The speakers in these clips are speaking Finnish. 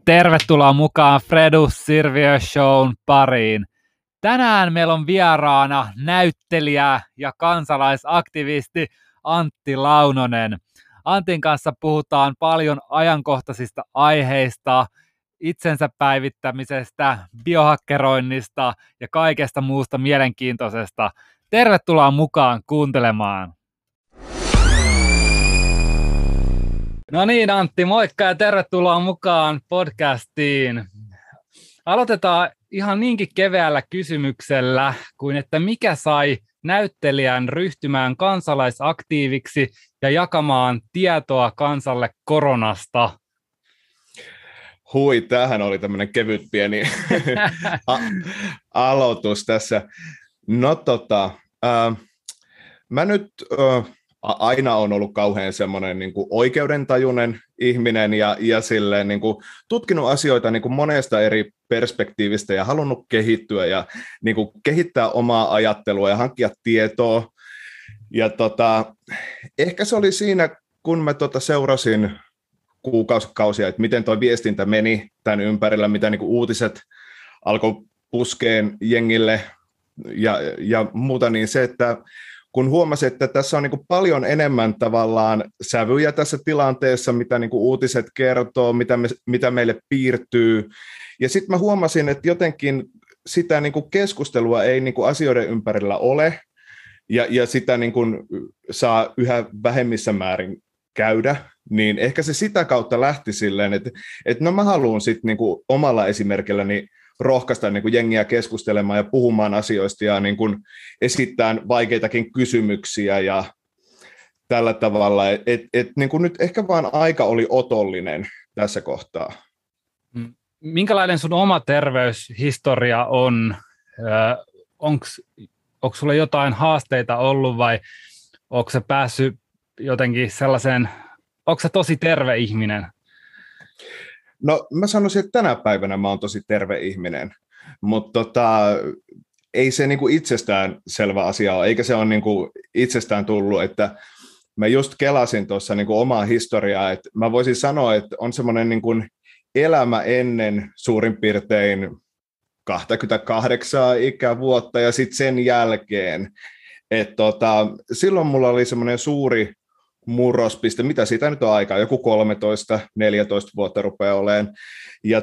Tervetuloa mukaan Fredus Sirviö Shown pariin. Tänään meillä on vieraana näyttelijä ja kansalaisaktivisti Antti Launonen. Antin kanssa puhutaan paljon ajankohtaisista aiheista, itsensä päivittämisestä, biohakkeroinnista ja kaikesta muusta mielenkiintoisesta. Tervetuloa mukaan kuuntelemaan. No niin, Antti, moikka ja tervetuloa mukaan podcastiin. Aloitetaan ihan niinkin keveällä kysymyksellä kuin, että mikä sai näyttelijän ryhtymään kansalaisaktiiviksi ja jakamaan tietoa kansalle koronasta? Hui, tämähän oli tämmöinen kevyt pieni aloitus tässä. No mä nyt aina on ollut kauhean semmoinen niin kuin oikeudentajuinen ihminen ja silleen, niin kuin tutkinut asioita niin kuin monesta eri perspektiivistä ja halunnut kehittyä ja niin kuin kehittää omaa ajattelua ja hankkia tietoa. Ja ehkä se oli siinä, kun mä seurasin kuukausia, että miten toi viestintä meni tämän ympärillä, mitä niin kuin uutiset alkoi puskeen jengille ja muuta, niin se, että kun huomasin, että tässä on niin kuin paljon enemmän tavallaan sävyjä tässä tilanteessa, mitä niin kuin uutiset kertoo, mitä meille piirtyy. Ja sitten mä huomasin, että jotenkin sitä niin kuin keskustelua ei niin kuin asioiden ympärillä ole, ja sitä niin kuin saa yhä vähemmissä määrin käydä, niin ehkä se sitä kautta lähti silleen, että no mä haluan sitten niin kuin omalla esimerkilläni rohkaista niin kuin jengiä keskustelemaan ja puhumaan asioista ja niin kuin esittämään vaikeitakin kysymyksiä ja tällä tavalla. Niin kuin nyt ehkä vaan aika oli otollinen tässä kohtaa. Minkälainen sun oma terveyshistoria on? Onko sulla jotain haasteita ollut vai onko sä päässyt jotenkin sellaiseen, onko sä tosi terve ihminen? No mä sanoisin, että tänä päivänä mä oon tosi terve ihminen, mutta ei se niinku itsestään selvä asia ole, eikä se ole niinku itsestään tullut, että mä just kelasin tuossa niinku omaa historiaa, että mä voisin sanoa, että on semmoinen niinku elämä ennen suurin piirtein 28 ikävuotta ja sitten sen jälkeen, että silloin mulla oli semmoinen suuri murrospiste, mitä siitä nyt on aikaa, joku 13-14 vuotta rupeaa olemaan. Ja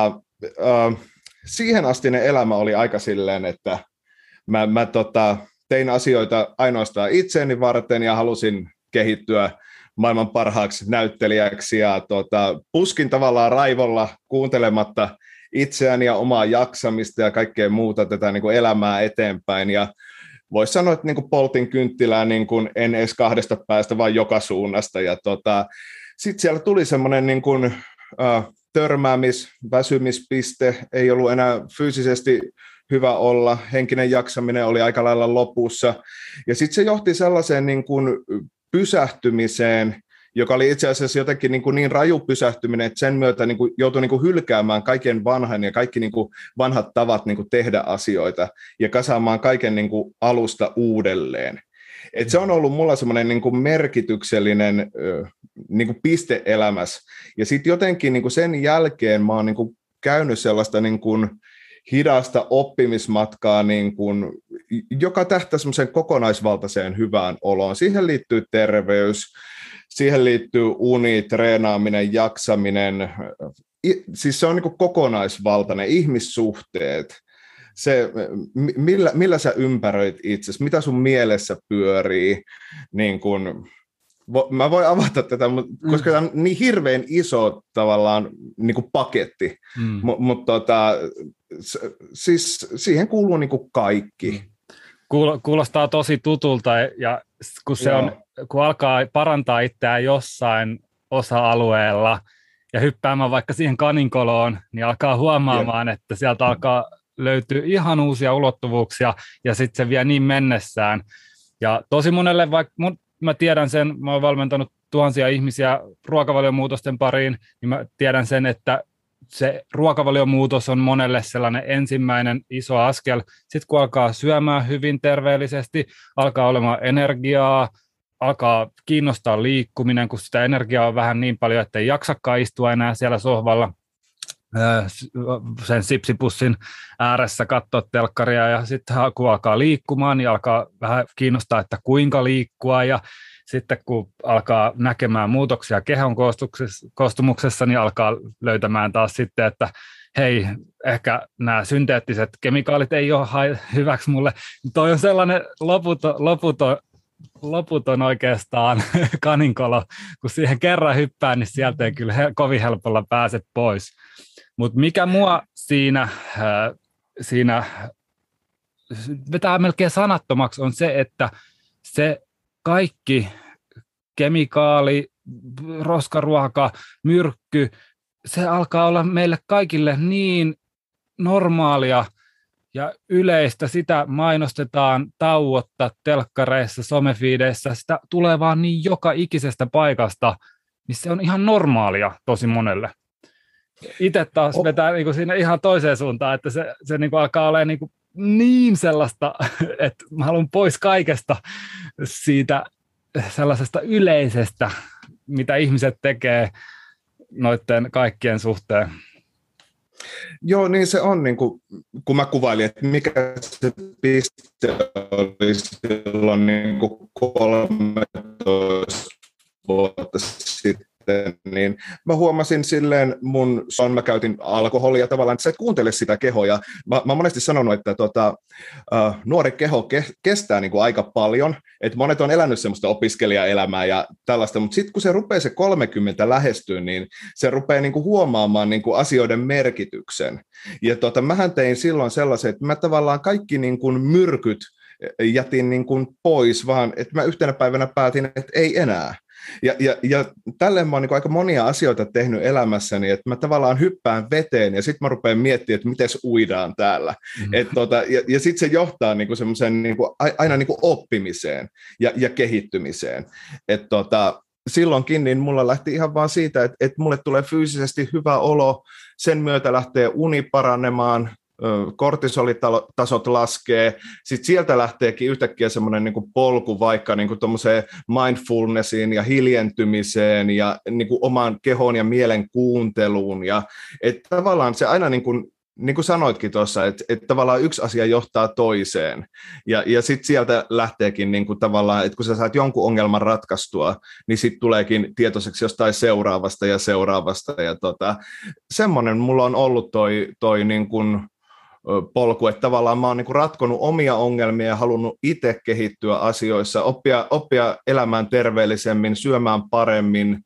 siihen astinen elämä oli aika silleen, että mä tein asioita ainoastaan itseäni varten ja halusin kehittyä maailman parhaaksi näyttelijäksi ja puskin tavallaan raivolla kuuntelematta itseäni ja omaa jaksamista ja kaikkea muuta tätä niin kuin elämää eteenpäin ja voisi sanoa, että niin poltin kynttilää niin kuin en edes kahdesta päästä, vaan joka suunnasta. Ja sitten siellä tuli semmoinen niin kuin, väsymispiste, ei ollut enää fyysisesti hyvä olla, henkinen jaksaminen oli aika lailla lopussa. Ja sitten se johti sellaiseen niin kuin pysähtymiseen, joka oli itse asiassa jotenkin niin raju pysähtyminen, että sen myötä niin kuin joutui niin kuin hylkäämään kaiken vanhan ja kaikki niin kuin vanhat tavat niin kuin tehdä asioita ja kasaamaan kaiken niin kuin alusta uudelleen. Et se on ollut mulla semmoinen niin kuin merkityksellinen niin kuin piste elämässä. Ja sitten jotenkin niin kuin sen jälkeen mä oon niin kuin käynyt sellaista niin kuin hidasta oppimismatkaa, niin kuin, joka tähtää semmoiseen kokonaisvaltaiseen hyvään oloon. Siihen liittyy terveys, siihen liittyy uni, treenaaminen, jaksaminen, siis se on niin kuin kokonaisvaltainen, ihmissuhteet, se, millä sä ympäröit itsesi, mitä sun mielessä pyörii, niin kuin, mä voin avata tätä, koska tämä on niin hirveän iso tavallaan niin kuin paketti, mutta siis siihen kuuluu niin kuin kaikki. Kuulostaa tosi tutulta ja kun alkaa parantaa itseään jossain osa-alueella ja hyppäämään vaikka siihen kaninkoloon, niin alkaa huomaamaan, että sieltä alkaa löytyä ihan uusia ulottuvuuksia ja sitten se vie niin mennessään. Ja tosi monelle, vaikka mä tiedän sen, mä oon valmentanut tuhansia ihmisiä ruokavaliomuutosten pariin, niin mä tiedän sen, että se ruokavaliomuutos on monelle sellainen ensimmäinen iso askel. Sitten kun alkaa syömään hyvin terveellisesti, alkaa olemaan energiaa, alkaa kiinnostaa liikkuminen, kun sitä energiaa on vähän niin paljon, että ei jaksakaan istua enää siellä sohvalla. sen sipsipussin ääressä katsoa telkkaria ja sitten kun alkaa liikkumaan, niin alkaa vähän kiinnostaa, että kuinka liikkua ja sitten kun alkaa näkemään muutoksia kehon koostumuksessa, niin alkaa löytämään taas sitten, että hei, ehkä nämä synteettiset kemikaalit ei ole hyväksi mulle. Toi on sellainen loputon oikeastaan kaninkolo, kun siihen kerran hyppää, niin sieltä ei kyllä kovin helpolla pääse pois. Mutta mikä mua siinä vetää melkein sanattomaksi on se, että se kaikki kemikaali, roskaruoka, myrkky, se alkaa olla meille kaikille niin normaalia ja yleistä, sitä mainostetaan tauotta telkkareissa, somefiideissä, sitä tulee vaan niin joka ikisestä paikasta, niin se on ihan normaalia tosi monelle. Itse taas vetää niin kuin siinä ihan toiseen suuntaan, että se niin kuin alkaa olla niin sellaista, että mä haluan pois kaikesta siitä sellaisesta yleisestä, mitä ihmiset tekee noiden kaikkien suhteen. Joo, niin se on, niin kuin, kun mä kuvailin, että mikä se piste oli silloin niin kuin 13 vuotta sitten, niin mä huomasin silleen mä käytin alkoholia tavallaan, että sä et kuuntele sitä kehoa, ja mä monesti sanonut, että nuori keho kestää niin kuin aika paljon, että monet on elänyt semmoista opiskelijaelämää ja tällaista, mutta sitten kun se rupeaa se 30 lähestyä, niin se rupeaa niin kuin huomaamaan niin kuin asioiden merkityksen, ja mähän tein silloin sellaisen, että mä tavallaan kaikki niin kuin myrkyt jätin niin kuin pois, vaan että mä yhtenä päivänä päätin, että ei enää. Ja tälleen mä oon niin aika monia asioita tehnyt elämässäni, että mä tavallaan hyppään veteen ja sitten mä rupean miettimään, että miten uidaan täällä. Ja sitten se johtaa niin semmoiseen niin aina niin oppimiseen ja kehittymiseen. Silloinkin niin mulla lähti ihan vaan siitä, että mulle tulee fyysisesti hyvä olo, sen myötä lähtee uni paranemaan, kortisolitasot laskee, sitten sieltä lähteekin yhtäkkiä semmoinen niin kuin polku vaikka niin kuin tuommoiseen mindfulnessiin ja hiljentymiseen ja niin kuin oman kehon ja mielen kuunteluun, ja että tavallaan se aina niin kuin sanoitkin tuossa, että tavallaan yksi asia johtaa toiseen, ja sitten sieltä lähteekin niin kuin tavallaan, että kun sä saat jonkun ongelman ratkaistua, niin sitten tuleekin tietoiseksi jostain seuraavasta, ja semmoinen mulla on ollut toi niin kuin polku, että tavallaan mä oon niin kuin ratkonut omia ongelmia ja halunnut itse kehittyä asioissa, oppia elämään terveellisemmin, syömään paremmin,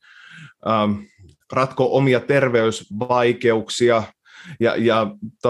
ratkoa omia terveysvaikeuksia, ja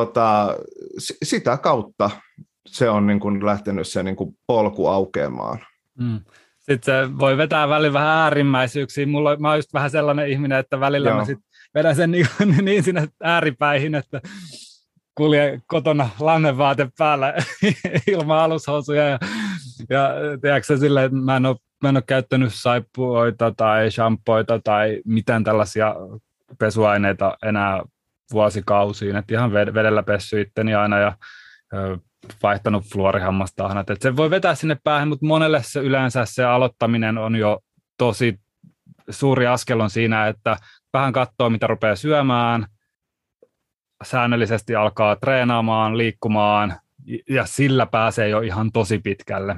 sitä kautta se on niin kuin lähtenyt se niin kuin polku aukeamaan. Sitten se voi vetää välillä vähän äärimmäisyyksiä. Mä oon just vähän sellainen ihminen, että välillä mä sit vedän sen niin sinne ääripäihin, että kulje kotona lannevaate päällä ilman alushousuja ja tiedätkö silleen, että mä en ole käyttänyt saippuoita tai shampoita tai mitään tällaisia pesuaineita enää vuosikausiin, että ihan vedellä pessy itteni aina ja vaihtanut fluorihammastahnat, että se voi vetää sinne päähän, mutta monelle se yleensä se aloittaminen on jo tosi suuri askel on siinä, että vähän katsoo mitä rupeaa syömään, säännöllisesti alkaa treenaamaan, liikkumaan ja sillä pääsee jo ihan tosi pitkälle.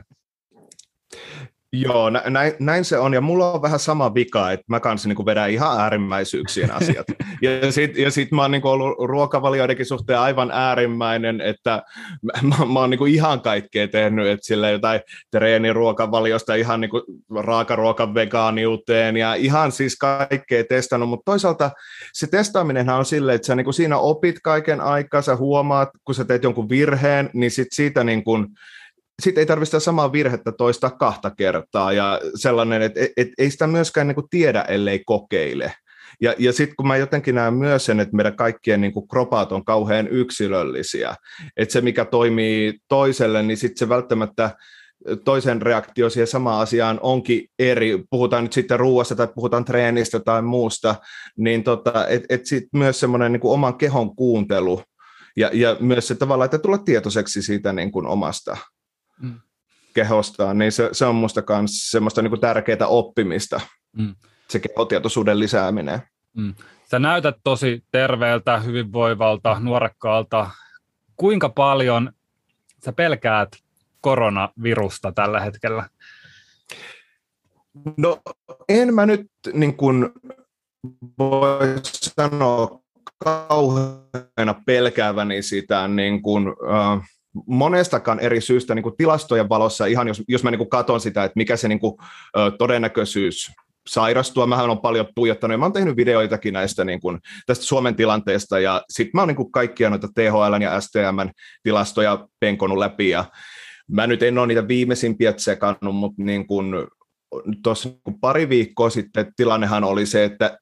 Joo, näin se on, ja mulla on vähän sama vika, että mä kanssa niin vedän ihan äärimmäisyyksien asiat. Ja sit mä oon niin ollut ruokavalioidenkin suhteen aivan äärimmäinen, että mä oon niin ihan kaikkea tehnyt, että sillä jotain treeniruokavaliosta ihan niin raakaruokan vegaaniuteen ja ihan siis kaikkea testannut, mutta toisaalta se testaaminenhan on silleen, että sä niin siinä opit kaiken aikaa, sä huomaat, kun sä teet jonkun virheen, niin sit siitä niin kuin sitten ei tarvitse sitä samaa virhettä toistaa 2 kertaa, ja sellainen, että ei sitä myöskään niin kuin tiedä, ellei kokeile. Ja sitten kun mä jotenkin näen myös sen, että meidän kaikkien niin kuin kropat on kauhean yksilöllisiä, että se mikä toimii toiselle, niin sitten se välttämättä toisen reaktio siihen samaan asiaan onkin eri, puhutaan nyt sitten ruuasta tai puhutaan treenistä tai muusta, niin että sitten myös semmoinen niin kuin oman kehon kuuntelu, ja myös se tavallaan, että tulla tietoiseksi siitä niin kuin omasta kehostaan, niin se on musta myös semmoista niin kuin tärkeää oppimista, se kehotietoisuuden lisääminen. Sä näytät tosi terveeltä, hyvinvoivalta, nuorekkaalta. Kuinka paljon sä pelkäät koronavirusta tällä hetkellä? No en mä nyt niin kuin voi sanoa kauheana pelkääväni sitä niin kuin, monestakaan eri syystä niin kuin tilastojen valossa, ihan jos mä niin kuin katson sitä, että mikä se niin kuin, todennäköisyys sairastua. Mähän olen paljon tuijottanut ja mä oon tehnyt videoitakin näistä niin kuin, tästä Suomen tilanteesta ja sitten mä oon niin kuin kaikkia noita THL ja STM:n tilastoja penkonut läpi ja mä nyt en ole niitä viimeisimpiä tsekannut, mutta niin kuin tuossa niin pari viikkoa sitten tilannehan oli se, että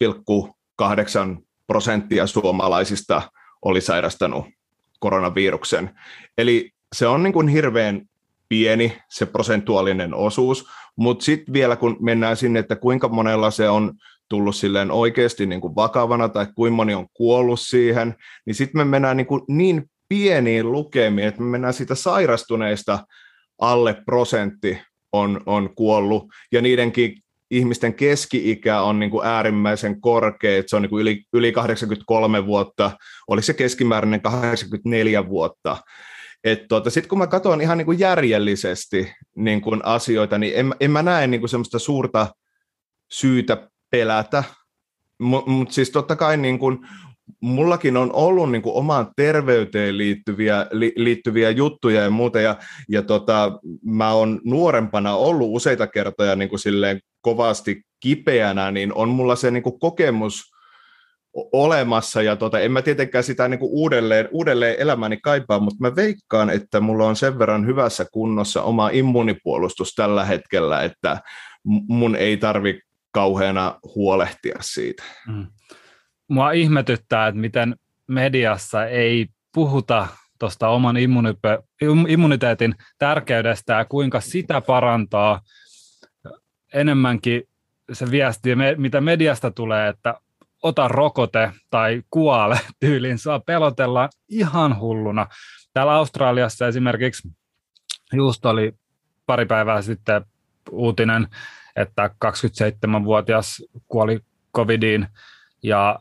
1,8% suomalaisista oli sairastanut koronaviruksen. Eli se on niin kuin hirveän pieni se prosentuaalinen osuus, mutta sitten vielä kun mennään sinne, että kuinka monella se on tullut silleen oikeasti niin kuin vakavana tai kuinka moni on kuollut siihen, niin sitten me mennään niin pieniin lukemiin, että me mennään siitä sairastuneista alle prosentti on kuollut, ja niidenkin ihmisten keski-ikä on niin kuin äärimmäisen korkea, että se on niin kuin yli 83 vuotta, oli se keskimääräinen 84 vuotta. Sitten kun mä katson ihan niin kuin järjellisesti niin kuin asioita, niin en mä näe niin kuin semmoista suurta syytä pelätä, mutta siis totta kai niin kuin mullakin on ollut niin kuin omaan terveyteen liittyviä juttuja ja muuta, ja mä oon nuorempana ollut useita kertoja niin kuin silleen kovasti kipeänä, niin on mulla se niin kuin kokemus olemassa, ja en mä tietenkään sitä niin kuin uudelleen elämäni kaipaa, mutta mä veikkaan, että mulla on sen verran hyvässä kunnossa oma immunipuolustus tällä hetkellä, että mun ei tarvi kauheana huolehtia siitä. Mua ihmetyttää, että miten mediassa ei puhuta tuosta oman immuniteetin tärkeydestä ja kuinka sitä parantaa enemmänkin se viesti, mitä mediasta tulee, että ota rokote tai kuole tyyliin. Sua pelotellaan ihan hulluna. Täällä Australiassa esimerkiksi just oli pari päivää sitten uutinen, että 27-vuotias kuoli covidiin ja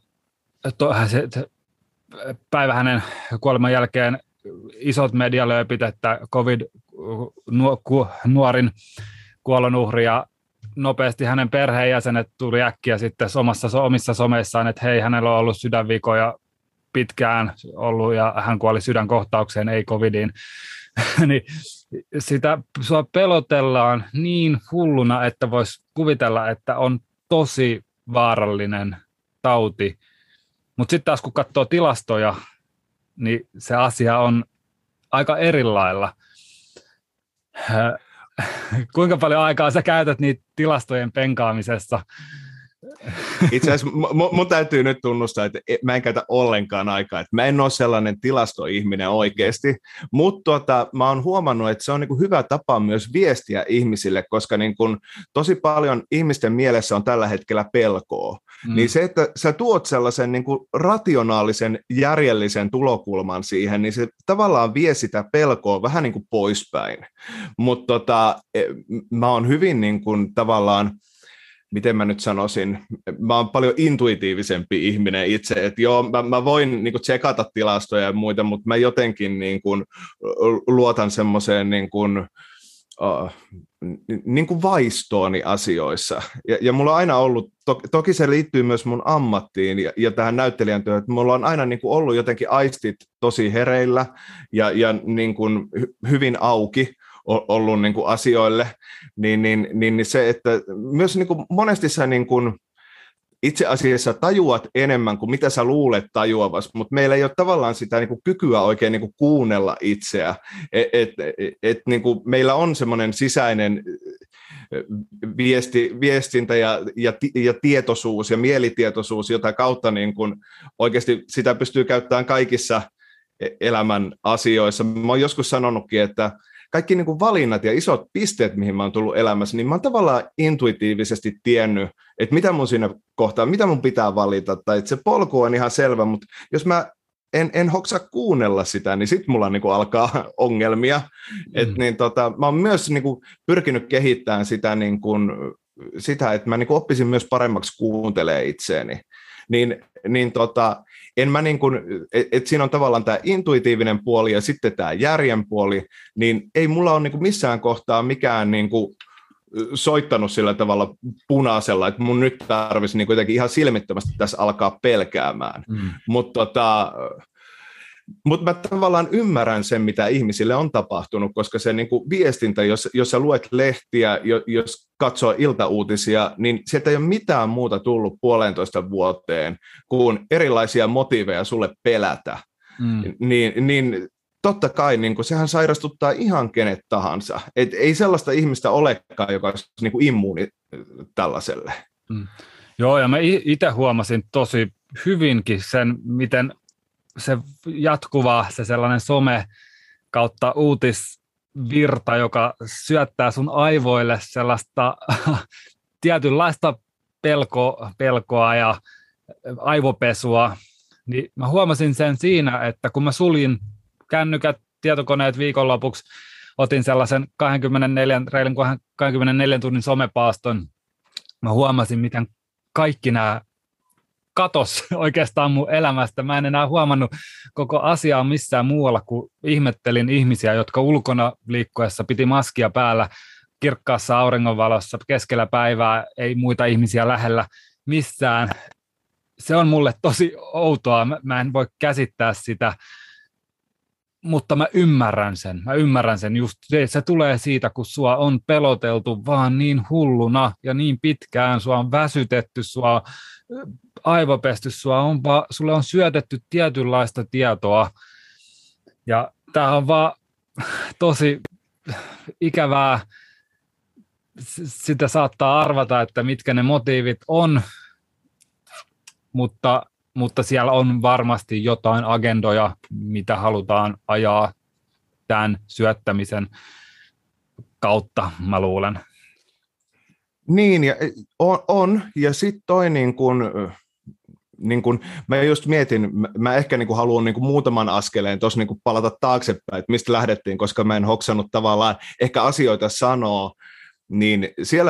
päivä hänen kuoleman jälkeen isot medialööpit, että covid-nuorin kuolonuhri, ja nopeasti hänen perheenjäsenet tuli äkkiä sitten omissa someissaan, että hei, hänellä on ollut sydänvikoja pitkään ollut ja hän kuoli sydänkohtaukseen, ei covidiin. Niin sitä sua pelotellaan niin hulluna, että voisi kuvitella, että on tosi vaarallinen tauti. Mutta sitten taas kun katsoo tilastoja, niin se asia on aika erilailla. Kuinka paljon aikaa sä käytät niitä tilastojen penkaamisessa? Itse asiassa mun täytyy nyt tunnustaa, että mä en käytä ollenkaan aikaa. Että mä en ole sellainen tilastoihminen oikeasti, mutta mä oon huomannut, että se on niin kuin hyvä tapa myös viestiä ihmisille, koska niin kuin tosi paljon ihmisten mielessä on tällä hetkellä pelkoa. Niin se, että sä tuot sellaisen niin kuin rationaalisen, järjellisen tulokulman siihen, niin se tavallaan vie sitä pelkoa vähän niin kuin poispäin. Mutta mä oon hyvin niin kuin tavallaan, miten mä nyt sanoisin, mä oon paljon intuitiivisempi ihminen itse, että joo, mä voin niin kuin tsekata tilastoja ja muita, mutta mä jotenkin niin kuin luotan semmoiseen niin kuin vaistooni asioissa. Ja mulla on aina ollut, toki se liittyy myös mun ammattiin ja tähän näyttelijän työhön, että mulla on aina niin kuin ollut jotenkin aistit tosi hereillä ja niin kuin hyvin auki ollut niin kuin asioille, niin se, että myös niin kuin monesti sä niin kuin itse asiassa tajuat enemmän kuin mitä sä luulet tajuavasi, mutta meillä ei ole tavallaan sitä niin kuin kykyä oikein niin kuin kuunnella itseä. Niin kuin meillä on semmoinen sisäinen viestintä ja tietoisuus ja mielitietoisuus, jota kautta niin kuin oikeasti sitä pystyy käyttämään kaikissa elämän asioissa. Mä oon joskus sanonutkin, että kaikki niin kuin valinnat ja isot pisteet, mihin mä oon tullut elämässä, niin mä oon tavallaan intuitiivisesti tiennyt, että mitä mun siinä kohtaa, mitä mun pitää valita, tai että se polku on ihan selvä, mutta jos mä en hoksaa kuunnella sitä, niin sit mulla niin kuin alkaa ongelmia. Mä oon myös niin kuin pyrkinyt kehittämään sitä, niin kuin, sitä että mä niin kuin oppisin myös paremmaksi kuuntelemaan itseäni. en mä niin kuin, että siinä on tavallaan tämä intuitiivinen puoli ja sitten tämä järjen puoli, niin ei mulla ole niin kuin missään kohtaa mikään niin kuin soittanut sillä tavalla punaisella, että mun nyt tarvitsisi niin kuitenkin ihan silmittömästi tässä alkaa pelkäämään. Mutta mä tavallaan ymmärrän sen, mitä ihmisille on tapahtunut, koska se niin kuin viestintä, jos sä luet lehtiä, jos katsoo iltauutisia, niin sieltä ei ole mitään muuta tullut 1,5 vuoteen kuin erilaisia motiiveja sulle pelätä. Niin totta kai niin kuin, sehän sairastuttaa ihan kenet tahansa. Ei sellaista ihmistä olekaan, joka olisi niin kuin immuuni tällaiselle. Joo, ja mä itse huomasin tosi hyvinkin sen, miten se jatkuva, se sellainen some kautta uutisvirta, joka syöttää sun aivoille sellaista tietynlaista pelkoa ja aivopesua, niin mä huomasin sen siinä, että kun mä suljin kännykät, tietokoneet viikonlopuksi, otin sellaisen 24 tunnin somepaaston, mä huomasin, miten kaikki nämä katos oikeastaan mun elämästä. Mä en enää huomannut koko asiaa missään muualla, kun ihmettelin ihmisiä, jotka ulkona liikkuessa piti maskia päällä kirkkaassa auringonvalossa keskellä päivää, ei muita ihmisiä lähellä missään. Se on mulle tosi outoa, mä en voi käsittää sitä, mutta mä ymmärrän sen just, se tulee siitä, kun sua on peloteltu vaan niin hulluna ja niin pitkään, sua on väsytetty, sua on aivopesty, sulle on syötetty tietynlaista tietoa ja tää on vaan tosi ikävää, sitä saattaa arvata, että mitkä ne motiivit on, mutta siellä on varmasti jotain agendoja, mitä halutaan ajaa tämän syöttämisen kautta, mä luulen. Niin, ja on. Ja sitten toi niin kun mä just mietin, mä ehkä niin kun haluan niin kun muutaman askeleen tuossa niin kun palata taaksepäin, että mistä lähdettiin, koska mä en hoksannut tavallaan ehkä asioita sanoa, niin siellä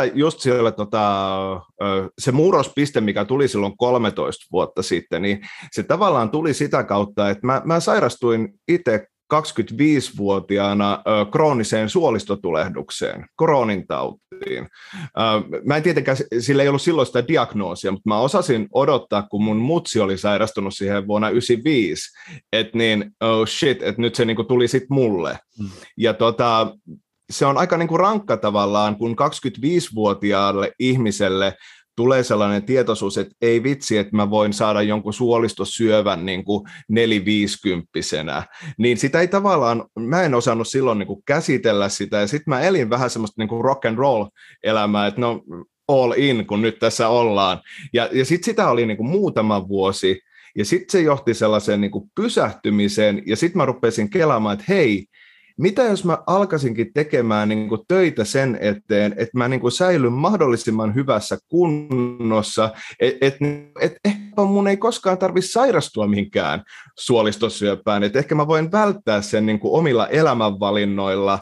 se murrospiste, mikä tuli silloin 13 vuotta sitten, niin se tavallaan tuli sitä kautta, että mä sairastuin itse 25-vuotiaana krooniseen suolistotulehdukseen, Crohnin tautiin. Mä en tietenkään, sillä ei ollut silloin sitä diagnoosia, mutta mä osasin odottaa, kun mun mutsi oli sairastunut siihen vuonna 1995, että niin, oh shit, että nyt se niinku tuli sitten mulle. Ja se on aika niinku rankka tavallaan, kun 25-vuotiaalle ihmiselle tulee sellainen tietoisuus, että ei vitsi, että mä voin saada jonkun suolistosyövän niin kuin 4-50-vuotiaana. Niin sitä ei tavallaan, mä en osannut silloin niin kuin käsitellä sitä, ja sitten mä elin vähän semmoista niin kuin rock and roll elämää, että no all in, kun nyt tässä ollaan. Ja sitten sitä oli niin kuin muutama vuosi, ja sitten se johti sellaiseen niin kuin pysähtymiseen, ja sitten mä rupesin kelaamaan, että hei, mitä jos mä alkaisinkin tekemään niin kuin töitä sen eteen, että mä niin kuin säilyn mahdollisimman hyvässä kunnossa, että ehkä mun ei koskaan tarvitse sairastua mihinkään suolistosyöpään, että ehkä mä voin välttää sen niin kuin omilla elämänvalinnoilla,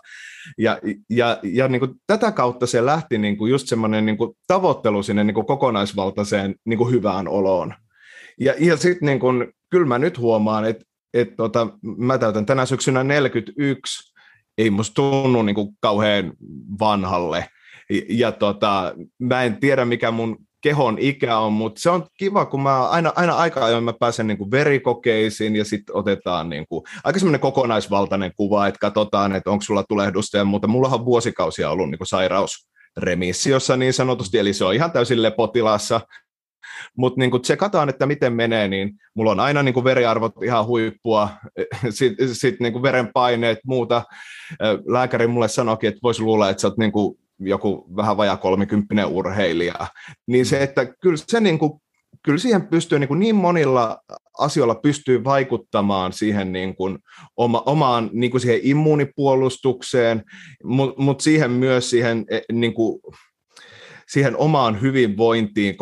ja niin kuin tätä kautta se lähti niin kuin just semmoinen niin kuin tavoittelu sinne niin kuin kokonaisvaltaiseen niin kuin hyvään oloon. Ja sitten niin kuin, kyllä mä nyt huomaan, että mä täytän tänä syksynä 41, ei musta tunnu niin kuin kauhean vanhalle, ja mä en tiedä mikä mun kehon ikä on, mutta se on kiva, kun mä aina aika ajoin mä pääsen niin kuin verikokeisiin, ja sitten otetaan niin kuin aika semmoinen kokonaisvaltainen kuva, että katsotaan, että onko sulla tulehdusta ja muuta. Mullahan on vuosikausia ollut niin kuin sairausremissiossa niin sanotusti, eli se on ihan täysin lepotilassa. Mutta niin kun tsekataan, että miten menee, niin mulla on aina niin kun veriarvot ihan huippua, sitten niin verenpaineet, muuta. Lääkäri mulle sanoikin, että voisi luulla, että sä oot niin joku vähän vajaa 30 urheilija. Niin se, että kyllä siihen pystyy niin monilla asioilla pystyy vaikuttamaan siihen niin kuin omaan niin kuin siihen immuunipuolustukseen, mutta siihen myös niin kuin siihen omaan hyvinvointiin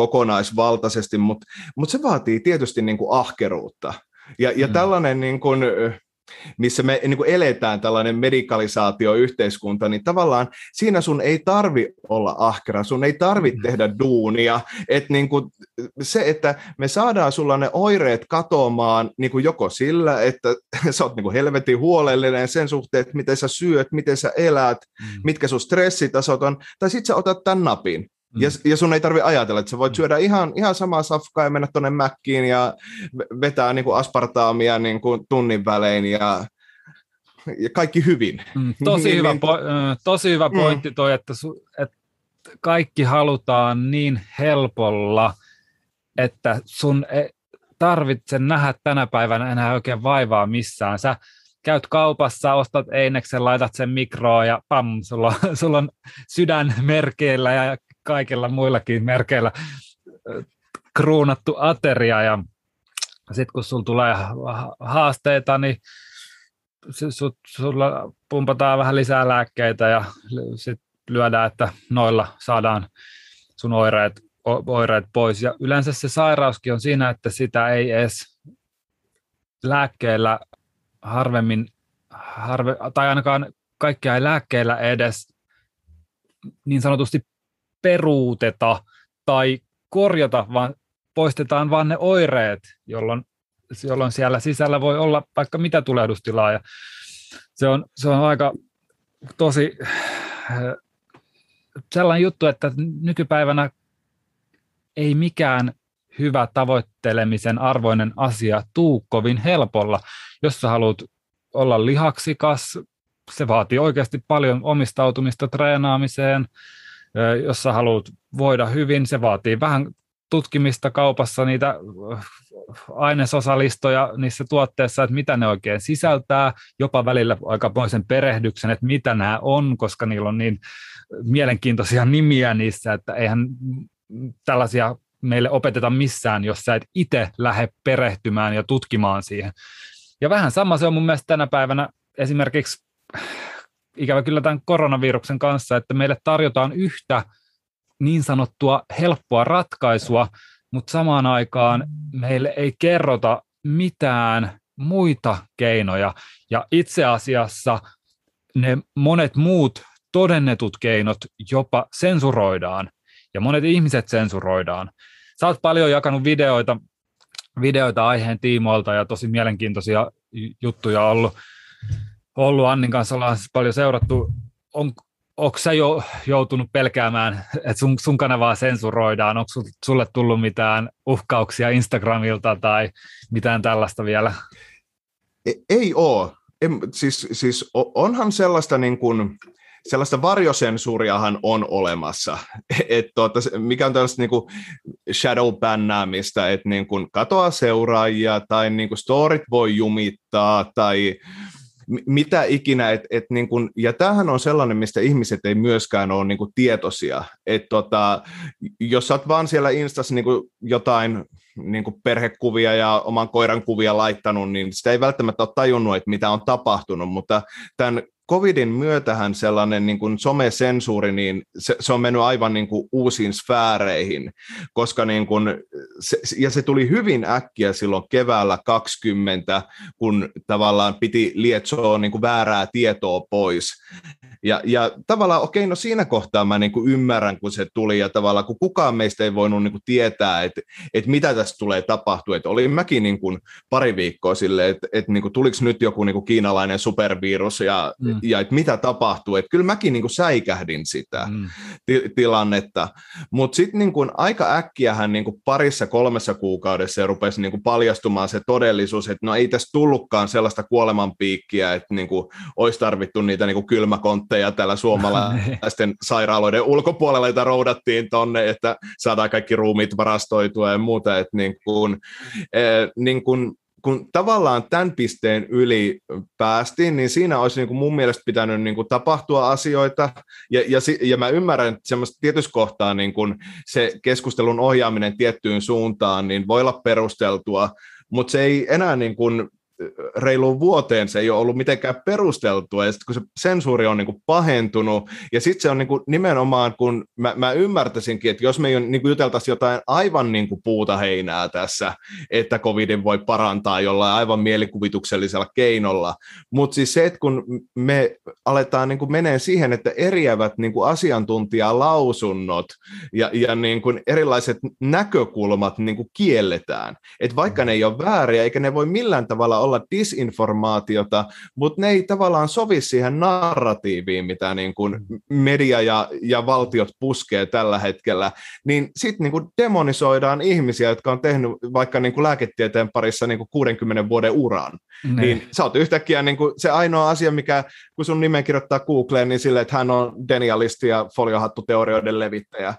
kokonaisvaltaisesti, mutta se vaatii tietysti niin kuin ahkeruutta. Ja tällainen, niin kuin, missä me niin kuin eletään tällainen medikalisaatioyhteiskunta, niin tavallaan siinä sun ei tarvi olla ahkera, sun ei tarvi tehdä duunia, että niin kuin se, että me saadaan sulla ne oireet katoamaan niin kuin joko sillä, että sä oot niin kuin helvetin huolellinen sen suhteen, että miten sä syöt, miten sä elät, mitkä sun stressitasot on, tai sit sä otat tämän napin. Ja sun ei tarvitse ajatella, että sä voit syödä ihan samaa safkaa ja mennä tuonne mäkkiin ja vetää niin kuin aspartaamia niin kuin tunnin välein ja kaikki hyvin. Tosi hyvä pointti toi, että kaikki halutaan niin helpolla, että sun ei tarvitse nähdä tänä päivänä enää oikein vaivaa missään. Sä käyt kaupassa, ostat eineksen, laitat sen mikroon ja pam, sulla on sydän merkeillä ja kaikilla muillakin merkeillä kruunattu ateria, ja sitten kun sulla tulee haasteita, niin sulla pumpataan vähän lisää lääkkeitä ja sitten lyödään, että noilla saadaan sun oireet pois. Ja yleensä se sairauskin on siinä, että sitä ei edes lääkkeellä tai ainakaan kaikkea ei lääkkeellä edes niin sanotusti peruuteta tai korjata, vaan poistetaan vaan ne oireet, jolloin siellä sisällä voi olla vaikka mitä tulehdustilaa. Ja se on aika tosi sellainen juttu, että nykypäivänä ei mikään hyvä tavoittelemisen arvoinen asia tuu kovin helpolla. Jos sä haluat olla lihaksikas, se vaatii oikeasti paljon omistautumista treenaamiseen. Jos sä haluat voida hyvin, se vaatii vähän tutkimista kaupassa, niitä ainesosalistoja niissä tuotteissa, että mitä ne oikein sisältää, jopa välillä aikamoisen perehdyksen, että mitä nämä on, koska niillä on niin mielenkiintoisia nimiä niissä, että eihän tällaisia meille opeteta missään, jos sä et itse lähde perehtymään ja tutkimaan siihen. Ja vähän sama se on mun mielestä tänä päivänä esimerkiksi ikävä kyllä tämän koronaviruksen kanssa, että meille tarjotaan yhtä niin sanottua helppoa ratkaisua, mutta samaan aikaan meille ei kerrota mitään muita keinoja. Ja itse asiassa ne monet muut todennetut keinot jopa sensuroidaan, ja monet ihmiset sensuroidaan. Sä oot paljon jakanut videoita aiheen tiimoilta, ja tosi mielenkiintoisia juttuja ollut Annin kanssa, ollaan siis paljon seurattu. Onko sä jo joutunut pelkäämään, että sun kanavaa sensuroidaan? Onko sulle tullut mitään uhkauksia Instagramilta tai mitään tällaista vielä? Ei ole. Siis onhan sellaista niin kuin, sellaista varjosensuuriahan on olemassa, mikä on tällaista niin kuin shadow-bännäämistä, että niin kuin katoaa seuraajia tai niin kuin storit voi jumittaa tai mitä ikinä, niin kun, ja tämähän on sellainen, mistä ihmiset ei myöskään ole niin kun tietoisia, että jos sä oot vaan siellä Instassa niin kun jotain niin kun perhekuvia ja oman koiran kuvia laittanut, niin sitä ei välttämättä ole tajunnut, että mitä on tapahtunut, mutta tämän covidin myötähän sellainen niin kuin somesensuuri, niin se on mennyt aivan niin kuin uusiin sfääreihin, koska niin kuin se tuli hyvin äkkiä silloin keväällä 2020, kun tavallaan piti lietsoa niin kuin väärää tietoa pois. Ja tavallaan okei, no siinä kohtaa mä niin kuin ymmärrän, kun se tuli, ja tavallaan kun kukaan meistä ei voinut niin kuin tietää, että mitä tässä tulee tapahtua, että olin mäkin niin kuin pari viikkoa silleen, että niin kuin tuliko nyt joku niin kuin kiinalainen supervirus, ja että mitä tapahtuu, että kyllä mäkin niin kuin säikähdin sitä tilannetta, mutta sitten niin kuin aika äkkiähän niin kuin 2-3 kuukaudessa rupesi niin kuin paljastumaan se todellisuus, että no ei tässä tullutkaan sellaista kuolemanpiikkiä, että niin kuin olisi tarvittu niitä niin kuin kylmäkontteja täällä suomalaisten sairaaloiden ulkopuolella, joita roudattiin tonne, että saadaan kaikki ruumiit varastoitua ja muuta, että niin kuin kun tavallaan tämän pisteen yli päästiin, niin siinä olisi niin kuin mun mielestä pitänyt niin kuin tapahtua asioita, ja mä ymmärrän, että semmoista tietyssä kohtaa niin kuin se keskustelun ohjaaminen tiettyyn suuntaan niin voi olla perusteltua, mutta se ei enää niin kuin reiluun vuoteen se ei ole ollut mitenkään perusteltua, ja sitten kun se sensuuri on niin kuin pahentunut, ja sitten se on niin kuin nimenomaan, kun mä ymmärtäisinkin, että jos me ei niin kuin juteltaisiin jotain aivan niin kuin puuta heinää tässä, että covidin voi parantaa jollain aivan mielikuvituksellisella keinolla, mutta siis se, että kun me aletaan niin kuin menee siihen, että eriävät niin kuin asiantuntijalausunnot ja niin kuin erilaiset näkökulmat niin kuin kielletään, että vaikka ne ei ole vääriä, eikä ne voi millään tavalla olla disinformaatiota, mutta ne ei tavallaan sovi siihen narratiiviin, mitä niin kuin media ja valtiot puskee tällä hetkellä, niin sitten niin kuin demonisoidaan ihmisiä, jotka on tehnyt vaikka niin kuin lääketieteen parissa niin kuin 60 vuoden uran. Niin sä oot yhtäkkiä niin kuin se ainoa asia, mikä kun sun nimen kirjoittaa Googleen, niin silleen, että hän on denialisti ja foliohattuteorioiden levittäjä.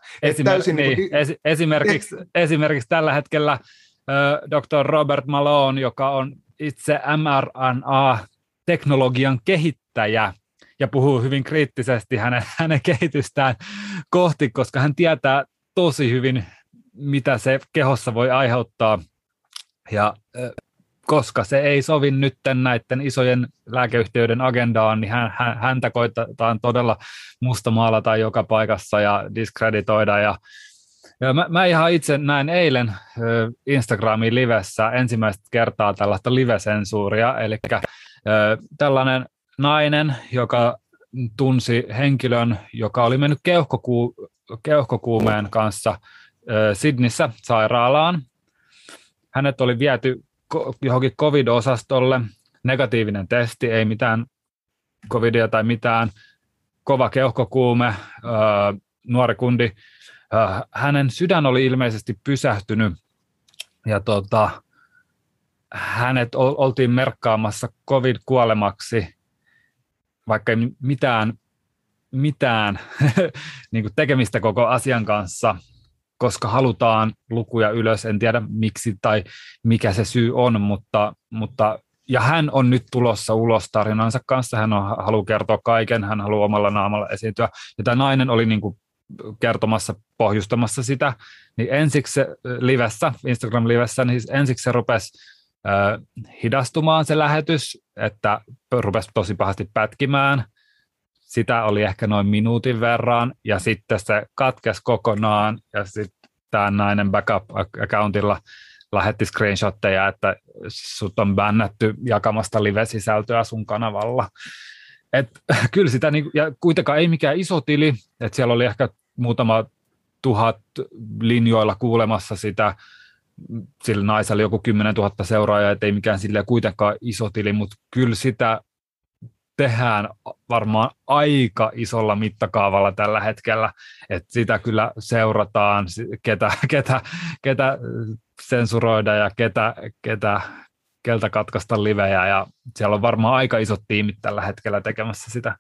Esimerkiksi tällä hetkellä Dr. Robert Malone, joka on itse mRNA-teknologian kehittäjä ja puhuu hyvin kriittisesti hänen kehitystään kohti, koska hän tietää tosi hyvin, mitä se kehossa voi aiheuttaa. Ja koska se ei sovi nyt näiden isojen lääkeyhtiöiden agendaan, niin häntä koitetaan todella mustamaalata joka paikassa ja diskreditoida. Ja mä ihan itse näin eilen Instagramin livessä ensimmäistä kertaa tällaista live-sensuuria, eli tällainen nainen, joka tunsi henkilön, joka oli mennyt keuhkokuumeen kanssa Sydneyssä sairaalaan. Hänet oli viety johonkin covid-osastolle, negatiivinen testi, ei mitään covidia tai mitään, kova keuhkokuume, nuori kundi. Hänen sydän oli ilmeisesti pysähtynyt ja hänet oltiin merkkaamassa covid-kuolemaksi, vaikka ei mitään niin kuin tekemistä koko asian kanssa, koska halutaan lukuja ylös, en tiedä miksi tai mikä se syy on, mutta ja hän on nyt tulossa ulos tarinansa kanssa, hän haluaa kertoa kaiken, hän haluaa omalla naamalla esiintyä, ja tämä nainen oli niin kuin kertomassa, pohjustamassa sitä, niin ensiksi se livessä, Instagram-livessä, niin ensiksi se rupesi hidastumaan se lähetys, että rupesi tosi pahasti pätkimään, sitä oli ehkä noin minuutin verran, ja sitten se katkesi kokonaan, ja sitten tämä nainen backup-accountilla lähetti screenshotteja, että sut on bännätty jakamasta live-sisältöä sun kanavalla. Et, kyllä sitä, ja kuitenkaan ei mikään iso tili, että siellä oli ehkä muutama 1000 linjoilla kuulemassa sitä, sillä naisella joku 10 000 seuraajaa, et ei mikään silleen kuitenkaan iso tili, mutta kyllä sitä tehdään varmaan aika isolla mittakaavalla tällä hetkellä, että sitä kyllä seurataan, ketä sensuroida ja keltä katkaista livejä, ja siellä on varmaan aika isot tiimit tällä hetkellä tekemässä sitä.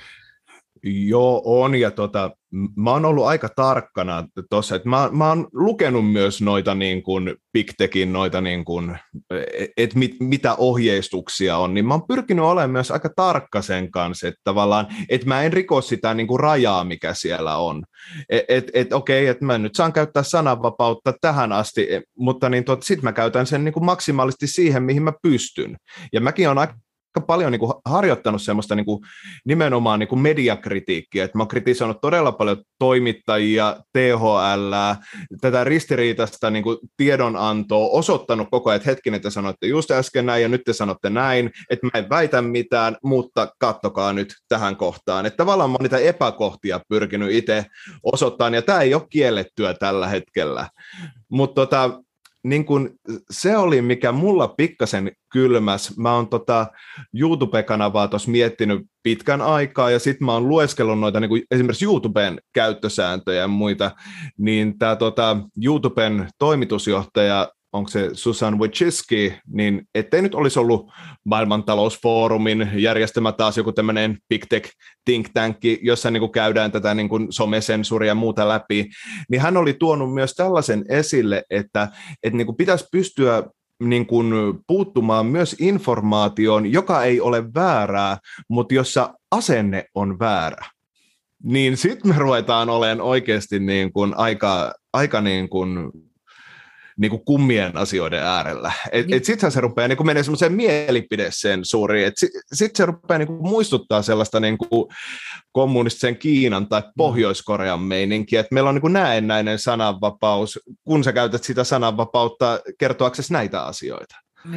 Joo, on, ja mä oon ollut aika tarkkana tuossa, että mä oon lukenut myös noita niin kuin Big Techin, noita niin kuin, että mitä ohjeistuksia on, niin mä oon pyrkinyt olemaan myös aika tarkka sen kanssa, että tavallaan, että mä en riko sitä niin kuin rajaa, mikä siellä on. Okei, että mä nyt saan käyttää sananvapautta tähän asti, mutta niin sitten mä käytän sen niin kuin maksimaalisesti siihen, mihin mä pystyn. Ja mäkin on aika paljon niin kuin harjoittanut semmoista niin kuin nimenomaan niin kuin mediakritiikkiä, että mä oon kritisoinut todella paljon toimittajia, THL, tätä ristiriitaista niin kuin tiedonantoa, osoittanut koko ajan, että hetkinen, te sanoitte just äsken näin ja nyt te sanotte näin, että mä en väitä mitään, mutta kattokaa nyt tähän kohtaan. Että tavallaan mä oon niitä epäkohtia pyrkinyt itse osoittamaan, ja tämä ei ole kiellettyä tällä hetkellä. Mutta niin kun se oli, mikä mulla pikkasen kylmäs. Mä oon YouTube-kanavaa tuossa miettinyt pitkän aikaa, ja sitten mä oon lueskellut noita niin kuin esimerkiksi YouTuben käyttösääntöjä ja muita, niin tämä YouTuben toimitusjohtaja, onko se Susan Wojcicki, niin ettei nyt olisi ollut maailmantalousfoorumin järjestämä taas joku tämmöinen big tech think tankki, jossa niin kuin käydään tätä niin kuin somesensuuria ja muuta läpi, niin hän oli tuonut myös tällaisen esille, että niin kuin pitäisi pystyä niin kuin puuttumaan myös informaatioon, joka ei ole väärää, mutta jossa asenne on väärä. Niin sitten me ruvetaan olemaan oikeasti niin kuin aika niin kuin niin kuin kummien asioiden äärellä. Sittenhän se rupeaa niin kuin menee semmoiseen mielipidesensuuriin, että sitten se rupeaa niin kuin muistuttaa sellaista niin kuin kommunistisen Kiinan tai Pohjois-Korean meininkiä, että meillä on niin kuin näennäinen sananvapaus, kun sä käytät sitä sananvapautta kertoaksesi näitä asioita.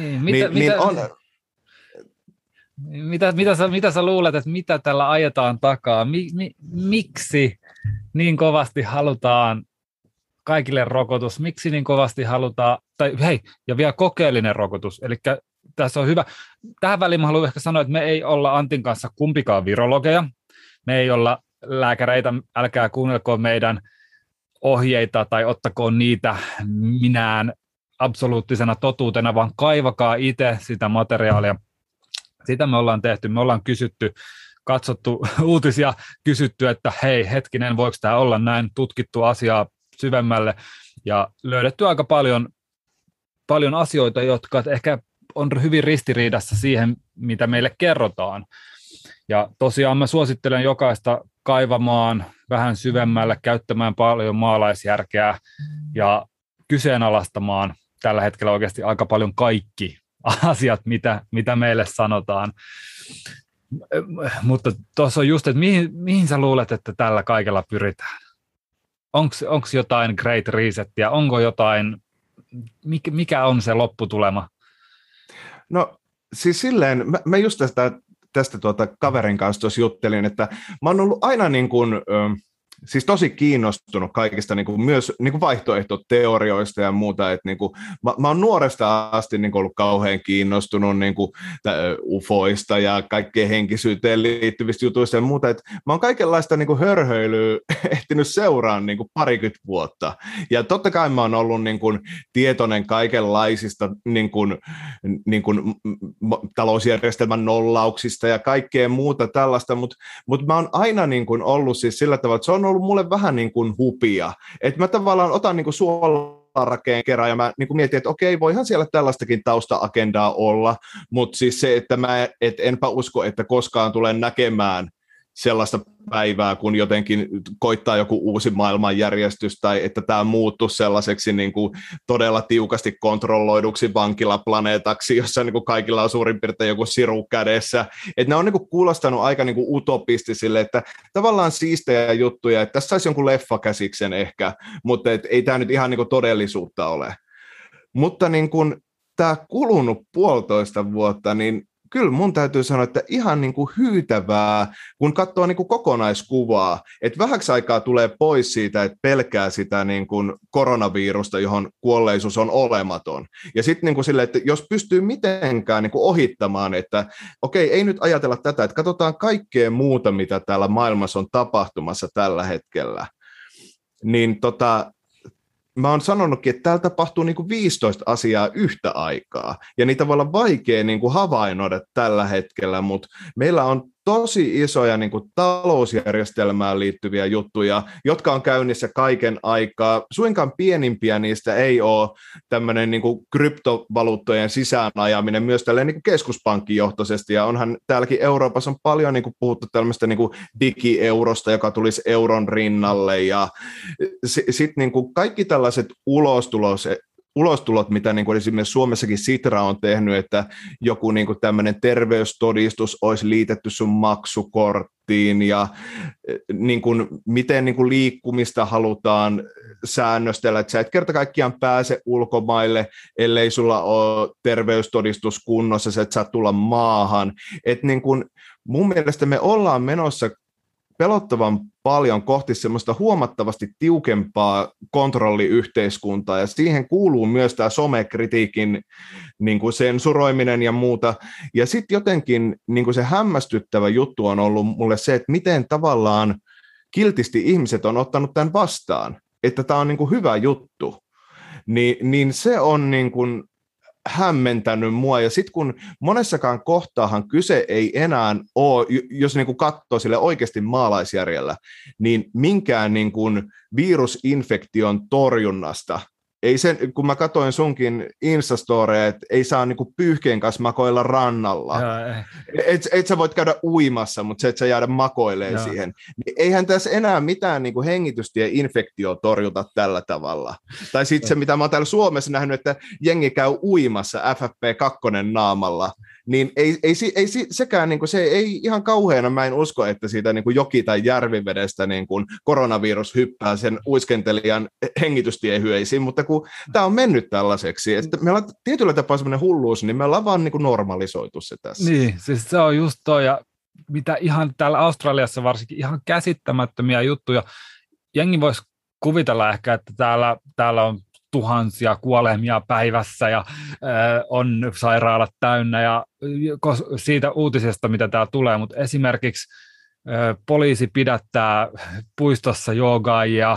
Mitä sä luulet, että mitä tällä ajetaan takaa? Miksi niin kovasti halutaan kaikille rokotus? Miksi niin kovasti halutaan, ja vielä kokeellinen rokotus? Eli tässä on hyvä. Tähän väliin mä haluan ehkä sanoa, että me ei olla Antin kanssa kumpikaan virologeja. Me ei olla lääkäreitä, älkää kuunnelko meidän ohjeita tai ottakoon niitä minään absoluuttisena totuutena, vaan kaivakaa itse sitä materiaalia. Sitä me ollaan tehty, me ollaan katsottu uutisia, kysytty, että hei hetkinen, voiko tämä olla näin, tutkittu asiaa syvemmälle ja löydetty aika paljon asioita, jotka ehkä on hyvin ristiriidassa siihen, mitä meille kerrotaan. Ja tosiaan mä suosittelen jokaista kaivamaan vähän syvemmälle, käyttämään paljon maalaisjärkeä ja kyseenalaistamaan tällä hetkellä oikeasti aika paljon kaikki asiat, mitä meille sanotaan. Mutta tuossa on just, että mihin sä luulet, että tällä kaikella pyritään? Onko jotain great resettiä? Onko jotain, mikä on se lopputulema? No siis silleen, mä just tästä kaverin kanssa tuossa juttelin, että mä oon ollut aina niin kuin, siis tosi kiinnostunut kaikista niin kuin myös niin kuin vaihtoehtoteorioista ja muuta, että niin kuin, mä oon nuoresta asti niin kuin ollut kauhean kiinnostunut niin kuin ufoista ja kaikkeen henkisyyteen liittyvistä jutuista ja muuta, että mä oon kaikenlaista niin kuin hörhöilyä ehtinyt seuraan niin kuin 20 vuotta, ja totta kai mä oon ollut niin kuin tietoinen kaikenlaisista niin kuin talousjärjestelmän nollauksista ja kaikkea muuta tällaista, mutta mä oon aina niin kuin ollut siis sillä tavalla, että se on ollut mulle vähän niin kuin hupia, että mä tavallaan otan niin kuin suolarakeen kerran ja mä niin kuin mietin, että okei, voihan siellä tällaistakin tausta-agendaa olla, mutta siis se, että enpä usko, että koskaan tulen näkemään sellaista päivää, kun jotenkin koittaa joku uusi maailmanjärjestys tai että tämä muuttuu sellaiseksi niin kuin todella tiukasti kontrolloiduksi vankilaplaneetaksi, jossa niin kuin kaikilla on suurin piirtein joku siru kädessä. Että ne on niin kuin kuulostanut aika niin kuin utopistisille, että tavallaan siistejä juttuja, että tässä saisi jonkun leffakäsiksen ehkä, mutta ei tämä nyt ihan niin kuin todellisuutta ole. Mutta niin kuin tämä kulunut 1,5 vuotta, niin kyllä mun täytyy sanoa, että ihan niin kuin hyytävää, kun katsoo niin kuin kokonaiskuvaa, että vähäksi aikaa tulee pois siitä, että pelkää sitä niin kuin koronavirusta, johon kuolleisuus on olematon. Ja sitten niin kuin silleen, että jos pystyy mitenkään niin kuin ohittamaan, että okei, ei nyt ajatella tätä, että katsotaan kaikkea muuta, mitä täällä maailmassa on tapahtumassa tällä hetkellä, niin mä oon sanonutkin, että täällä tapahtuu niin kuin 15 asiaa yhtä aikaa, ja niitä voi olla vaikea niin kuin havainnoida tällä hetkellä, mutta meillä on tosi isoja niin kuin talousjärjestelmään liittyviä juttuja, jotka on käynnissä kaiken aikaa. Suinkaan pienimpiä niistä ei ole tämmöinen niin kuin kryptovaluuttojen sisäänajaminen myös tälleen niin kuin keskuspankkijohtoisesti, ja onhan täälläkin Euroopassa on paljon niin kuin puhuttu tämmöistä niin kuin digieurosta, joka tulisi euron rinnalle, ja sitten niin kuin kaikki tällaiset ulostulot, mitä niin kuin esimerkiksi Suomessakin Sitra on tehnyt, että joku niin kuin tämmöinen terveystodistus olisi liitetty sun maksukorttiin, ja niin kuin, miten niin kuin liikkumista halutaan säännöstellä, että sä et kerta kaikkiaan pääse ulkomaille, ellei sulla ole terveystodistus kunnossa, sä et saa tulla maahan. Et niin kuin, mun mielestä me ollaan menossa pelottavan paljon kohti semmoista huomattavasti tiukempaa kontrolliyhteiskuntaa, ja siihen kuuluu myös tämä somekritiikin niin kuin sensuroiminen ja muuta. Ja sitten jotenkin niin kuin se hämmästyttävä juttu on ollut mulle se, että miten tavallaan kiltisti ihmiset on ottanut tämän vastaan, että tämä on niin kuin hyvä juttu. Niin se on niin kuin hämmentänyt mua, ja sitten kun monessakaan kohtaahan kyse ei enää ole, jos niin kuin katsoo sille oikeasti maalaisjärjellä, niin minkään niin kuin virusinfektion torjunnasta, ei sen, kun mä katsoin sunkin Instastoreja, että ei saa niinku pyyhkeen kanssa makoilla rannalla. Et sä voit käydä uimassa, mutta se, että sä jäädä makoilee siihen. Niin eihän tässä enää mitään niinku hengitystieinfektio torjuta tällä tavalla. Tai sitten se, mitä mä oon täällä Suomessa nähnyt, että jengi käy uimassa FFP2 naamalla, niin ei sekään, niin kuin, se ei ihan kauheana, mä en usko, että siitä niin kuin joki- tai järvivedestä niin kuin koronavirus hyppää sen uiskentelijan hengitystiehyöisiin, mutta kun tämä on mennyt tällaiseksi, että meillä on tietyllä tapaa sellainen hulluus, niin me ollaan vaan niin kuin normalisoitu se tässä. Niin, siis se on just toi, ja mitä ihan täällä Australiassa varsinkin ihan käsittämättömiä juttuja. Jengi voisi kuvitella ehkä, että täällä on tuhansia kuolemia päivässä ja on sairaalat täynnä ja siitä uutisesta, mitä täällä tulee, mutta esimerkiksi poliisi pidättää puistossa joogaajia.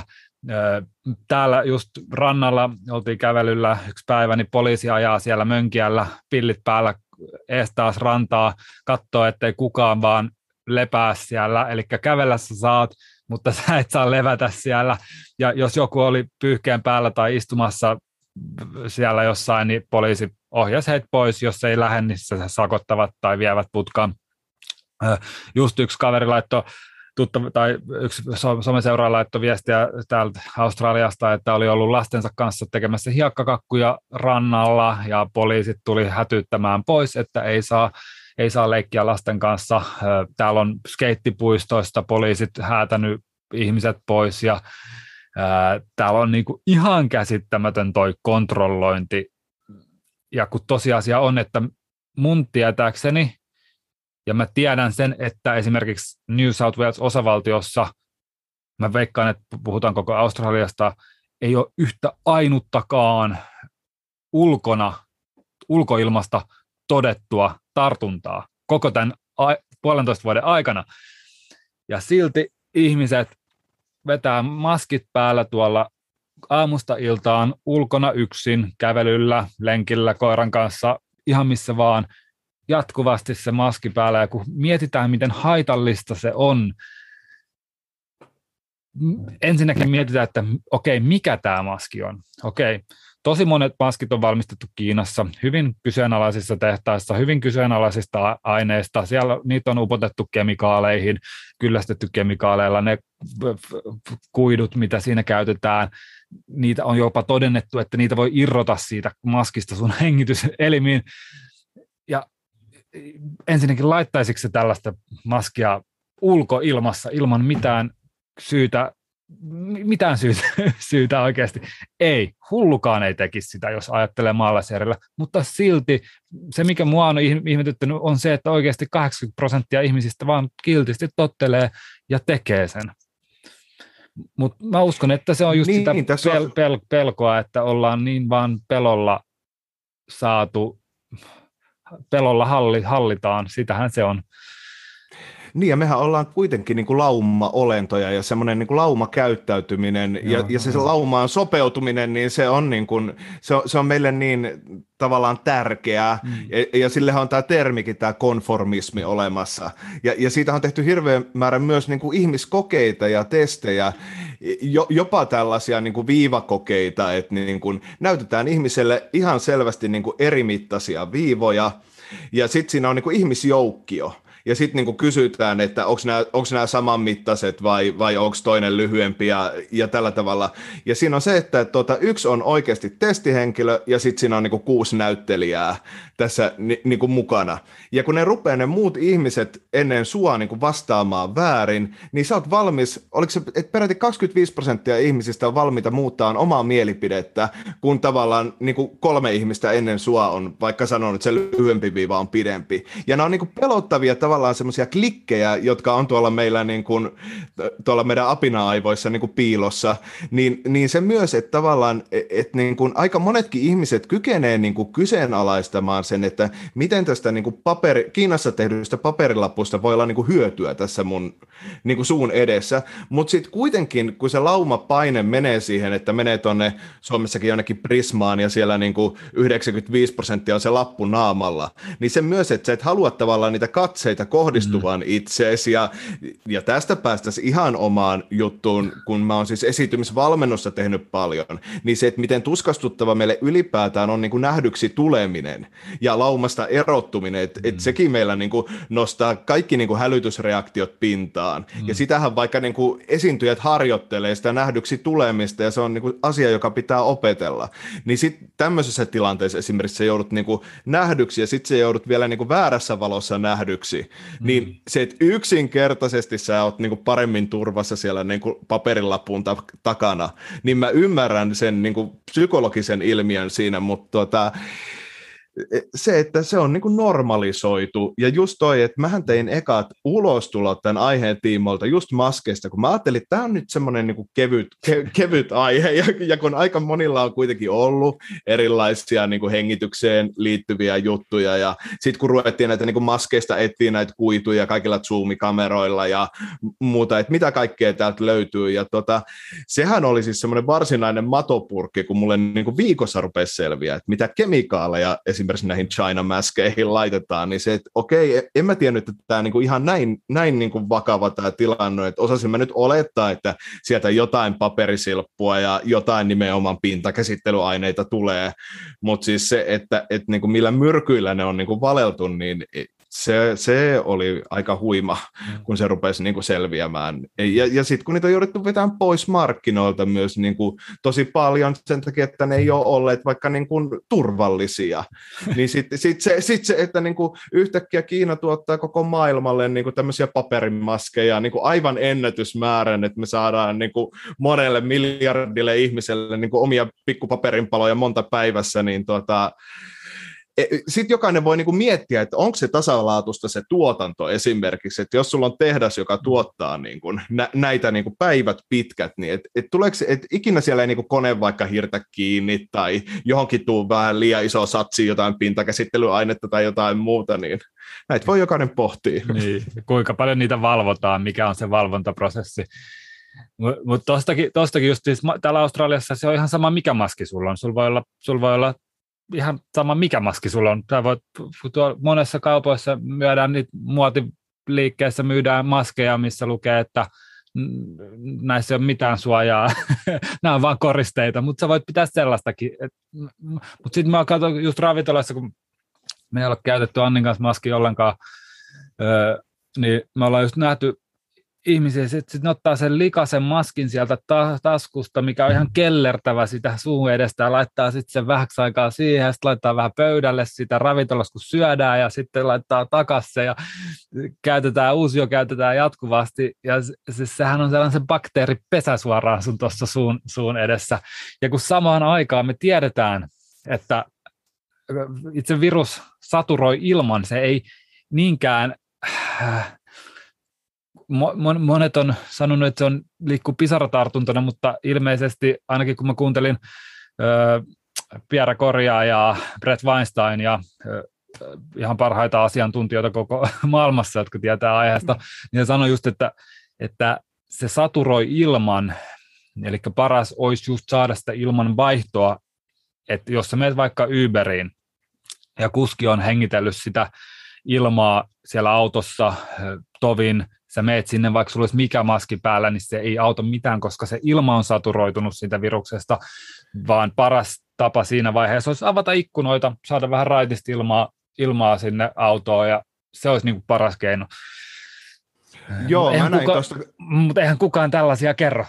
Täällä just rannalla oltiin kävelyllä yksi päivä, niin poliisi ajaa siellä mönkiällä pillit päällä ees taas rantaa, katsoo, ettei kukaan vaan lepää siellä, eli kävellä sä saat, mutta sä et saa levätä siellä, ja jos joku oli pyyhkeen päällä tai istumassa siellä jossain, niin poliisi ohjasi heitä pois, jos ei lähde, niin se sakottavat tai vievät putkaan. Just yksi kaveri laittoi, tai yksi someseuraaja laittoi viestiä täältä Australiasta, että oli ollut lastensa kanssa tekemässä hiekkakakkuja rannalla, ja poliisit tuli hätyttämään pois, että ei saa leikkiä lasten kanssa. Täällä on skeittipuistoista poliisit häätänyt ihmiset pois, ja täällä on niinku ihan käsittämätön toi kontrollointi. Ja kun tosiasia on, että mun tietääkseni, ja mä tiedän sen, että esimerkiksi New South Wales osavaltiossa, mä veikkaan, että puhutaan koko Australiasta, ei ole yhtä ainuttakaan ulkoilmasta todettua tartuntaa koko tämän 1,5 vuoden aikana. Ja silti ihmiset vetää maskit päällä tuolla aamusta iltaan ulkona yksin, kävelyllä, lenkillä, koiran kanssa, ihan missä vaan, jatkuvasti se maski päällä. Ja kun mietitään, miten haitallista se on, ensinnäkin mietitään, että okei, mikä tämä maski on? Okei, tosi monet maskit on valmistettu Kiinassa, hyvin kyseenalaisissa tehtaissa, hyvin kyseenalaisista aineista. Siellä niitä on upotettu kemikaaleihin, kyllästetty kemikaaleilla. Ne kuidut, mitä siinä käytetään, niitä on jopa todennettu, että niitä voi irrota siitä maskista sun hengityselimiin. Ja ensinnäkin laittaisiko se tällaista maskia ulkoilmassa ilman mitään syytä oikeasti. Ei, hullukaan ei tekisi sitä, jos ajattelee maalaisjärjellä, mutta silti se, mikä mua on ihmetyttänyt, on se, että oikeasti 80% ihmisistä vaan kiltisti tottelee ja tekee sen. Mutta mä uskon, että se on just sitä pelkoa, että ollaan niin vaan pelolla hallitaan, sitähän se on. Niin, ja mehän ollaan kuitenkin niin kuin lauma-olentoja, ja semmoinen niin kuin laumakäyttäytyminen ja se laumaan sopeutuminen, niin se on, niin kuin, se on meille niin tavallaan tärkeää, ja sillehän on tämä termikin, tämä konformismi olemassa, ja siitä on tehty hirveän määrä myös niin kuin ihmiskokeita ja testejä, jopa tällaisia niin kuin viivakokeita, että niin kuin näytetään ihmiselle ihan selvästi niin kuin erimittaisia viivoja, ja sitten siinä on niin kuin ihmisjoukkio. Ja sitten niinku kysytään, että onko nämä samanmittaiset vai onko toinen lyhyempi ja tällä tavalla. Ja siinä on se, että yksi on oikeasti testihenkilö ja sitten siinä on niinku 6 näyttelijää tässä niinku mukana. Ja kun ne rupeaa ne muut ihmiset ennen sua niinku vastaamaan väärin, niin sä oot valmis, oliko se, että peräti 25% ihmisistä on valmiita muuttaa omaa mielipidettä, kun tavallaan niinku 3 ihmistä ennen sua on vaikka sanonut, että se lyhyempi viiva on pidempi. Ja nämä on niinku pelottavia tavallaan semmoisia klikkejä, jotka on tuolla meillä niin kuin, tuolla meidän apina-aivoissa niin kuin piilossa, niin se myös, että tavallaan että niin kuin aika monetkin ihmiset kykenee niin kuin kyseenalaistamaan sen, että miten tästä niin kuin Kiinassa tehdystä paperilapusta voi olla niin kuin hyötyä tässä mun niin kuin suun edessä, mutta sitten kuitenkin, kun se laumapaine menee siihen, että menee tuonne Suomessakin jonnekin Prismaan ja siellä niin kuin 95% on se lappu naamalla, niin se myös, että sä et halua tavallaan niitä katseita näytä kohdistuvan itseesi, ja tästä päästäisiin ihan omaan juttuun, kun mä oon siis esiintymisvalmennossa tehnyt paljon, niin se, että miten tuskastuttava meille ylipäätään on niin kuin nähdyksi tuleminen ja laumasta erottuminen, että sekin meillä niin kuin nostaa kaikki niin kuin hälytysreaktiot pintaan, ja sitähän vaikka niin kuin esiintyjät harjoittelee sitä nähdyksi tulemista, ja se on niin kuin asia, joka pitää opetella, niin sitten tämmöisessä tilanteessa esimerkiksi sä joudut niin kuin nähdyksi, ja sitten sä joudut vielä niin kuin väärässä valossa nähdyksi, niin se, että yksinkertaisesti sä oot niin kuin paremmin turvassa siellä niin kuin paperilapun takana, niin mä ymmärrän sen niin kuin psykologisen ilmiön siinä, mutta se, että se on niin kuin normalisoitu, ja just toi, että mähän tein ekat ulostulot tämän aiheen tiimoilta just maskeista, kun mä ajattelin, että tämä on nyt semmoinen niin kuin kevyt aihe, ja kun aika monilla on kuitenkin ollut erilaisia niin kuin hengitykseen liittyviä juttuja, ja sitten kun ruvettiin näitä niin kuin maskeista etsiä näitä kuituja kaikilla zoomikameroilla ja muuta, että mitä kaikkea täältä löytyy, ja sehän oli siis semmoinen varsinainen matopurkki, kun mulle niin kuin viikossa rupesi selviä, että mitä kemikaaleja esimerkiksi näihin China-maskeihin laitetaan, niin se, että okei, en mä tiennyt, että tämä niinku ihan näin niinku vakava tämä tilanne, että osasin mä nyt olettaa, että sieltä jotain paperisilppua ja jotain nimenomaan pintakäsittelyaineita tulee, mutta siis se, että niinku millä myrkyillä ne on niinku valeltu, niin se oli aika huima, kun se rupesi niinku selviämään. Ja sitten kun niitä on jouduttu vetämään pois markkinoilta myös niinku tosi paljon sen takia, että ne ei ole olleet vaikka niinku turvallisia, niin sitten se, että niinku yhtäkkiä Kiina tuottaa koko maailmalle niinku tämmöisiä paperimaskeja niinku aivan ennätysmäärän, että me saadaan niinku monelle miljardille ihmiselle niinku omia pikkupaperinpaloja monta päivässä, niin sitten jokainen voi niinku miettiä, että onko se tasalaatusta se tuotanto esimerkiksi, että jos sulla on tehdas, joka tuottaa niinku näitä niinku päivät pitkät, niin tuleeko se, että ikinä siellä ei niinku kone vaikka hirtä kiinni tai johonkin tuu vähän liian iso satsi jotain pintakäsittelyainetta tai jotain muuta, niin näitä voi jokainen pohtia. Niin, kuinka paljon niitä valvotaan, mikä on se valvontaprosessi. Mutta tostakin just siis, täällä Australiassa se on ihan sama, mikä maski sulla on. Sulla voi olla ihan sama, mikä maski sulla on. Monessa kaupoissa myydään niitä, muotiliikkeissä myydään maskeja, missä lukee, että näissä ei ole mitään suojaa, nämä on vaan koristeita, mutta sä voit pitää sellaistakin. Mutta sitten mä katson just ravintolassa, kun me ei ole käytetty Annin kanssa maskia ollenkaan, niin me ollaan just nähty ihmisiä, sitten ne ottaa sen likaisen maskin sieltä taskusta, mikä on ihan kellertävä sitä suun edestä, ja laittaa sitten sen vähäksi aikaa siihen, ja sitten laittaa vähän pöydälle sitä ravintolassa, kun syödään, ja sitten laittaa takaisin, ja käytetään jatkuvasti, ja sehän on sellainen bakteeripesä suoraan sun tuossa suun edessä, ja kun samaan aikaan me tiedetään, että itse virus saturoi ilman, se ei niinkään. Monet on sanonut, että se liikkuu pisaratartuntana, mutta ilmeisesti ainakin kun mä kuuntelin Pierre Corriaa ja Brett Weinstein ja ihan parhaita asiantuntijoita koko maailmassa, jotka tietää aiheesta, niin he sanoi just, että se saturoi ilman, eli paras olisi just saada sitä ilman vaihtoa, että jos sä menet vaikka Uberiin ja kuski on hengitellyt sitä ilmaa siellä autossa tovin, sä meet sinne, vaikka sulla olisi mikä maski päällä, niin se ei auta mitään, koska se ilma on saturoitunut siitä viruksesta, vaan paras tapa siinä vaiheessa olisi avata ikkunoita, saada vähän raitista ilmaa sinne autoon, ja se olisi niin kuin paras keino. Joo, mä näin tosta. Mutta eihän kukaan tällaisia kerro.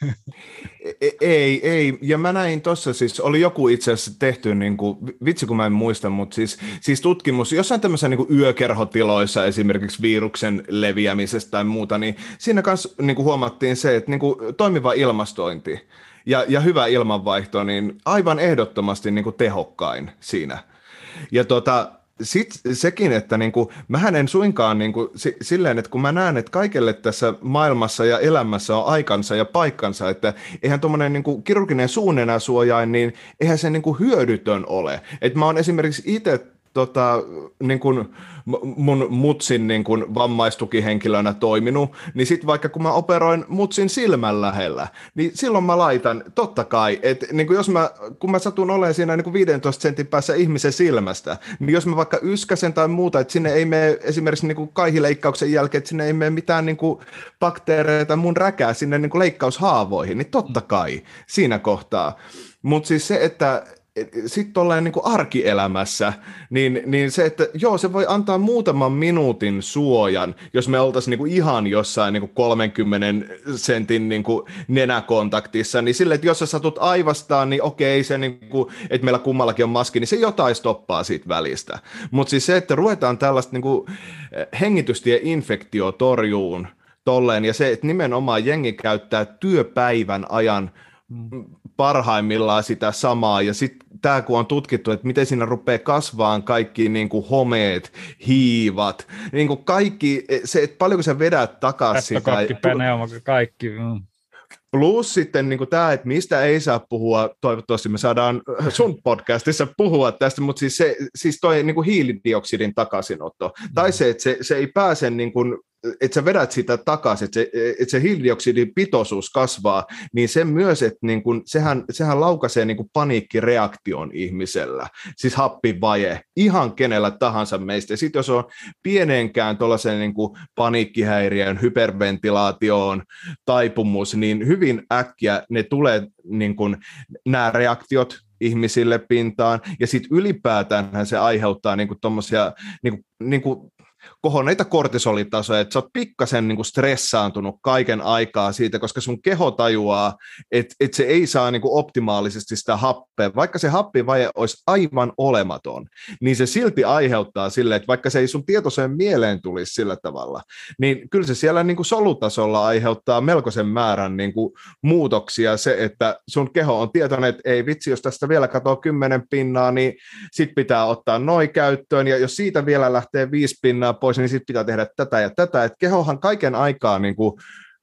Ei, ja mä näin tuossa, siis oli joku itse asiassa tehty, niin kuin, vitsi kun mä en muista, mutta siis tutkimus, jossain tämmöisessä niin kuin yökerhotiloissa esimerkiksi viruksen leviämisestä tai muuta, niin siinä kanssa niin kuin huomattiin se, että niin kuin toimiva ilmastointi ja hyvä ilmanvaihto, niin aivan ehdottomasti niin kuin tehokkain siinä. Ja sitten sekin, että niinku, mähän en suinkaan niinku, silleen, että kun mä näen, että kaikelle tässä maailmassa ja elämässä on aikansa ja paikkansa, että eihän tuommoinen niinku, kirurginen suunenäsuojain, niin eihän se niinku, hyödytön ole. Et mä oon esimerkiksi itse niin kuin mun mutsin niin kuin vammaistukihenkilönä toiminut, niin sitten vaikka kun mä operoin mutsin silmän lähellä, niin silloin mä laitan, totta kai, että niin kuin kun mä satun olemaan siinä niin kuin 15 sentin päässä ihmisen silmästä, niin jos mä vaikka yskäsen tai muuta, että sinne ei mene esimerkiksi niin kuin kaihileikkauksen jälkeen, että sinne ei mene mitään niin kuin bakteereja tai mun räkää sinne niin kuin leikkaushaavoihin, niin totta kai siinä kohtaa. Mutta siis se, että sitten tolleen niin kuin arkielämässä, niin se, että joo, se voi antaa muutaman minuutin suojan, jos me oltaisiin niin kuin ihan jossain niin kuin 30 sentin niin kuin nenäkontaktissa, niin sille, että jos sä satut aivastaan, niin okei, se niin kuin, että meillä kummallakin on maski, niin se jotain stoppaa siitä välistä. Mutta siis se, että ruvetaan tällaista niin kuin hengitystieinfektio torjuun tolleen, ja se, että nimenomaan jengi käyttää työpäivän ajan parhaimmillaan sitä samaa, ja sitten tämä kun on tutkittu, että miten siinä rupeaa kasvaan kaikki niin kuin homeet, hiivat, niin kuin kaikki, se, että paljonko sä vedät takaisin sitä. Peneuma, kaikki. Plus sitten niin kuin tämä, että mistä ei saa puhua, toivottavasti me saadaan sun podcastissa puhua tästä, mutta siis toi niin kuin hiilidioksidin takaisinotto, tai se, että se ei pääse niin kuin, että sä vedät sitä takaisin, että se hiilidioksidin pitoisuus kasvaa, niin se myös, että niin kun, sehän laukaisee niin kun paniikkireaktion ihmisellä, siis happivaje, ihan kenellä tahansa meistä. Ja sitten jos on pienenkään tuollaisen niin kun paniikkihäiriön, hyperventilaatioon taipumus, niin hyvin äkkiä ne tulee niin kun, nämä reaktiot ihmisille pintaan, ja sitten ylipäätään se aiheuttaa niin kun tommosia, niin kun kohonneita kortisolitasoja, että sä oot pikkasen niin kuin stressaantunut kaiken aikaa siitä, koska sun keho tajuaa, että se ei saa niin kuin optimaalisesti sitä happea. Vaikka se happivaje olisi aivan olematon, niin se silti aiheuttaa sille, että vaikka se ei sun tietoiseen mieleen tulisi sillä tavalla, niin kyllä se siellä niin kuin solutasolla aiheuttaa melkoisen määrän niin kuin muutoksia se, että sun keho on tietoinen, että ei vitsi, jos tästä vielä katoo 10 pinnaa, niin sit pitää ottaa noi käyttöön, ja jos siitä vielä lähtee 5 pinnaa pois, niin sitten pitää tehdä tätä ja tätä, että kehohan kaiken aikaa niin kuin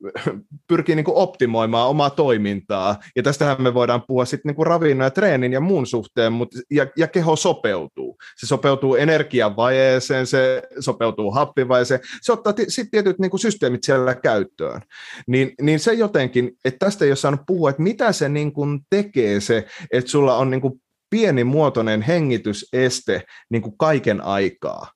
pyrkii niin kuin optimoimaan omaa toimintaa, ja tästähän me voidaan puhua sitten niin kuin ravinnon ja treenin ja muun suhteen, ja keho sopeutuu. Se sopeutuu energiavajeeseen, se sopeutuu happivajeeseen, se ottaa sitten tietyt niin kuin systeemit siellä käyttöön. Niin se jotenkin, että tästä ei ole saanut puhua, että mitä se niin kuin tekee se, että sulla on niin kuin pienimuotoinen hengityseste niin kuin kaiken aikaa.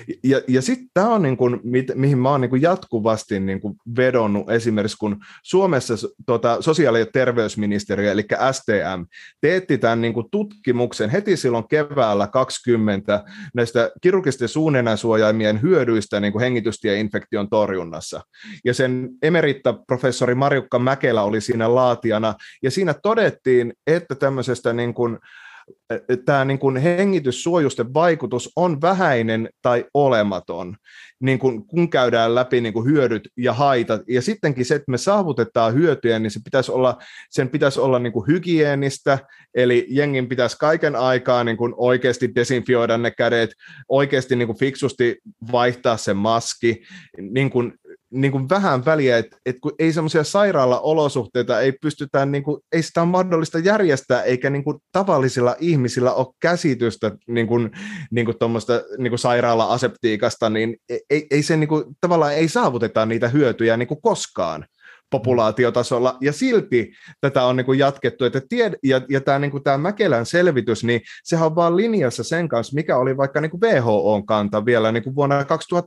Ja sitten tämä on, niin kun, mihin mä oon niin kun jatkuvasti niin kun vedonnut esimerkiksi, kun Suomessa sosiaali- ja terveysministeriö, eli STM, teetti tämän niin kun tutkimuksen heti silloin keväällä 2020 näistä kirurgisten suunenäsuojaimien hyödyistä niin kun hengitystieinfektion torjunnassa. Ja sen emeritta-professori Marjukka Mäkelä oli siinä laatijana, ja siinä todettiin, että tämmöisestä niin kun tämä niin kuin hengityssuojusten vaikutus on vähäinen tai olematon, niin kun käydään läpi niin kuin hyödyt ja haitat. Ja sittenkin se, että me saavutetaan hyötyjä, niin sen pitäisi olla niin kuin hygienistä, eli jengin pitäisi kaiken aikaa niin kuin oikeasti desinfioida ne kädet, oikeasti niin kuin fiksusti vaihtaa se maski, niin kuin vähän väliä, että kun ei semmoisia sairaalaolosuhteita ei pystytä, niin kuin, ei sitä ole mahdollista järjestää, eikä niin kuin tavallisilla ihmisillä ole käsitystä niin kuin tuommoista niin kuin sairaala-aseptiikasta, niin ei se niin kuin, tavallaan ei saavuteta niitä hyötyjä niin kuin koskaan populaatiotasolla, ja silti tätä on niin kuin jatkettu, että tämä, niin kuin tämä Mäkelän selvitys, niin sehän on vaan linjassa sen kanssa, mikä oli vaikka niin kuin WHO:n kanta vielä niin kuin vuonna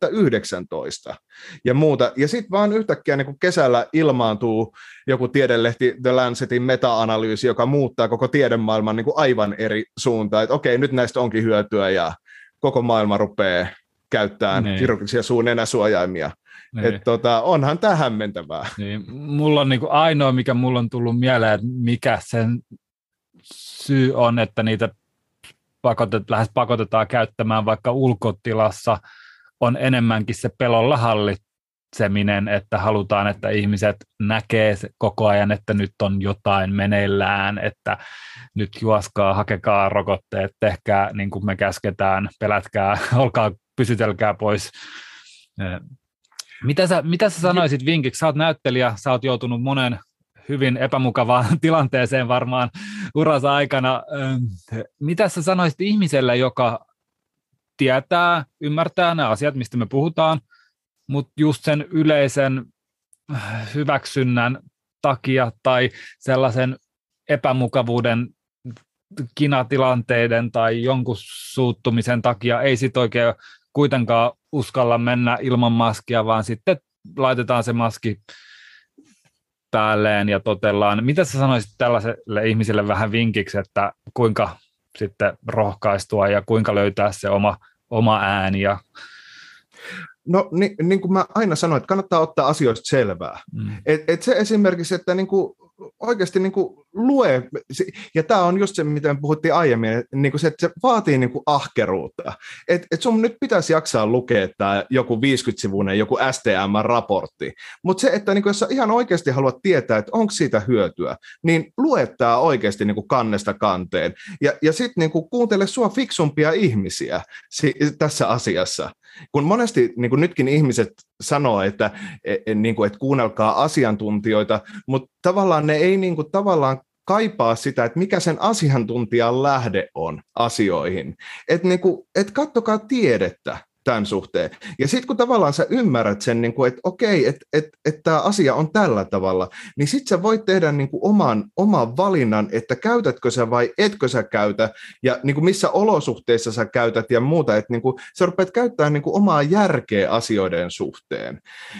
2019 ja muuta, ja sitten vaan yhtäkkiä niin kuin kesällä ilmaantuu joku tiedelehti The Lancetin meta-analyysi, joka muuttaa koko tiedemaailman niin kuin aivan eri suuntaan, että okei, nyt näistä onkin hyötyä, ja koko maailma rupeaa käyttämään kirurgisia suunenäsuojaimia. Että onhan tämä hämmentävää. Niin, mulla on niinku ainoa, mikä mulla on tullut mieleen, että mikä sen syy on, että niitä lähes pakotetaan käyttämään vaikka ulkotilassa, on enemmänkin se pelolla hallitseminen, että halutaan, että ihmiset näkee koko ajan, että nyt on jotain meneillään, että nyt juoskaa, hakekaa rokotteet, tehkää niin kuin me käsketään, pelätkää, pysytelkää pois. Mitä sä sanoisit vinkiksi? Sä oot näyttelijä, sä oot joutunut monen hyvin epämukavaan tilanteeseen varmaan uransa aikana. Mitä sä sanoisit ihmiselle, joka tietää, ymmärtää nämä asiat, mistä me puhutaan, mutta just sen yleisen hyväksynnän takia tai sellaisen epämukavuuden kinatilanteiden tai jonkun suuttumisen takia ei sit oikein kuitenkaan uskalla mennä ilman maskia, vaan sitten laitetaan se maski päälleen ja totellaan. Mitä sä sanoisit tällaiselle ihmiselle vähän vinkiksi, että kuinka sitten rohkaistua ja kuinka löytää se oma ääni? No niin kuin mä aina sanoin, että kannattaa ottaa asioista selvää. Et se esimerkiksi, että niin kuin oikeasti niin kuin lue, ja tämä on just se, mitä me puhuttiin aiemmin, niin kuin se, että se vaatii niin kuin ahkeruutta. Et sun nyt pitäisi jaksaa lukea tämä joku 50-sivuinen, joku STM-raportti, mutta se, että niin kuin jos sä ihan oikeasti haluat tietää, että onko siitä hyötyä, niin lue tämä oikeasti niin kuin kannesta kanteen, ja sitten niin kuin kuuntele sua fiksumpia ihmisiä tässä asiassa. Kun monesti niin kuin nytkin ihmiset sanoo, että kuunnelkaa asiantuntijoita, mutta tavallaan ne ei niin kuin, tavallaan kaipaa sitä, että mikä sen asiantuntijan lähde on asioihin. Että et kattokaa tiedettä tämän suhteen. Ja sitten kun tavallaan sä ymmärrät sen, niin kuin, että okei, että tämä asia on tällä tavalla, niin sitten sä voit tehdä niin kuin oman valinnan, että käytätkö sä vai etkö sä käytä, ja niin kuin missä olosuhteissa sä käytät ja muuta, että niin kuin, sä rupeat käyttämään niin kuin omaa järkeä asioiden suhteen.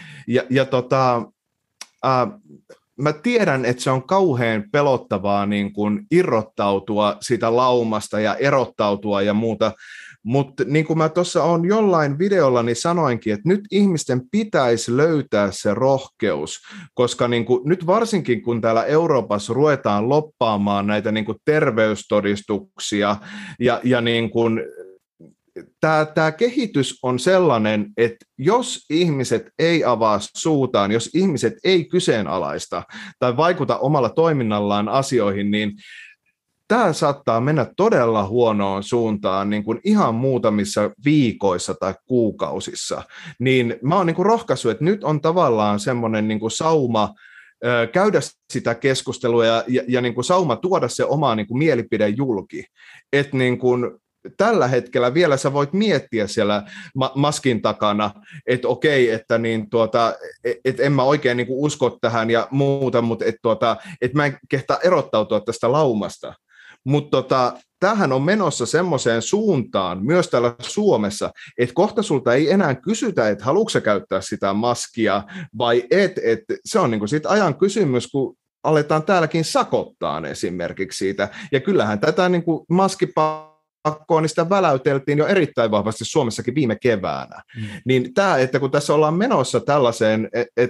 Mä tiedän, että se on kauhean pelottavaa niin kuin irrottautua siitä laumasta ja erottautua ja muuta, mutta niin kuin mä tuossa on jollain videollani sanoinkin, että nyt ihmisten pitäisi löytää se rohkeus, koska niin kuin, nyt varsinkin kun täällä Euroopassa ruvetaan loppaamaan näitä niin kuin terveystodistuksia ja niin kuin, tämä kehitys on sellainen, että jos ihmiset ei avaa suutaan, jos ihmiset ei kyseenalaista tai vaikuta omalla toiminnallaan asioihin, niin tämä saattaa mennä todella huonoon suuntaan niin kuin ihan muutamissa viikoissa tai kuukausissa. Niin mä oon niin kuin rohkaissut, että nyt on tavallaan semmoinen niin kuin sauma käydä sitä keskustelua ja niin kuin sauma tuoda se oma niin kuin mielipide julki. Että niin kuin tällä hetkellä vielä sä voit miettiä siellä maskin takana, että okei, että niin et en mä oikein niin kuin usko tähän ja muuta, mutta että mä en kehtaa erottautua tästä laumasta. Mutta tämähän on menossa semmoiseen suuntaan myös täällä Suomessa, että kohta sulta ei enää kysytä, että haluatko sä käyttää sitä maskia vai et se on niinku sit ajan kysymys, kun aletaan täälläkin sakottaa esimerkiksi siitä. Ja kyllähän tätä niinku maskipakkoa, niin sitä väläyteltiin jo erittäin vahvasti Suomessakin viime keväänä. Niin tämä, että kun tässä ollaan menossa tällaiseen,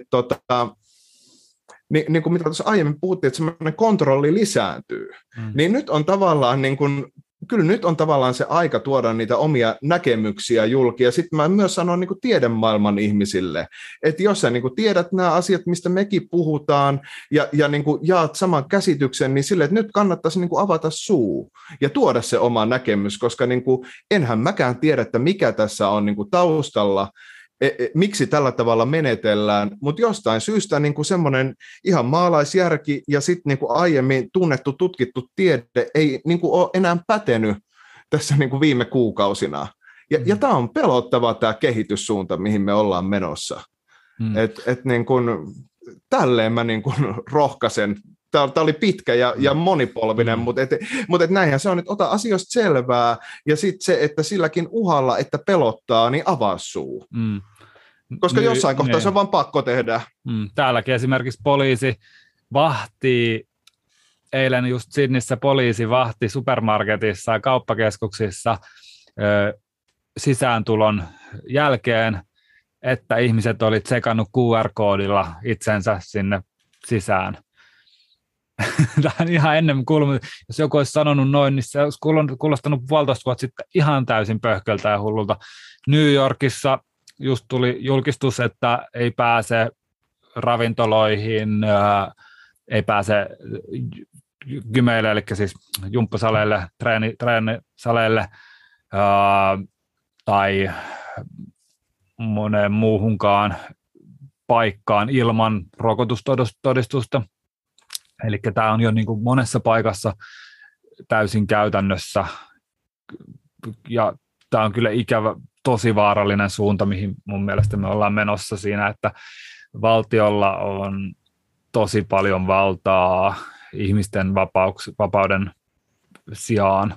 niin kuin mitä tuossa aiemmin puhuttiin, että semmoinen kontrolli lisääntyy, niin nyt on tavallaan kyllä nyt on tavallaan se aika tuoda niitä omia näkemyksiä julki, ja sitten mä myös sanon niin kuin tiedemaailman ihmisille, että jos sä niin kuin tiedät nämä asiat, mistä mekin puhutaan, ja niin kuin jaat saman käsityksen, niin sille, että nyt kannattaisi niin kuin avata suu ja tuoda se oma näkemys, koska niin kuin enhän mäkään tiedä, että mikä tässä on niin kuin taustalla, miksi tällä tavalla menetellään, mutta jostain syystä niin kuin semmoinen ihan maalaisjärki ja sitten niin kuin aiemmin tunnettu, tutkittu tiede ei niin kuin ole enää pätenyt tässä niin kuin viime kuukausina. Ja tämä on pelottava tämä kehityssuunta, mihin me ollaan menossa. Niin kuin, tälleen mä niin kuin rohkaisen. Tämä oli pitkä ja monipolvinen, mutta näinhän se on, että ota asioista selvää, ja sitten se, että silläkin uhalla, että pelottaa, niin avaa suu. Koska jossain kohtaa se on vaan pakko tehdä. Täälläkin esimerkiksi poliisi vahtii, eilen just Sydneyssä poliisi vahti supermarketissa ja kauppakeskuksissa sisääntulon jälkeen, että ihmiset oli tsekannut QR-koodilla itsensä sinne sisään. Tämä on ihan ennen kuulunut, jos joku olisi sanonut noin, niin se olisi kuulostanut 1,5 vuotta sitten ihan täysin pöhköltä ja hullulta. New Yorkissa just tuli julkistus, että ei pääse ravintoloihin, ei pääse gymeille, eli siis jumppasaleille, treenisaleille tai moneen muuhunkaan paikkaan ilman rokotustodistusta. Eli tämä on jo niin kuin monessa paikassa täysin käytännössä, ja tämä on kyllä ikävä, tosi vaarallinen suunta, mihin mun mielestä me ollaan menossa siinä, että valtiolla on tosi paljon valtaa ihmisten vapauden sijaan.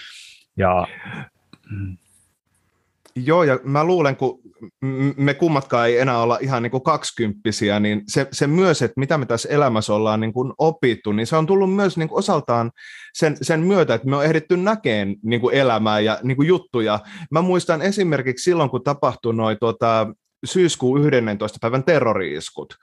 Joo, ja mä luulen, kun me kummatkaan ei enää olla ihan niin kuin 20-vuotiaita, niin se myös, että mitä me tässä elämässä ollaan niin kuin opittu, niin se on tullut myös niin kuin osaltaan sen myötä, että me on ehditty näkemään niin kuin elämää ja niin kuin juttuja. Mä muistan esimerkiksi silloin, kun tapahtui syyskuun 11. päivän terrori-iskut.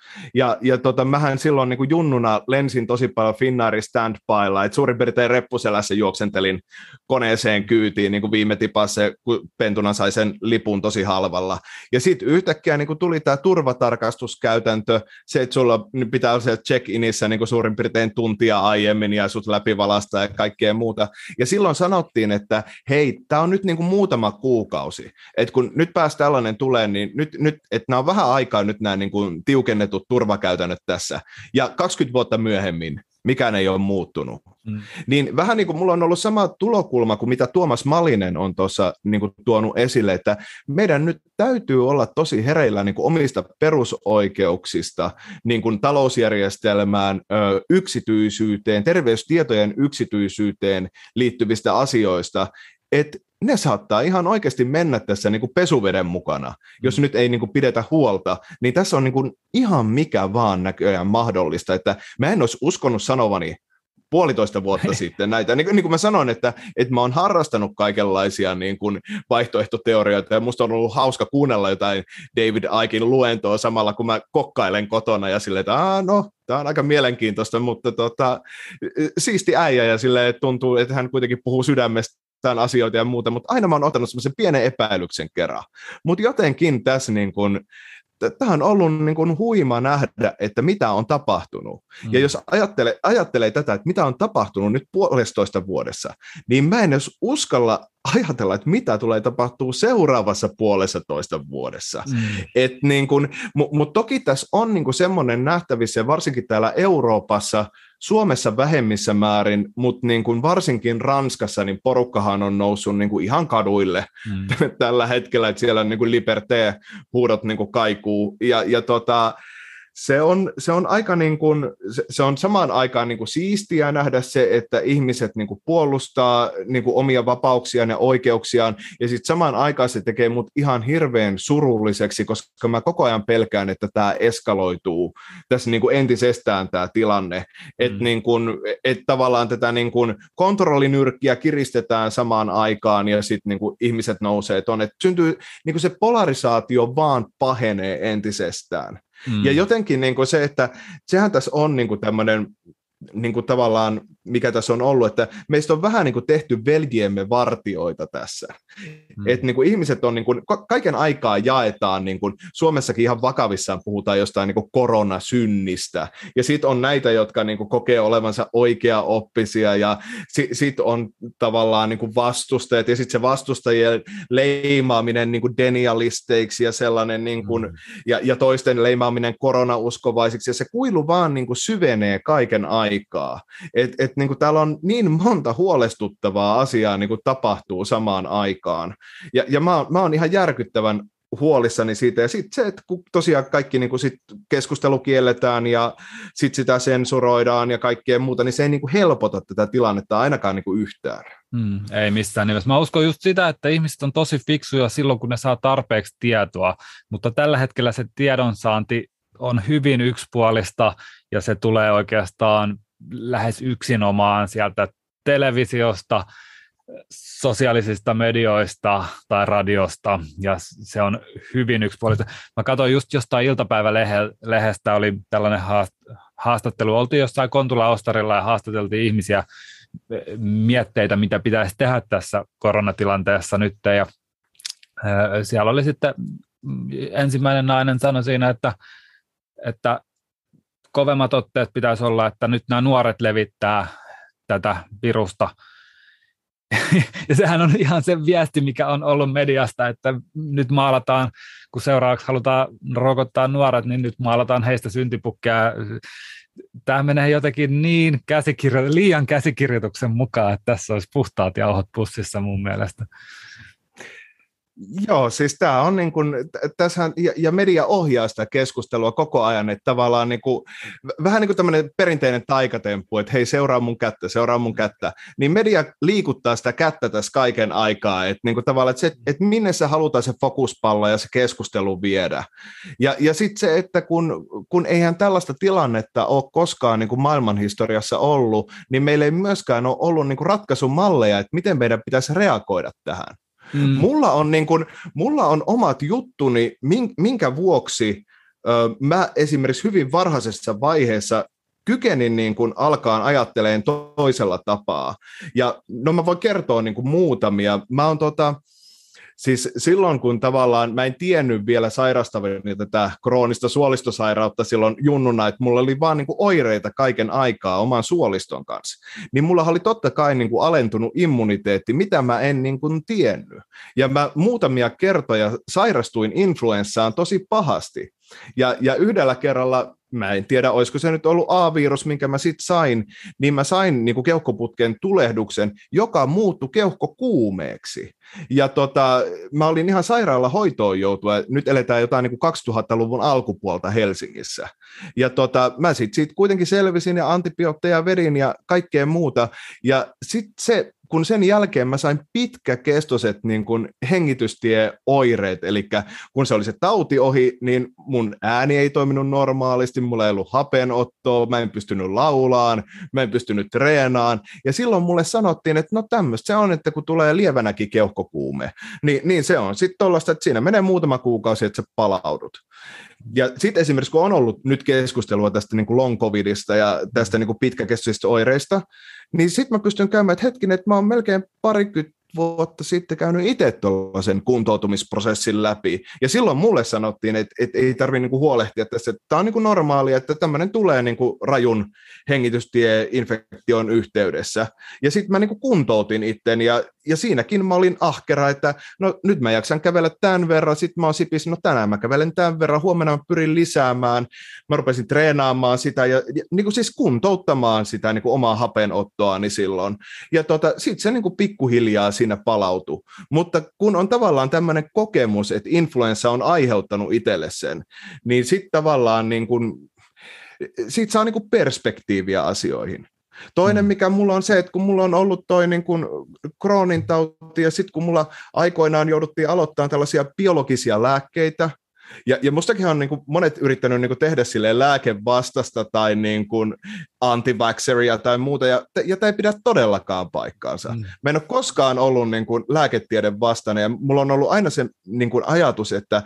Mähän silloin niin kuin junnuna lensin tosi paljon Finnairin standbylla, että suurin piirtein reppuselässä juoksentelin koneeseen kyytiin niin kuin viime tipassa, kun pentuna sai sen lipun tosi halvalla. Ja sitten yhtäkkiä niin kuin tuli tämä turvatarkastuskäytäntö, se, että sulla pitää olla siellä check-inissä niin kuin suurin piirtein tuntia aiemmin ja sut läpivalasta ja kaikkea muuta. Ja silloin sanottiin, että hei, tämä on nyt niin kuin muutama kuukausi, että kun nyt pääsi tällainen tulee, niin nyt että nämä on vähän aikaa nyt nämä niin kuin tiukennetut turvakäytännöt tässä, ja 20 vuotta myöhemmin mikään ei ole muuttunut. Niin vähän niin kuin mulla on ollut sama tulokulma kuin mitä Tuomas Malinen on tuossa niin kuin tuonut esille, että meidän nyt täytyy olla tosi hereillä niin kuin omista perusoikeuksista, niin kuin talousjärjestelmään, yksityisyyteen, terveystietojen yksityisyyteen liittyvistä asioista, että ne saattaa ihan oikeasti mennä tässä niin kuin pesuveden mukana, jos nyt ei niin kuin pidetä huolta, niin tässä on niin kuin ihan mikä vaan näköjään mahdollista, että mä en olisi uskonut sanovani 1,5 vuotta sitten näitä, niin kuin mä sanoin, että mä oon harrastanut kaikenlaisia niin kuin vaihtoehtoteorioita, ja musta on ollut hauska kuunnella jotain David Ickein luentoa samalla, kun mä kokkailen kotona, ja silleen, että tämä on aika mielenkiintoista, mutta siisti äijä, ja silleen tuntuu, että hän kuitenkin puhuu sydämestä asioita ja muuta, mutta aina mä oon ottanut semmoisen pienen epäilyksen kerran. Mutta jotenkin tässä niin kun, tämä on ollut niin kun huima nähdä, että mitä on tapahtunut. Ja jos ajattelee tätä, että mitä on tapahtunut nyt 1,5 vuodessa, niin mä en edes uskalla ajatella, että mitä tulee tapahtuu seuraavassa 1,5 vuodessa. Niin mutta toki tässä on niin kun semmoinen nähtävissä, ja varsinkin täällä Euroopassa, Suomessa vähemmissä määrin, mutta niin kuin varsinkin Ranskassa, niin porukkahan on noussut niin kuin ihan kaduille tällä hetkellä, että siellä niin kuin Liberté-huudot niin kuin kaikuu, se on aika niin kuin, se on samaan aikaan niin kuin siistiä nähdä se, että ihmiset niin kuin puolustaa niin kuin omia vapauksiaan ja oikeuksiaan, ja sitten samaan aikaan se tekee mut ihan hirveän surulliseksi, koska mä koko ajan pelkään, että tämä eskaloituu tässä niin kuin entisestään tämä tilanne, että niin kuin, että tavallaan tätä niin kuin kontrollinyrkkiä kiristetään samaan aikaan, ja sitten niin kuin ihmiset nousee tuonne, että syntyy niin kuin se polarisaatio vaan pahenee entisestään. Ja jotenkin niin kuin se, että sehän tässä on niin kuin tämmöinen niin kuin tavallaan, mikä tässä on ollut, että meistä on vähän niin kuin tehty veljiemme vartioita tässä. Että niin kuin ihmiset on, niin kuin, kaiken aikaa jaetaan, niin kuin Suomessakin ihan vakavissaan puhutaan jostain niin kuin koronasynnistä, ja sitten on näitä, jotka niin kuin kokee olevansa oikeaoppisia, ja sitten on tavallaan niin kuin vastustajat, ja sitten se vastustajien leimaaminen niin kuin denialisteiksi, ja sellainen, niin kuin, ja toisten leimaaminen koronauskovaisiksi, ja se kuilu vaan niin kuin syvenee kaiken aikaa. Et niin kuin täällä on niin monta huolestuttavaa asiaa niin kuin tapahtuu samaan aikaan. Ja mä oon ihan järkyttävän huolissani siitä. Ja sitten se, että kun tosiaan kaikki niin kuin sit keskustelu kielletään ja sitten sitä sensuroidaan ja kaikkea muuta, niin se ei niin kuin helpota tätä tilannetta ainakaan niin kuin yhtään. Ei missään nimessä. Mä uskon just sitä, että ihmiset on tosi fiksuja silloin, kun ne saa tarpeeksi tietoa, mutta tällä hetkellä se tiedonsaanti on hyvin yksipuolista, ja se tulee oikeastaan lähes yksinomaan sieltä televisiosta, sosiaalisista medioista tai radiosta, ja se on hyvin yksipuolista. Mä katsoin just jostain iltapäivälehdestä, oli tällainen haastattelu, oltiin jossain Kontula-Ostarilla ja haastateltiin ihmisiä mietteitä, mitä pitäisi tehdä tässä koronatilanteessa nyt, ja siellä oli sitten ensimmäinen nainen sanoi siinä, että kovemmat otteet pitäisi olla, että nyt nämä nuoret levittää tätä virusta. Ja sehän on ihan se viesti, mikä on ollut mediasta, että nyt maalataan, kun seuraavaksi halutaan rokottaa nuoret, niin nyt maalataan heistä syntipukkeja. Tämä menee jotenkin niin liian käsikirjoituksen mukaan, että tässä olisi puhtaat jauhot pussissa mun mielestä. Joo, siis tämä on niin kuin, tässähän, ja media ohjaa sitä keskustelua koko ajan, että tavallaan niin kuin, vähän niin kuin tämmöinen perinteinen taikatemppu, että hei, seuraa mun kättä, niin media liikuttaa sitä kättä tässä kaiken aikaa, että niin kuin tavallaan, että minne se halutaan se fokuspallo ja se keskustelu viedä. Ja sitten se, että kun eihän tällaista tilannetta ole koskaan niin kuin maailmanhistoriassa ollut, niin meillä ei myöskään ole ollut niin kuin ratkaisumalleja, että miten meidän pitäisi reagoida tähän. Mulla on omat juttuni, minkä vuoksi mä esimerkiksi hyvin varhaisessa vaiheessa kykenin niin kuin alkaan ajattelemaan toisella tapaa. Ja no mä voin kertoa niin kuin muutamia. Mä oon siis silloin, kun tavallaan mä en tiennyt vielä sairastavani tätä kroonista suolistosairautta silloin junnuna, että mulla oli vaan niin kuin oireita kaiken aikaa oman suoliston kanssa, niin mulla oli totta kai niin kuin alentunut immuniteetti, mitä mä en niin kuin tiennyt. Ja mä muutamia kertoja sairastuin influenssaan tosi pahasti. Ja yhdellä kerralla, mä en tiedä, olisiko se nyt ollut A-virus, minkä mä sitten sain, niin mä sain niin kuin keuhkoputken tulehduksen, joka muuttui keuhkokuumeeksi. Ja mä olin ihan sairaala hoitoon joutua, nyt eletään jotain niin kuin 2000-luvun alkupuolta Helsingissä. Ja mä siitä kuitenkin selvisin ja antibiootteja vedin ja kaikkea muuta. Ja sitten kun sen jälkeen mä sain pitkäkestoiset niin kuin hengitystieoireet, eli kun se oli se tauti ohi, niin mun ääni ei toiminut normaalisti, mulla ei ollut hapenottoa, mä en pystynyt laulaan, mä en pystynyt treenaan, ja silloin mulle sanottiin, että no tämmöistä se on, että kun tulee lievänäkin keuhkokuume, niin se on sitten tollaista, että siinä menee muutama kuukausi, että sä palaudut. Ja sitten esimerkiksi, kun on ollut nyt keskustelua tästä niin kuin long covidista ja tästä niin kuin pitkäkestoisista oireista, niin sitten mä pystyn käymään, että hetkinen, että mä oon melkein 20 vuotta sitten käynyt itse tuollaisen kuntoutumisprosessin läpi. Ja silloin mulle sanottiin, että ei tarvitse niinku huolehtia tästä, että tämä on niinku normaalia, että tämmöinen tulee niinku rajun hengitystieinfektion yhteydessä. Ja sitten mä niinku kuntoutin itten, ja siinäkin mä olin ahkera, että no nyt mä jaksan kävellä tämän verran, sitten mä oon sipis, no tänään mä kävelen tämän verran, huomenna mä pyrin lisäämään, mä rupesin treenaamaan sitä ja niinku siis kuntouttamaan sitä niinku omaa hapenottoani silloin. Ja sitten se niinku pikkuhiljaa siinä palautui. Mutta kun on tavallaan tämmöinen kokemus, että influenssa on aiheuttanut itselle sen, niin sitten tavallaan niin kun, siitä saa niin kun perspektiiviä asioihin. Toinen, mikä mulla on se, että kun mulla on ollut toi niin kun Crohnin tauti, ja sitten kun mulla aikoinaan jouduttiin aloittamaan tällaisia biologisia lääkkeitä, ja mustakin on niin kuin monet yrittänyt niin kuin tehdä silleen lääkevastasta tai niin kuin anti-vaxxeria tai muuta, ja tämä ei pidä todellakaan paikkaansa. Mä en ole koskaan ollut niin kuin lääketieden vastainen, ja mulla on ollut aina se niin kuin ajatus, että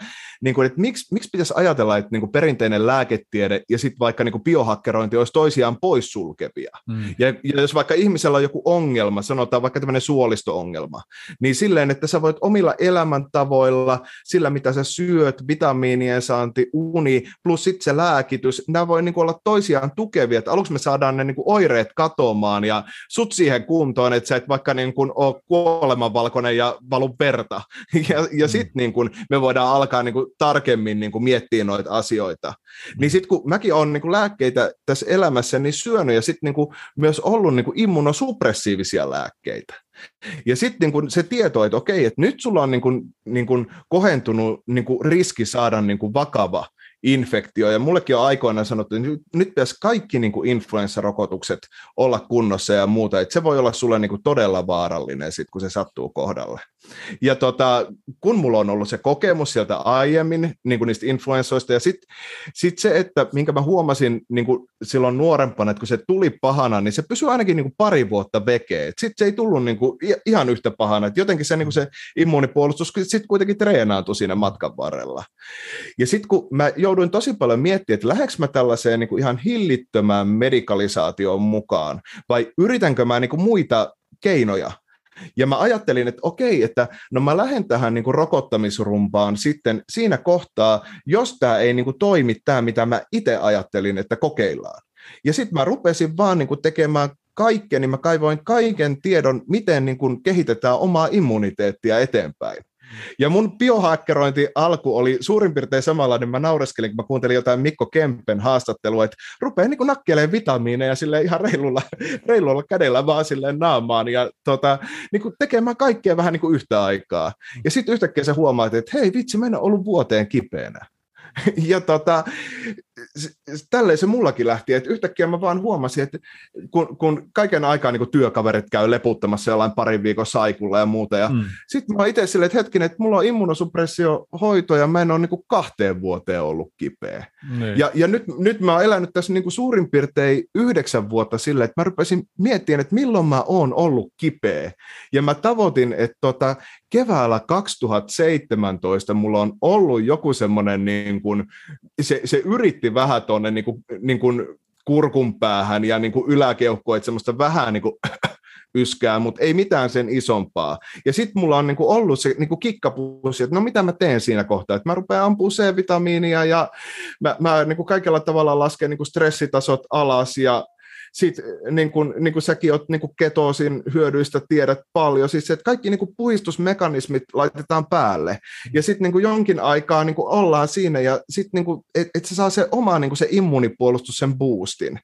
miksi pitäisi ajatella, että niin kuin perinteinen lääketiede ja sitten vaikka niin kuin biohakkerointi olisi toisiaan poissulkevia. Ja jos vaikka ihmisellä on joku ongelma, sanotaan vaikka tämmöinen suolisto-ongelma, niin silleen, että sä voit omilla elämäntavoilla, sillä mitä sä syöt, vitamiinien saanti, uni, plus sitten se lääkitys, nämä voi niin kuin olla toisiaan tukevia, että aluksi me saadaan ne niin kuin oireet katoamaan ja sut siihen kuntoon, että sä et vaikka niin kuin ole kuolemanvalkoinen ja valu verta. Ja sitten niin kuin me voidaan alkaa niin kuin tarkemmin niin kuin miettiä noita asioita. Niin sitten kun mäkin olen niin kuin lääkkeitä tässä elämässä niin syönyt ja sitten niin kuin myös ollut niin kuin immunosuppressiivisia lääkkeitä. Ja sitten niin se tieto, että okei, että nyt sulla on niin kuin kohentunut niin kuin riski saada niin kuin vakava infektio, ja mullekin on aikoinaan sanottu, että nyt pitäisi kaikki niin kuin influenssarokotukset olla kunnossa ja muuta, että se voi olla sulle niin kuin todella vaarallinen, sit, kun se sattuu kohdalle. Ja kun mulla on ollut se kokemus sieltä aiemmin niin kuin niistä influenssoista, ja sitten se, että minkä mä huomasin niin kuin silloin nuorempana, että kun se tuli pahana, niin se pysyi ainakin niin kuin pari vuotta vekeä. Sitten se ei tullut niin kuin ihan yhtä pahana, että jotenkin se, niin kuin se immuunipuolustus sitten kuitenkin treenaantui siinä matkan varrella. Ja sitten kun mä jouduin tosi paljon miettimään, että lähdekö mä tällaiseen niin kuin ihan hillittömään medikalisaatioon mukaan, vai yritänkö mä niin kuin muita keinoja. Ja mä ajattelin, että okei, että no mä lähden tähän niin kuin rokottamisrumpaan sitten siinä kohtaa, jos tämä ei niin kuin toimi tämä, mitä mä itse ajattelin, että kokeillaan. Ja sitten mä rupesin vaan niin kuin tekemään kaikkea, niin mä kaivoin kaiken tiedon, miten niin kuin kehitetään omaa immuniteettia eteenpäin. Ja mun biohakkerointi alku oli suurin piirtein samanlainen, mä naureskelin, kun mä kuuntelin jotain Mikko Kempen haastattelua, että rupeaa niin nakkelemaan vitamiineja silleen ihan reilulla kädellä vaan silleen naamaan ja niin kuin tekemään kaikkea vähän niin kuin yhtä aikaa. Ja sitten yhtäkkiä sä huomaat, että hei vitsi, mä en ole ollut vuoteen kipeänä. Ja tälleen se mullakin lähti, että yhtäkkiä mä vaan huomasin, että kun kaiken aikaa niin työkaverit käy leputtamassa jollain parin viikon saikulla ja muuta, ja sitten mä oon itse silleen, että hetkinen, että mulla on immunosuppressiohoito ja mä en ole niin 2 vuoteen ollut kipeä. Ja nyt mä oon elänyt tässä niin suurin piirtein 9 vuotta silleen, että mä rupesin miettimään, että milloin mä oon ollut kipeä, ja mä tavoitin, että keväällä 2017 mulla on ollut joku semmoinen, niin kuin, se yritti vähän tuonne niin kuin kurkun päähän ja niin kuin yläkeuhkoon, että semmoista vähän niin kuin yskää, mutta ei mitään sen isompaa. Ja sitten mulla on niin kuin ollut se niin kuin kikkapussi, että no mitä mä teen siinä kohtaa, että mä rupean ampumaan C-vitamiinia ja mä niin kuin kaikella tavalla lasken niin kuin stressitasot alas ja sitten niin kuin säkin olet niin kuin ketoosin hyödyistä tiedät paljon, siis että kaikki niin kuin puhistusmekanismit laitetaan päälle, ja sitten niin kuin jonkin aikaa niin kuin ollaan siinä, ja sitten niin että se saa se oma niin kuin se immunipuolustus sen boostin,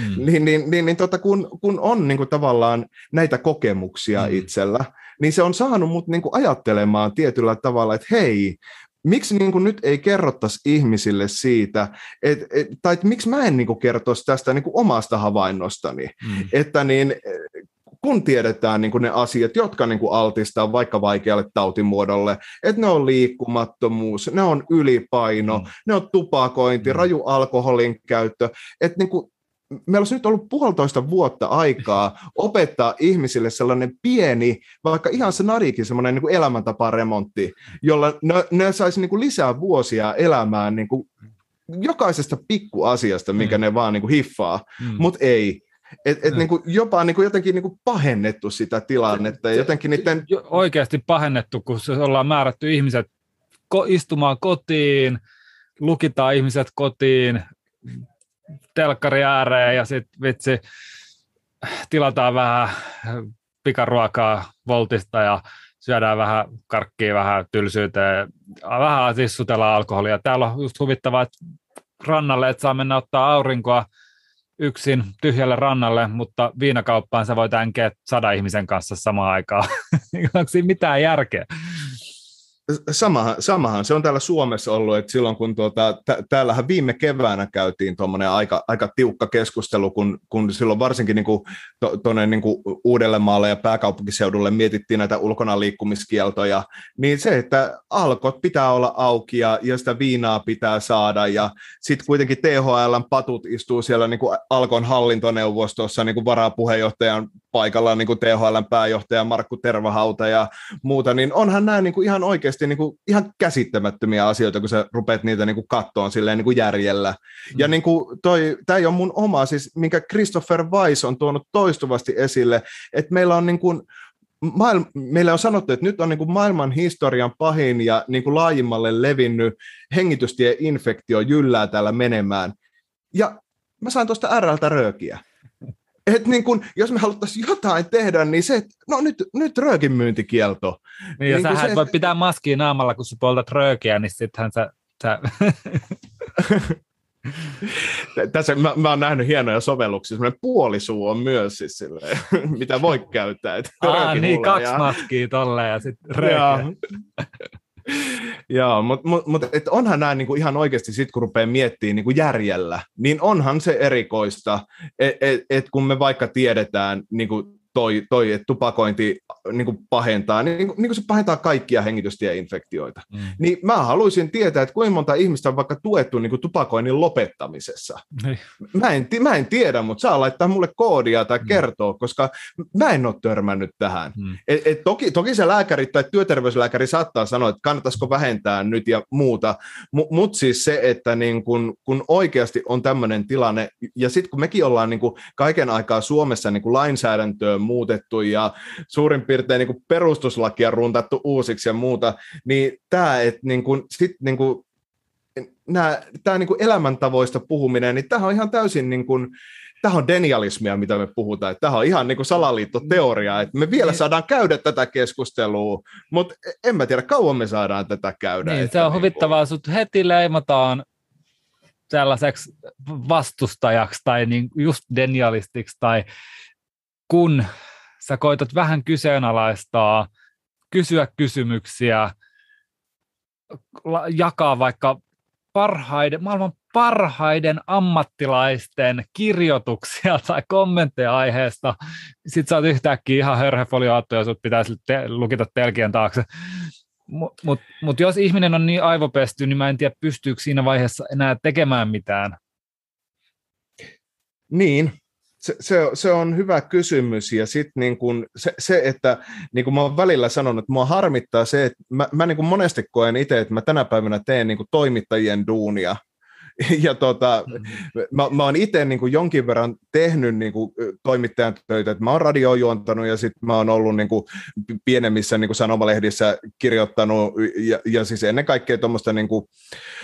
kun on niin kuin tavallaan näitä kokemuksia itsellä, niin se on saanut mut niin kuin ajattelemaan tietyllä tavalla, että hei, miksi niin kuin nyt ei kerrottaisi ihmisille siitä, tai miksi mä en niin kuin kertoisi tästä niin kuin omasta havainnostani, että kun tiedetään niin kuin ne asiat, jotka niin kuin altistaa vaikka vaikealle tautimuodolle, että ne on liikkumattomuus, ne on ylipaino, ne on tupakointi, raju alkoholin käyttö, että niin kuin meillä olisi nyt ollut 1,5 vuotta aikaa opettaa ihmisille sellainen pieni, vaikka ihan snadikin semmoinen niin kuin elämäntaparemontti, jolla ne saisi niin kuin lisää vuosia elämään niin kuin jokaisesta pikkuasiasta, minkä ne vaan niin kuin hiffaa, mutta ei. Niin kuin jopa niin kuin jotenkin niin kuin pahennettu sitä tilannetta. Jotenkin niiden oikeasti pahennettu, kun se ollaan määrätty ihmiset istumaan kotiin, lukitaan ihmiset kotiin, telkkari ääreen ja sitten vitsi tilataan vähän pikaruokaa Voltista ja syödään vähän karkkia, vähän tylsyyteen, vähän tissutellaan alkoholia. Täällä on just huvittavaa, että rannalle et saa mennä ottaa aurinkoa yksin tyhjälle rannalle, mutta viinakauppaan sä voit änkeä 100 ihmisen kanssa samaan aikaan. Onko siinä mitään järkeä? Samahan se on täällä Suomessa ollut, että silloin kun täällähän viime keväänä käytiin tuommoinen aika tiukka keskustelu, kun silloin varsinkin tuonne Uudellemaalle ja pääkaupunkiseudulle mietittiin näitä ulkona liikkumiskieltoja, niin se, että alkot pitää olla auki ja sitä viinaa pitää saada, ja sitten kuitenkin THL:n patut istuu siellä Alkon hallintoneuvostossa varapuheenjohtajan paikalla, THL:n pääjohtaja Markku Tervahauta ja muuta, niin onhan nämä ihan oikeasti ihan käsittämättömiä asioita, kun sä rupeat niitä kattoon silleen järjellä. Ja tämä ei ole mun oma, siis minkä Christopher Weiss on tuonut toistuvasti esille, että meillä on meille on sanottu, että nyt on maailman historian pahin ja laajimmalle levinnyt hengitystieinfektio jyllää täällä menemään. Ja mä sain tuosta RL:ltä röökiä. Että jos me haluttaisiin jotain tehdä, niin se, että no nyt röökin myyntikielto. Niin, ja sähän voit pitää maskia naamalla, kun sä poltat röökiä, niin sittenhän sä... Tässä mä oon nähnyt hienoja sovelluksia, semmoinen puolisuu on myös siis silleen, mitä voi käyttää. Niin, 2 maskia tolleen ja sitten röökiä. Joo, mutta onhan nämä ihan oikeasti sitten, kun rupeaa miettimään järjellä, niin onhan se erikoista, että kun me vaikka tiedetään että tupakointi pahentaa, niin kuin se pahentaa kaikkia hengitystieinfektioita. Niin mä haluaisin tietää, että kuinka monta ihmistä on vaikka tuettu tupakoinnin lopettamisessa. Mä en tiedä, mutta saa laittaa mulle koodia tai kertoa, koska mä en ole törmännyt tähän. Toki se lääkäri tai työterveyslääkäri saattaa sanoa, että kannattaisiko vähentää nyt ja muuta, mutta siis se, että kun oikeasti on tämmöinen tilanne, ja sitten kun mekin ollaan kaiken aikaa Suomessa lainsäädäntöön muutettu ja suurin piirtein perustuslakia runtattu uusiksi ja muuta, niin tämä, että tämä elämäntavoista puhuminen, niin tämä on ihan täysin tämä on denialismia, mitä me puhutaan, että tämä on ihan niin kuin salaliittoteoria, että me vielä saadaan käydä tätä keskustelua, mutta en mä tiedä, kauan me saadaan tätä käydä. Niin, se on huvittavaa, sut heti leimataan sellaiseksi vastustajaksi tai niin just denialistiksi, tai kun sä koitat vähän kyseenalaistaa, kysyä kysymyksiä, jakaa vaikka maailman parhaiden ammattilaisten kirjoituksia tai kommentteja aiheesta, sit sä oot yhtäkkiä ihan hörhöfolioattu ja sut pitäisi lukita telkien taakse. Mut jos ihminen on niin aivopesty, niin mä en tiedä, pystyykö siinä vaiheessa enää tekemään mitään. Niin, se on hyvä kysymys, ja sitten niin kun se, että niin kun mä oon välillä sanonut, että mua harmittaa se, että mä niin kun monesti koen itse, että mä tänä päivänä teen niin kun toimittajien duunia, ja mä oon itse niin kuin jonkin verran tehnyt niin kuin toimittajan töitä, että mä oon radioon juontanut ja sitten mä oon ollut niin kuin pienemmissä niin kuin sanomalehdissä kirjoittanut ja siis ennen kaikkea tuommoista niin kuin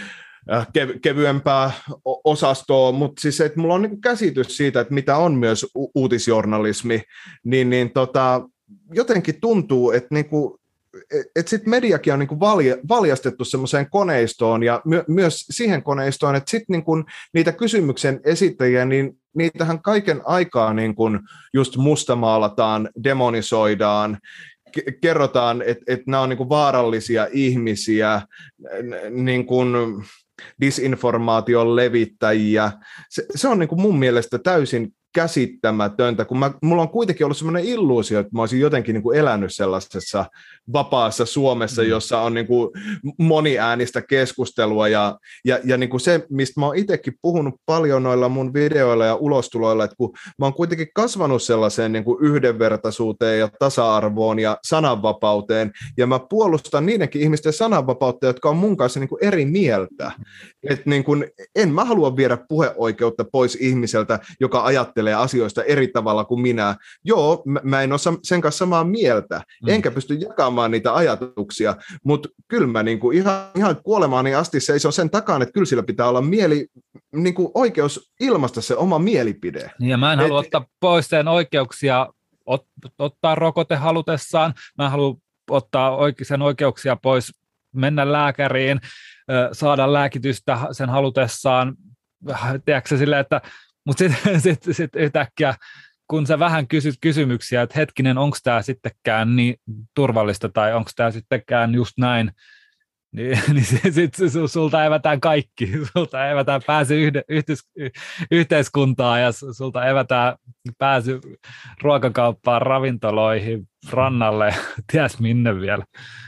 kevyempää osastoa, mutta siis että mulla on niin kuin käsitys siitä, että mitä on myös uutisjournalismi, niin jotenkin tuntuu, että niin kuin että sitten mediakin on niinku valjastettu semmoiseen koneistoon ja myös siihen koneistoon, että sitten niinku niitä kysymyksen esittäjiä, niin niitähän kaiken aikaa niinku just mustamaalataan, demonisoidaan, kerrotaan, että nämä on niinku vaarallisia ihmisiä, niinku disinformaation levittäjiä. Se on niinku mun mielestä täysin käsittämätöntä, kun mulla on kuitenkin ollut semmoinen illuusio, että mä olisin jotenkin niin kuin elänyt sellaisessa vapaassa Suomessa, jossa on niin kuin moniäänistä keskustelua ja niin kuin se, mistä mä oon itsekin puhunut paljon noilla mun videoilla ja ulostuloilla, että kun mä oon kuitenkin kasvanut sellaiseen niin kuin yhdenvertaisuuteen ja tasa-arvoon ja sananvapauteen, ja mä puolustan niidenkin ihmisten sananvapautta, jotka on mun kanssa niin kuin eri mieltä. Että niin kuin, en mä halua viedä puheoikeutta pois ihmiseltä, joka ajattelee asioista eri tavalla kuin minä. Joo, mä en ole sen kanssa samaa mieltä, enkä pysty jakamaan niitä ajatuksia, mutta kyllä mä niinku ihan kuolemaani asti seison sen takana, että kyllä sillä pitää olla niinku oikeus ilmaista se oma mielipide. Ja mä en halua ottaa pois sen oikeuksia ottaa rokote halutessaan, mä en halua ottaa sen oikeuksia pois mennä lääkäriin, saada lääkitystä sen halutessaan, tiedätkö silleen, että mutta sitten yhtäkkiä, kun sä vähän kysyt kysymyksiä, että hetkinen, onko tämä sittenkään niin turvallista tai onko tämä sittenkään just näin, niin sitten sulta evätään kaikki. Sulta evätään pääsy yhteiskuntaan ja sulta evätään pääsy ruokakauppaan, ravintoloihin, rannalle, ties minne vielä.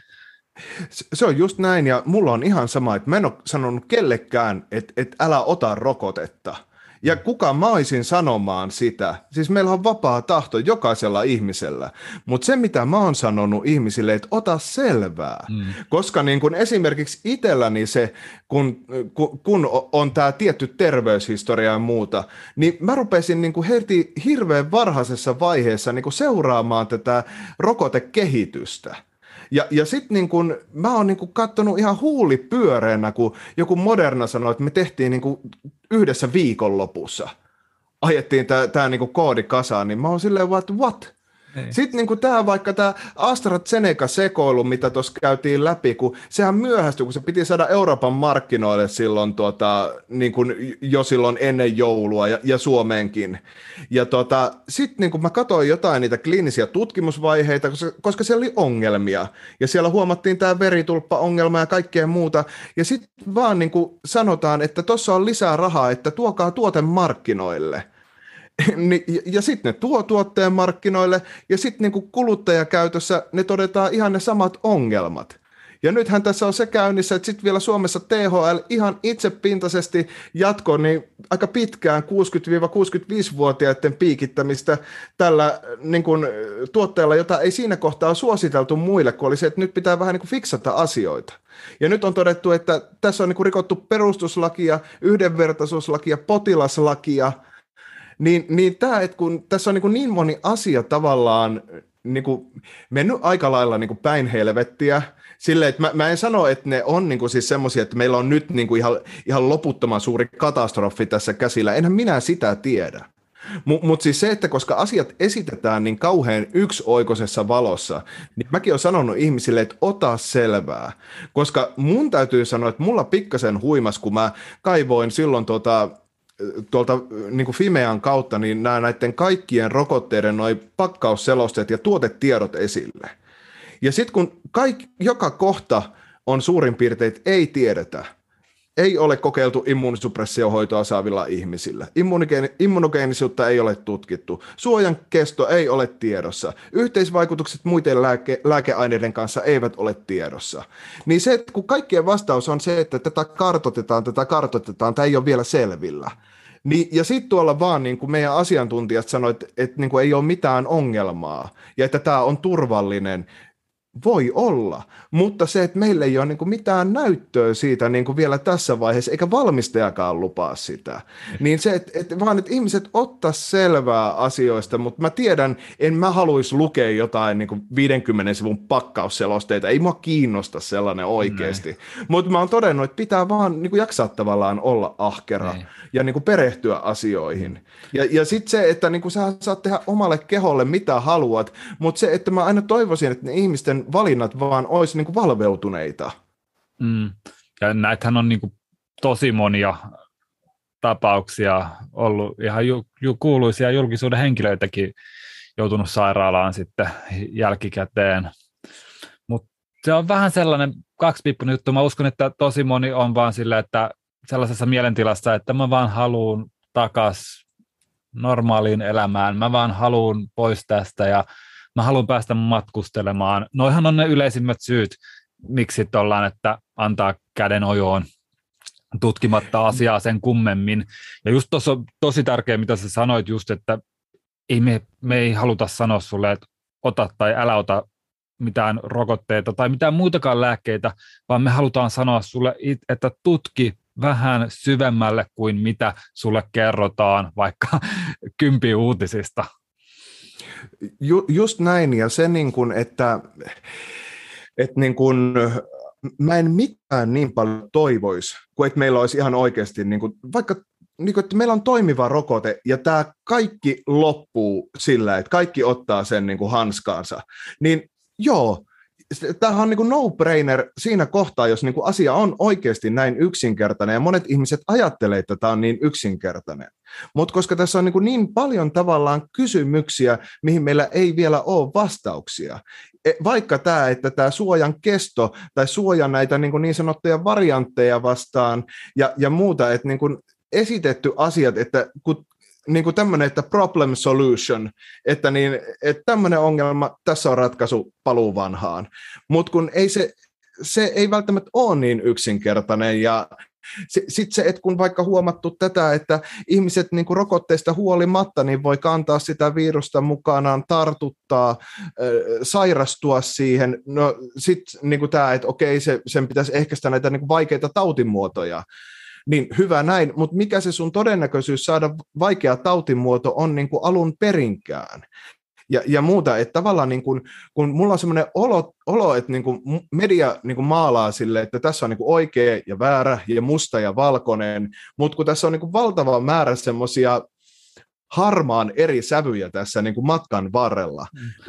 Se on just näin, ja mulla on ihan sama, että mä en ole sanonut kellekään, että älä ota rokotetta. Ja kuka mä olisin sanomaan sitä? Siis meillä on vapaa tahto jokaisella ihmisellä, mutta se mitä mä oon sanonut ihmisille, että ota selvää. Koska niin kun esimerkiksi itselläni se, kun on tämä tietty terveyshistoria ja muuta, niin mä rupesin niin kun heti hirveän varhaisessa vaiheessa niin kun seuraamaan tätä rokotekehitystä. Ja sitten niin kun, mä oon niin kun katsonut ihan huulipyöreänä, kun joku Moderna sanoi, että me tehtiin niin kun yhdessä viikonlopussa. Ajettiin tämä niin kun koodi kasaan, niin mä oon silleen, what? Sitten niin vaikka tämä AstraZeneca-sekoilu, mitä tuossa käytiin läpi, kun sehän myöhästyi, kun se piti saada Euroopan markkinoille silloin, niin kuin jo silloin ennen joulua ja Suomeenkin. Ja sitten niin mä katsoin jotain niitä kliinisiä tutkimusvaiheita, koska siellä oli ongelmia. Ja siellä huomattiin tämä veritulppa-ongelma ja kaikkea muuta. Ja sitten vaan niin kuin sanotaan, että tuossa on lisää rahaa, että tuokaa tuote markkinoille. Ja sitten ne tuo tuotteen markkinoille, ja sitten niinku kuluttajakäytössä ne todetaan ihan ne samat ongelmat. Ja nythän tässä on se käynnissä, että sitten vielä Suomessa THL ihan itsepintaisesti jatkoi niin aika pitkään 60-65-vuotiaiden piikittämistä tällä niin kuin, tuotteella, jota ei siinä kohtaa suositeltu muille, kun oli se, että nyt pitää vähän niin kuin fiksata asioita. Ja nyt on todettu, että tässä on niin kuin rikottu perustuslakia, yhdenvertaisuuslakia, potilaslakia, niin tämä, että kun tässä on niin moni asia tavallaan niin kuin mennyt aika lailla niin kuin päin helvettiä, silleen, että mä en sano, että ne on niin kuin siis semmoisia, että meillä on nyt niin kuin ihan loputtoman suuri katastrofi tässä käsillä, enhän minä sitä tiedä. Mutta siis se, että koska asiat esitetään niin kauhean yksioikoisessa valossa, niin mäkin olen sanonut ihmisille, että ota selvää. Koska mun täytyy sanoa, että mulla pikkasen huimas, kun mä kaivoin silloin tuolta niin kuin Fimean kautta niin näiden kaikkien rokotteiden noi pakkausselosteet ja tuotetiedot esille. Ja sitten kun joka kohta on suurin piirtein, että ei tiedetä, ei ole kokeiltu immuunisuppressiohoitoa saavilla ihmisillä. Immunogeenisuutta ei ole tutkittu. Suojan kesto ei ole tiedossa. Yhteisvaikutukset muiden lääkeaineiden kanssa eivät ole tiedossa. Niin se, että kun kaikkien vastaus on se, että tätä kartoitetaan, tämä ei ole vielä selvillä. Niin, ja sitten tuolla vaan niin kuin meidän asiantuntijat sanoivat, että niin kuin ei ole mitään ongelmaa ja että tämä on turvallinen. Voi olla, mutta se, että meillä ei ole niin kuin mitään näyttöä siitä niin kuin vielä tässä vaiheessa, eikä valmistajakaan lupaa sitä, niin se, että vaan että ihmiset ottaa selvää asioista, mutta mä tiedän, en mä haluaisi lukea jotain niin kuin 50 sivun pakkausselosteita, ei mua kiinnosta sellainen oikeasti, mutta mä oon todennut, että pitää vaan niin kuin jaksaa tavallaan olla ahkera ja niin kuin perehtyä asioihin. Ja sitten se, että niin kuin sä saat tehdä omalle keholle mitä haluat, mutta se, että mä aina toivoisin, että ne ihmisten valinnat vaan olisi niin kuin valveutuneita. Ja näitähän on niin kuin tosi monia tapauksia ollut, ihan kuuluisia julkisuuden henkilöitäkin joutunut sairaalaan sitten jälkikäteen. Mutta se on vähän sellainen kaksipiippunen juttu. Mä uskon, että tosi moni on vaan sillä, että sellaisessa mielentilassa, että mä vaan haluun takaisin normaaliin elämään, mä vaan haluun pois tästä ja mä haluan päästä matkustelemaan. Noihan on ne yleisimmät syyt, miksi ollaan, että antaa käden ojoon tutkimatta asiaa sen kummemmin. Ja just tuossa on tosi tärkeää, mitä sä sanoit just, että me ei haluta sanoa sulle, että ota tai älä ota mitään rokotteita tai mitään muitakaan lääkkeitä, vaan me halutaan sanoa sulle, että tutki vähän syvemmälle kuin mitä sulle kerrotaan vaikka 10 uutisista. Just näin, ja se niin kuin, että niin kuin, mä en mitään niin paljon toivoisi, kuin että meillä olisi ihan oikeasti, niin kuin, vaikka niin kuin, että meillä on toimiva rokote, ja tämä kaikki loppuu sillä, että kaikki ottaa sen niin kuin hanskaansa, niin joo, tämähän on niin kuin no-brainer siinä kohtaa, jos niin kuin asia on oikeasti näin yksinkertainen, ja monet ihmiset ajattelee, että tämä on niin yksinkertainen. Mutta koska tässä on niin paljon tavallaan kysymyksiä, mihin meillä ei vielä ole vastauksia. Vaikka että tämä suojan kesto tai suojan näitä niin sanottuja variantteja vastaan ja muuta, että niin kuin esitetty asiat, että kun niin kuin tämmöinen, että problem solution, että tämmöinen ongelma, tässä on ratkaisu, paluu vanhaan. Mutta kun se ei välttämättä ole niin yksinkertainen, ja sitten se, että kun vaikka huomattu tätä, että ihmiset niin kuin rokotteista huolimatta, niin voi kantaa sitä virusta mukanaan, tartuttaa, sairastua siihen, no sitten niin kuin tämä, että okei, sen pitäisi ehkäistä näitä niin kuin vaikeita tautimuotoja, niin hyvä näin, mutta mikä se sun todennäköisyys saada vaikea tautimuoto on niin kuin alun perinkään? Ja muuta, että tavallaan niin kun mulla on semmoinen olo että niin kun media niin kun maalaa sille, että tässä on niin kun oikea ja väärä ja musta ja valkoinen, mutta kun tässä on niin kun valtava määrä semmoisia harmaan eri sävyjä tässä niin kuin matkan varrella.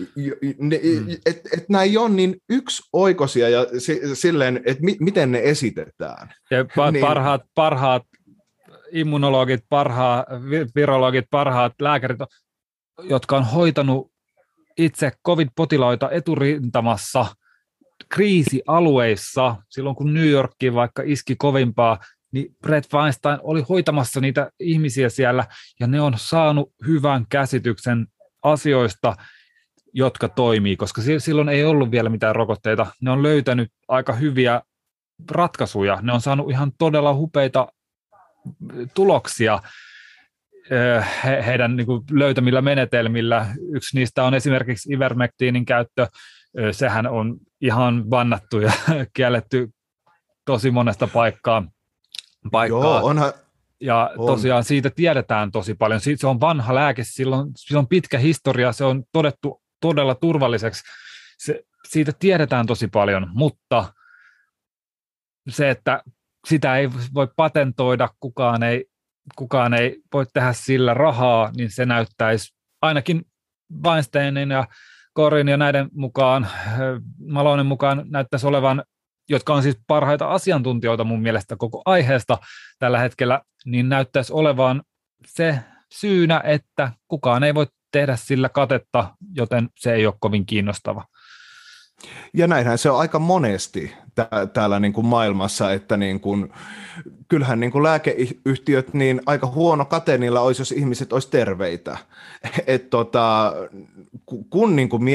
Että nämä ei ole niin yksioikoisia ja silleen, että miten ne esitetään. Ja parhaat immunologit, virologit, parhaat lääkärit, jotka on hoitanut itse COVID-potilaita eturintamassa kriisialueissa, silloin kun New Yorkki vaikka iski kovimpaa, niin Brett Weinstein oli hoitamassa niitä ihmisiä siellä, ja ne on saanut hyvän käsityksen asioista, jotka toimii, koska silloin ei ollut vielä mitään rokotteita. Ne on löytänyt aika hyviä ratkaisuja. Ne on saanut ihan todella hupeita tuloksia heidän niin kuin löytämillä menetelmillä. Yksi niistä on esimerkiksi Ivermectinin käyttö. Sehän on ihan bannattu ja kielletty tosi monesta paikkaa. Joo, onhan. Ja tosiaan siitä tiedetään tosi paljon. Se on vanha lääke, sillä on pitkä historia, se on todettu todella turvalliseksi. Siitä tiedetään tosi paljon, mutta se, että sitä ei voi patentoida, kukaan ei kukaan ei voi tehdä sillä rahaa, niin se näyttäisi ainakin Weinsteinin ja Corin ja näiden mukaan, Malonen mukaan näyttäisi olevan, jotka on siis parhaita asiantuntijoita mun mielestä koko aiheesta tällä hetkellä, niin näyttäisi olevan se syynä, että kukaan ei voi tehdä sillä katetta, joten se ei ole kovin kiinnostava. Ja näinhän se on aika monesti täällä niin kuin maailmassa, että niin kuin, kyllähän niin kuin lääkeyhtiöt, niin aika huono kate niillä olisi, jos ihmiset olisi terveitä. Kun niin kuin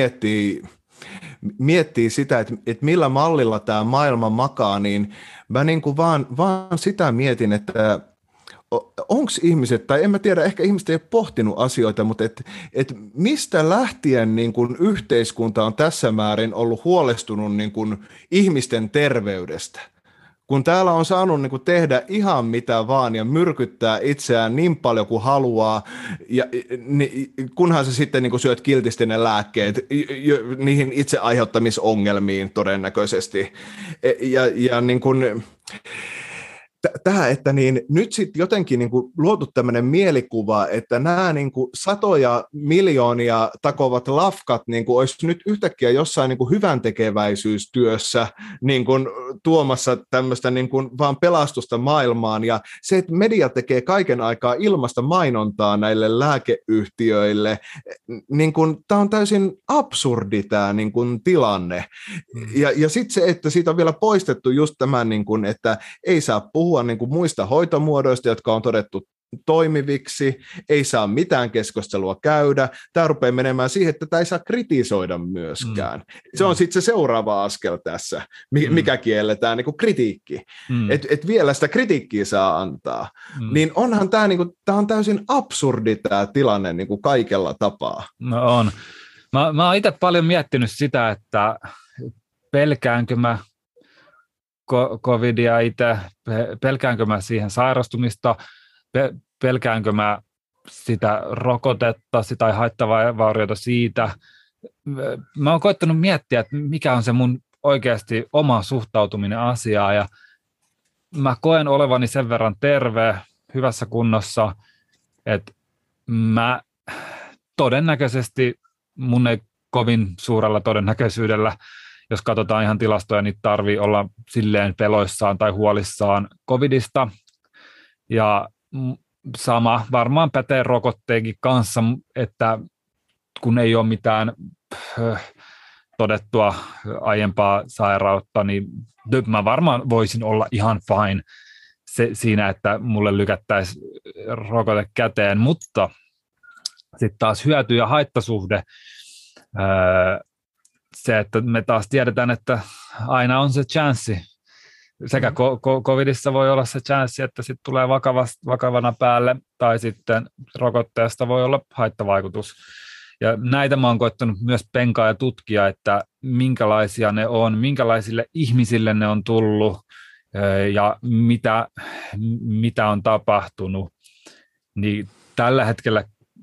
miettii sitä, että millä mallilla tämä maailma makaa, niin mä niin kuin vaan sitä mietin, että onko ihmiset, tai en mä tiedä, ehkä ihmiset ei ole pohtinut asioita, mutta et mistä lähtien niin kun yhteiskunta on tässä määrin ollut huolestunut niin kun ihmisten terveydestä? Kun täällä on saanut niin kun tehdä ihan mitä vaan ja myrkyttää itseään niin paljon kuin haluaa, ja, kunhan sä sitten niin kun syöt kiltisti ne lääkkeet niihin itse aiheuttamisongelmiin todennäköisesti. Ja niin kun tämä, että niin, nyt sitten jotenkin niin kuin luotu tämmöinen mielikuva, että nämä niin kuin satoja miljoonia takovat lafkat niin kuin olisi nyt yhtäkkiä jossain niin kuin hyväntekeväisyystyössä niin kuin tuomassa tämmöistä niin kuin vaan pelastusta maailmaan, ja se, että media tekee kaiken aikaa ilmasta mainontaa näille lääkeyhtiöille, niin kuin, tämä on täysin absurdi tämä niin kuin tilanne. Ja sitten se, että siitä on vielä poistettu just tämän, niin kuin, että ei saa puhua niin kuin muista hoitomuodoista, jotka on todettu toimiviksi, ei saa mitään keskustelua käydä. Tämä rupeaa menemään siihen, että tätä ei saa kritisoida myöskään. Se on sitten se seuraava askel tässä, mikä kielletään, niin kuin kritiikki. Et vielä sitä kritiikkiä saa antaa. Niin onhan tämä, niin kuin, tämä on täysin absurdi tämä tilanne niin kuin kaikella tapaa. No on. Mä oon itse paljon miettinyt sitä, että pelkäänkö mä covidia itse, pelkäänkö mä siihen sairastumista, pelkäänkö mä sitä rokotetta tai haittavauriota siitä. Mä oon koittanut miettiä, että mikä on se mun oikeasti oma suhtautuminen asiaan, ja mä koen olevani sen verran terve, hyvässä kunnossa, että mä todennäköisesti, mun ei kovin suurella todennäköisyydellä, jos katsotaan ihan tilastoja, niin tarvii olla silleen peloissaan tai huolissaan covidista. Ja sama varmaan pätee rokotteenkin kanssa, että kun ei ole mitään todettua aiempaa sairautta, niin mä varmaan voisin olla ihan fine siinä, että mulle lykättäisiin rokote käteen, mutta sitten taas hyöty- ja haittasuhde, se, että me taas tiedetään, että aina on se chanssi. Sekä covidissa voi olla se chanssi, että sitten tulee vakavana päälle, tai sitten rokotteesta voi olla haittavaikutus. Ja näitä mä oon koittanut myös penkaa ja tutkia, että minkälaisia ne on, minkälaisille ihmisille ne on tullut ja mitä on tapahtunut. Niin tällä hetkellä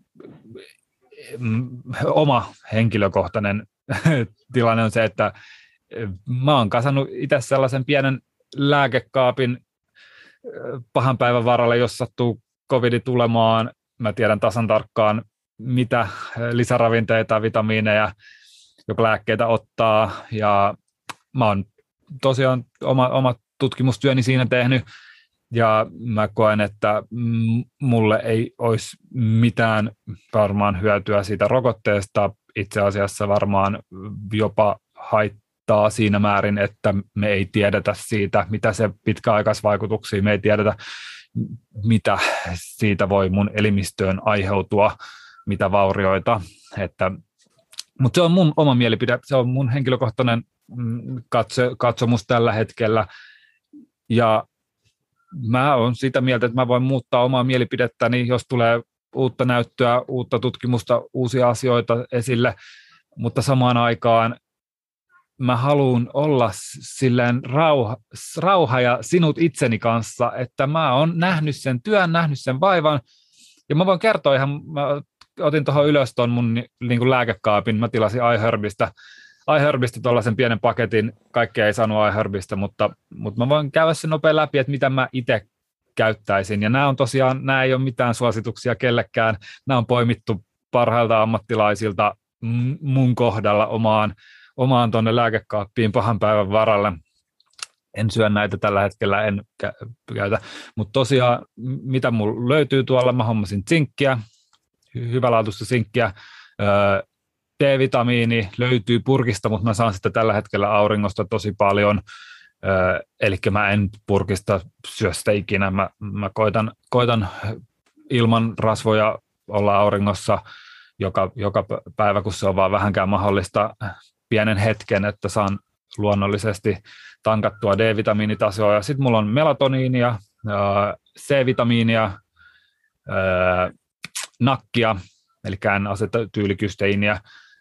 oma henkilökohtainen tilanne on se, että mä oon kasannut itse sellaisen pienen lääkekaapin pahan päivän varalle, jos sattuu covidi tulemaan. Mä tiedän tasan tarkkaan, mitä lisäravinteita, vitamiineja, joko lääkkeitä ottaa, ja mä oon tosiaan oma tutkimustyöni siinä tehnyt, ja mä koen, että mulle ei olisi mitään varmaan hyötyä siitä rokotteesta, itse asiassa varmaan jopa haittaa siinä määrin, että me ei tiedetä siitä, mitä se pitkäaikaisvaikutuksia, me ei tiedetä, mitä siitä voi mun elimistöön aiheutua, mitä vaurioita. Mutta se on mun oma mielipide, se on mun henkilökohtainen katsomus tällä hetkellä, ja mä oon sitä mieltä, että mä voin muuttaa omaa mielipidettäni, jos tulee uutta näyttöä, uutta tutkimusta, uusia asioita esille, mutta samaan aikaan mä haluan olla silleen rauha ja sinut itseni kanssa, että mä oon nähnyt sen työn, nähnyt sen vaivan, ja mä voin kertoa ihan, mä otin tuohon ylös ton mun niin kuin lääkekaapin, mä tilasin iHerbista tuollaisen pienen paketin, kaikkea ei saanut iHerbista, mutta mä voin käydä sen nopein läpi, että mitä mä itse käyttäisin. Ja nämä ei ole mitään suosituksia kellekään. Nämä on poimittu parhailta ammattilaisilta mun kohdalla omaan tuonne lääkekaappiin pahan päivän varalle. En syö näitä tällä hetkellä, en käytä. Mutta tosiaan, mitä mulla löytyy tuolla, mä hommasin zinkkiä, hyvälaatuista zinkkiä. D-vitamiini löytyy purkista, mutta mä saan sitä tällä hetkellä auringosta tosi paljon. Eli mä en purkista syö sitä ikinä. Mä koitan ilman rasvoja olla auringossa joka päivä, kun se on vaan vähänkään mahdollista pienen hetken, että saan luonnollisesti tankattua D-vitamiinitasoa. Ja sitten mulla on melatoniinia, C-vitamiinia, nakkia, eli N-asetyylikysteiiniä,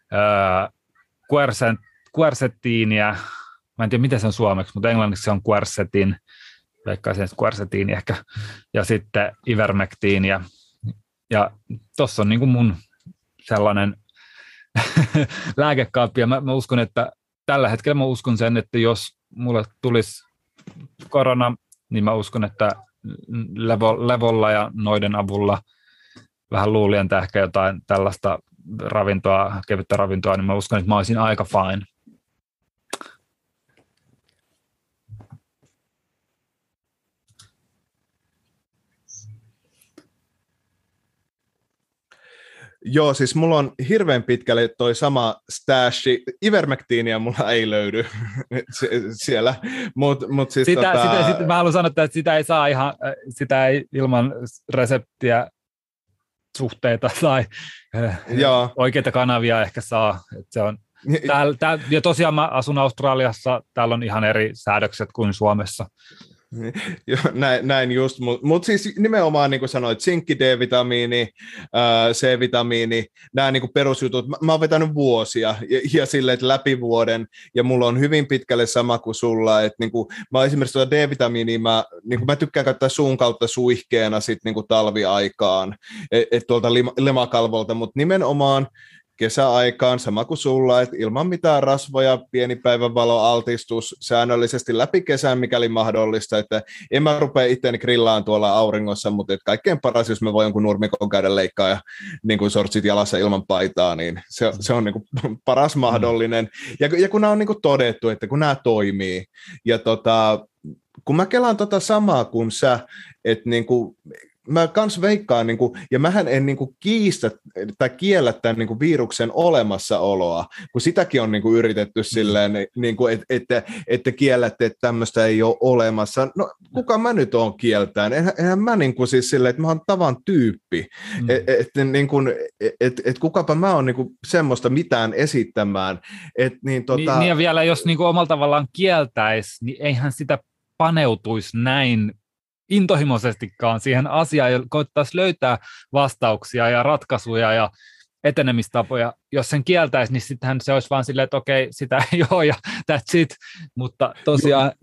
quercetiiniä, mä en tiedä miten se on suomeksi, mutta englanniksi se on quercetin, veikkaisin quercetiini ehkä, ja sitten ivermektiiniä. Ja tuossa on niin kuin mun sellainen lääkekaappi, ja mä uskon, että tällä hetkellä mä uskon sen, että jos mulle tulisi korona, niin mä uskon, että levolla ja noiden avulla vähän luulien ehkä jotain tällaista ravintoa, kevyttä ravintoa, niin mä uskon, että mä olisin aika fine. Joo, siis mulla on hirveän pitkälle toi sama stashi. Ivermektiiniä mulla ei löydy siellä. Mut siis sitä, mä haluan sanoa, että sitä ei ilman reseptiä, suhteita tai oikeita kanavia ehkä saa. Että se on, ja tosiaan mä asun Australiassa, täällä on ihan eri säädökset kuin Suomessa. Näin just, mutta siis nimenomaan niin kuin sanoit, zinkki, D-vitamiini, C-vitamiini, nämä niin kuin perusjutut, mä oon vetänyt vuosia ja silleen, että läpi vuoden, ja mulla on hyvin pitkälle sama kuin sulla, että niin kuin, mä esimerkiksi tuota D-vitamiiniä, mä tykkään käyttää suun kautta suihkeena sit niin kuin talviaikaan, tuolta limakalvolta, mutta nimenomaan kesäaikaan, sama kuin sulla, että ilman mitään rasvoja, pieni päivänvaloaltistus säännöllisesti läpi kesän, mikäli mahdollista, että en mä rupea itseäni grillaan tuolla auringossa, mutta että kaikkein paras, jos mä voin jonkun nurmikon käydä leikkaa ja niin kuin sortsit jalassa ilman paitaa, niin se on niin kuin paras mahdollinen. Ja kun nämä on niin kuin todettu, että kun nämä toimii, ja kun mä kelaan samaa kuin sä, että niin kuin mä kans veikkaan, niin kuin, ja mähän en niin kuin kiistä tai kiellä tämän niin kuin viruksen olemassaoloa, kun sitäkin on niin kuin yritetty silleen, niin kuin, että kiellätte, että tämmöistä ei ole olemassa. No, kuka mä nyt oon kieltään? Eihän mä niin kuin siis silleen, että mä oon tavan tyyppi. Niin että kukapa mä oon niin kuin semmoista mitään esittämään. Niin, ja vielä jos niin kuin omalla tavallaan kieltäisi, niin eihän sitä paneutuisi näin intohimoisestikaan siihen asiaan ja koittaisi löytää vastauksia ja ratkaisuja ja etenemistapoja. Jos sen kieltäisi, niin sittenhän se olisi vaan silleen, että okei, sitä ei ole ja that's it. Mutta tosiaan...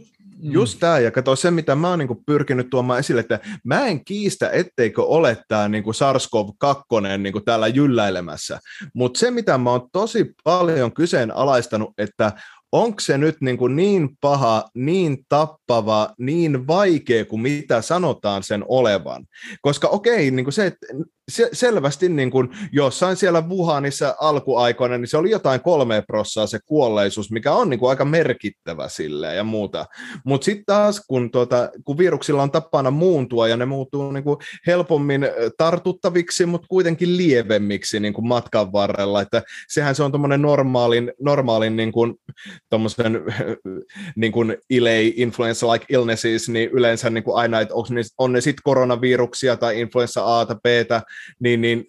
Just tämä, ja kato se, mitä mä oon niinku pyrkinyt tuomaan esille, että mä en kiistä, etteikö ole tämä niinku SARS-CoV-2 niinku täällä jylläilemässä, mutta se, mitä mä oon tosi paljon kyseenalaistanut, että onko se nyt niin paha, niin tappava, niin vaikea kuin mitä sanotaan sen olevan? Koska okei, niin kuin se, että selvästi niin kuin jossain siellä Wuhanissa alkuaikoina, niin se oli jotain 3% se kuolleisuus, mikä on niin kuin aika merkittävä silleen ja muuta. Mutta sitten taas, kun viruksilla on tapana muuntua ja ne muuttuu niin kuin helpommin tartuttaviksi, mutta kuitenkin lievemmiksi niin kuin matkan varrella, että sehän se on tuommoinen normaalin niin kuin tommosen niin kuin influenza-like illnesses, niin yleensä niin kuin aina, että on ne sitten koronaviruksia tai influenssa A tai B:tä, niin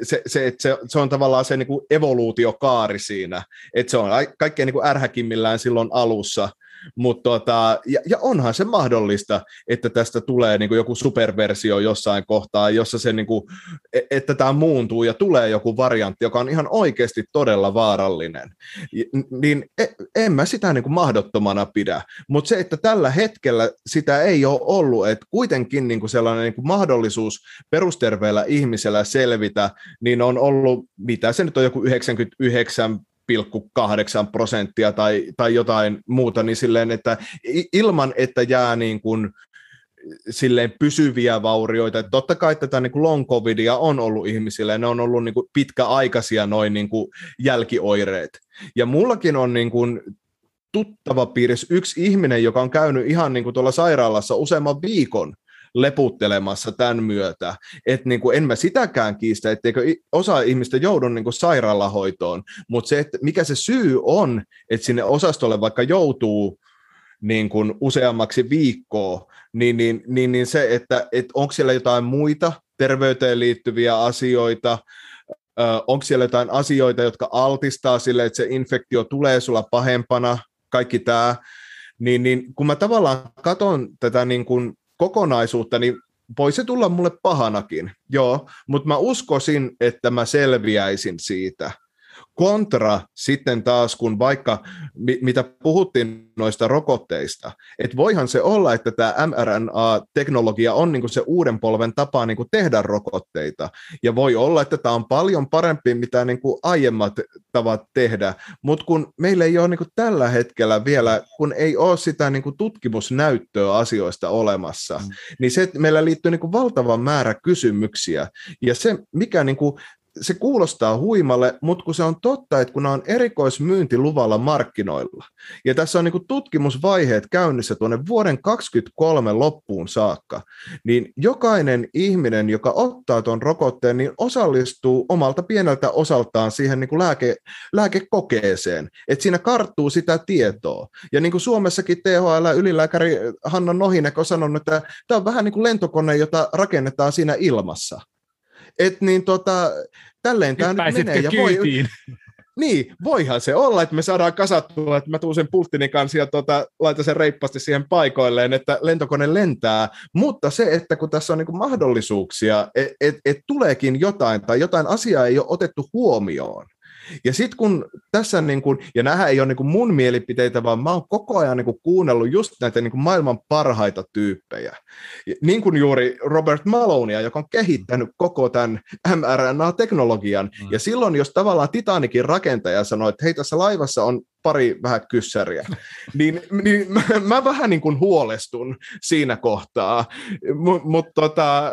se on tavallaan se niin kuin evoluutiokaari siinä, että se on kaikkein niin kuin ärhäkimmillään silloin alussa, mutta ja onhan se mahdollista, että tästä tulee niin kuin joku superversio jossain kohtaa, jossa se niin kuin, että tämä muuntuu ja tulee joku variantti, joka on ihan oikeasti todella vaarallinen, niin en mä sitä niin kuin mahdottomana pidä, mutta se, että tällä hetkellä sitä ei ole ollut, että kuitenkin niin kuin sellainen niin kuin mahdollisuus perusterveellä ihmisellä selvitä, niin on ollut, mitä se nyt on, joku 99,8% tai jotain muuta, niin silleen, että ilman, että jää niin kuin silleen pysyviä vaurioita. Että totta kai tätä niin kuin long covidia on ollut ihmisillä, ja ne on ollut niin kuin pitkäaikaisia noin niin kuin jälkioireet. Ja mullakin on niin kuin tuttava piirissä yksi ihminen, joka on käynyt ihan niin kuin tuolla sairaalassa useamman viikon leputtelemassa tämän myötä, että niin kuin en mä sitäkään kiistä, etteikö osa ihmistä joudu niin kuin sairaalahoitoon, mutta se, että mikä se syy on, että sinne osastolle vaikka joutuu niin kuin useammaksi viikkoa, niin se, että onko siellä jotain muita terveyteen liittyviä asioita, onko siellä jotain asioita, jotka altistaa sille, että se infektio tulee sulla pahempana, kaikki tämä, niin kun mä tavallaan katson tätä niin kuin kokonaisuutta, niin voi se tulla mulle pahanakin, joo, mutta mä uskoisin, että mä selviäisin siitä. Kontra sitten taas, kun vaikka, mitä puhuttiin noista rokotteista, että voihan se olla, että tämä mRNA-teknologia on niinku se uuden polven tapa niinku tehdä rokotteita, ja voi olla, että tämä on paljon parempi, mitä niinku aiemmat tavat tehdä, mutta kun meillä ei ole niinku tällä hetkellä vielä, kun ei ole sitä niinku tutkimusnäyttöä asioista olemassa, niin se, että meillä liittyy niinku valtava määrä kysymyksiä, ja se, mikä niinku se kuulostaa huimalle, mutta kun se on totta, että kun nämä on erikoismyyntiluvalla markkinoilla, ja tässä on niin kuin tutkimusvaiheet käynnissä tuonne vuoden 2023 loppuun saakka, niin jokainen ihminen, joka ottaa tuon rokotteen, niin osallistuu omalta pieneltä osaltaan siihen niin kuin lääkekokeeseen, että siinä karttuu sitä tietoa. Ja niin kuin Suomessakin THL-ylilääkäri Hanna Nohinek on sanonut, että tämä on vähän niin kuin lentokone, jota rakennetaan siinä ilmassa. Että niin tälleen tämä nyt menee. Ja voihan se olla, että me saadaan kasattua, että mä tuun sen pulttini kanssa ja laitan sen reippaasti siihen paikoilleen, että lentokone lentää, mutta se, että kun tässä on niinku mahdollisuuksia, että tuleekin jotain tai jotain asiaa ei ole otettu huomioon. Ja sitten kun tässä, ja nämähän ei ole mun mielipiteitä, vaan mä oon koko ajan kuunnellut just näitä maailman parhaita tyyppejä. Niin kuin juuri Robert Malonea, joka on kehittänyt koko tämän mRNA-teknologian. Ja silloin, jos tavallaan Titanicin rakentaja sanoi, että hei, tässä laivassa on pari vähän kyssäriä, niin mä vähän huolestun siinä kohtaa. Mutta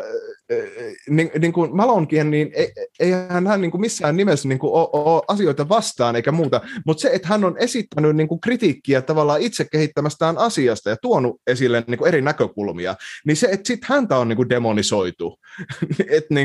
niin kuin Malonkin, niin eihän hän missään nimessä ole asioita vastaan eikä muuta, mutta se, että hän on esittänyt kritiikkiä tavallaan itse kehittämästään asiasta ja tuonut esille eri näkökulmia, niin se, että sitten häntä on demonisoitu, että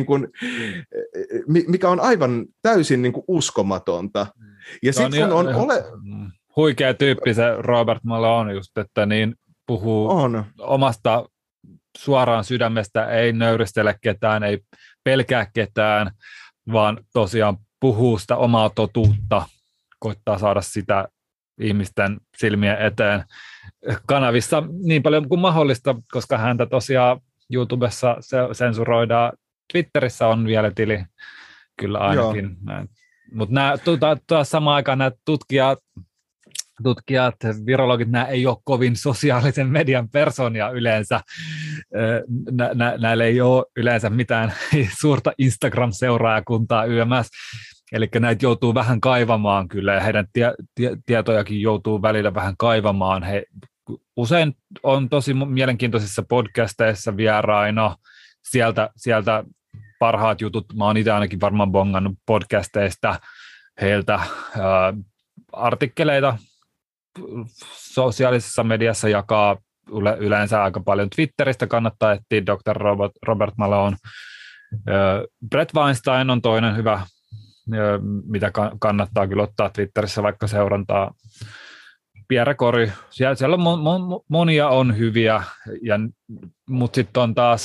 mikä on aivan täysin uskomatonta. Ja sitten kun huikea tyyppi se Robert Malone just, että niin puhuu omasta suoraan sydämestä, ei nöyristele ketään, ei pelkää ketään, vaan tosiaan puhuu sitä omaa totuutta, koittaa saada sitä ihmisten silmien eteen kanavissa niin paljon kuin mahdollista, koska häntä tosiaan YouTubessa sensuroidaan. Twitterissä on vielä tili, kyllä ainakin. Mutta samaan aikaan nämä tutkijat, virologit, nämä ei ole kovin sosiaalisen median persoonia yleensä. Näillä ei ole yleensä mitään suurta Instagram-seuraajakuntaa YMS. Eli näitä joutuu vähän kaivamaan kyllä, ja heidän tietojakin joutuu välillä vähän kaivamaan. He usein on tosi mielenkiintoisissa podcasteissa vieraina. Sieltä parhaat jutut, mä oon itse ainakin varmaan bongannut podcasteista heiltä artikkeleita. Sosiaalisessa mediassa jakaa yleensä aika paljon. Twitteristä kannattaa etsiä Dr. Robert Malone. Brett Weinstein on toinen hyvä, mitä kannattaa kyllä ottaa Twitterissä vaikka seurantaa. Pierre Kory, siellä on monia on hyviä, mutta sitten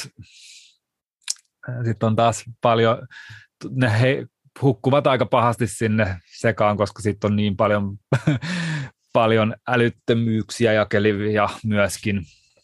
on taas paljon, he hukkuvat aika pahasti sinne sekaan, koska sitten on niin paljon älyttömyyksiä jakelivia myöskin.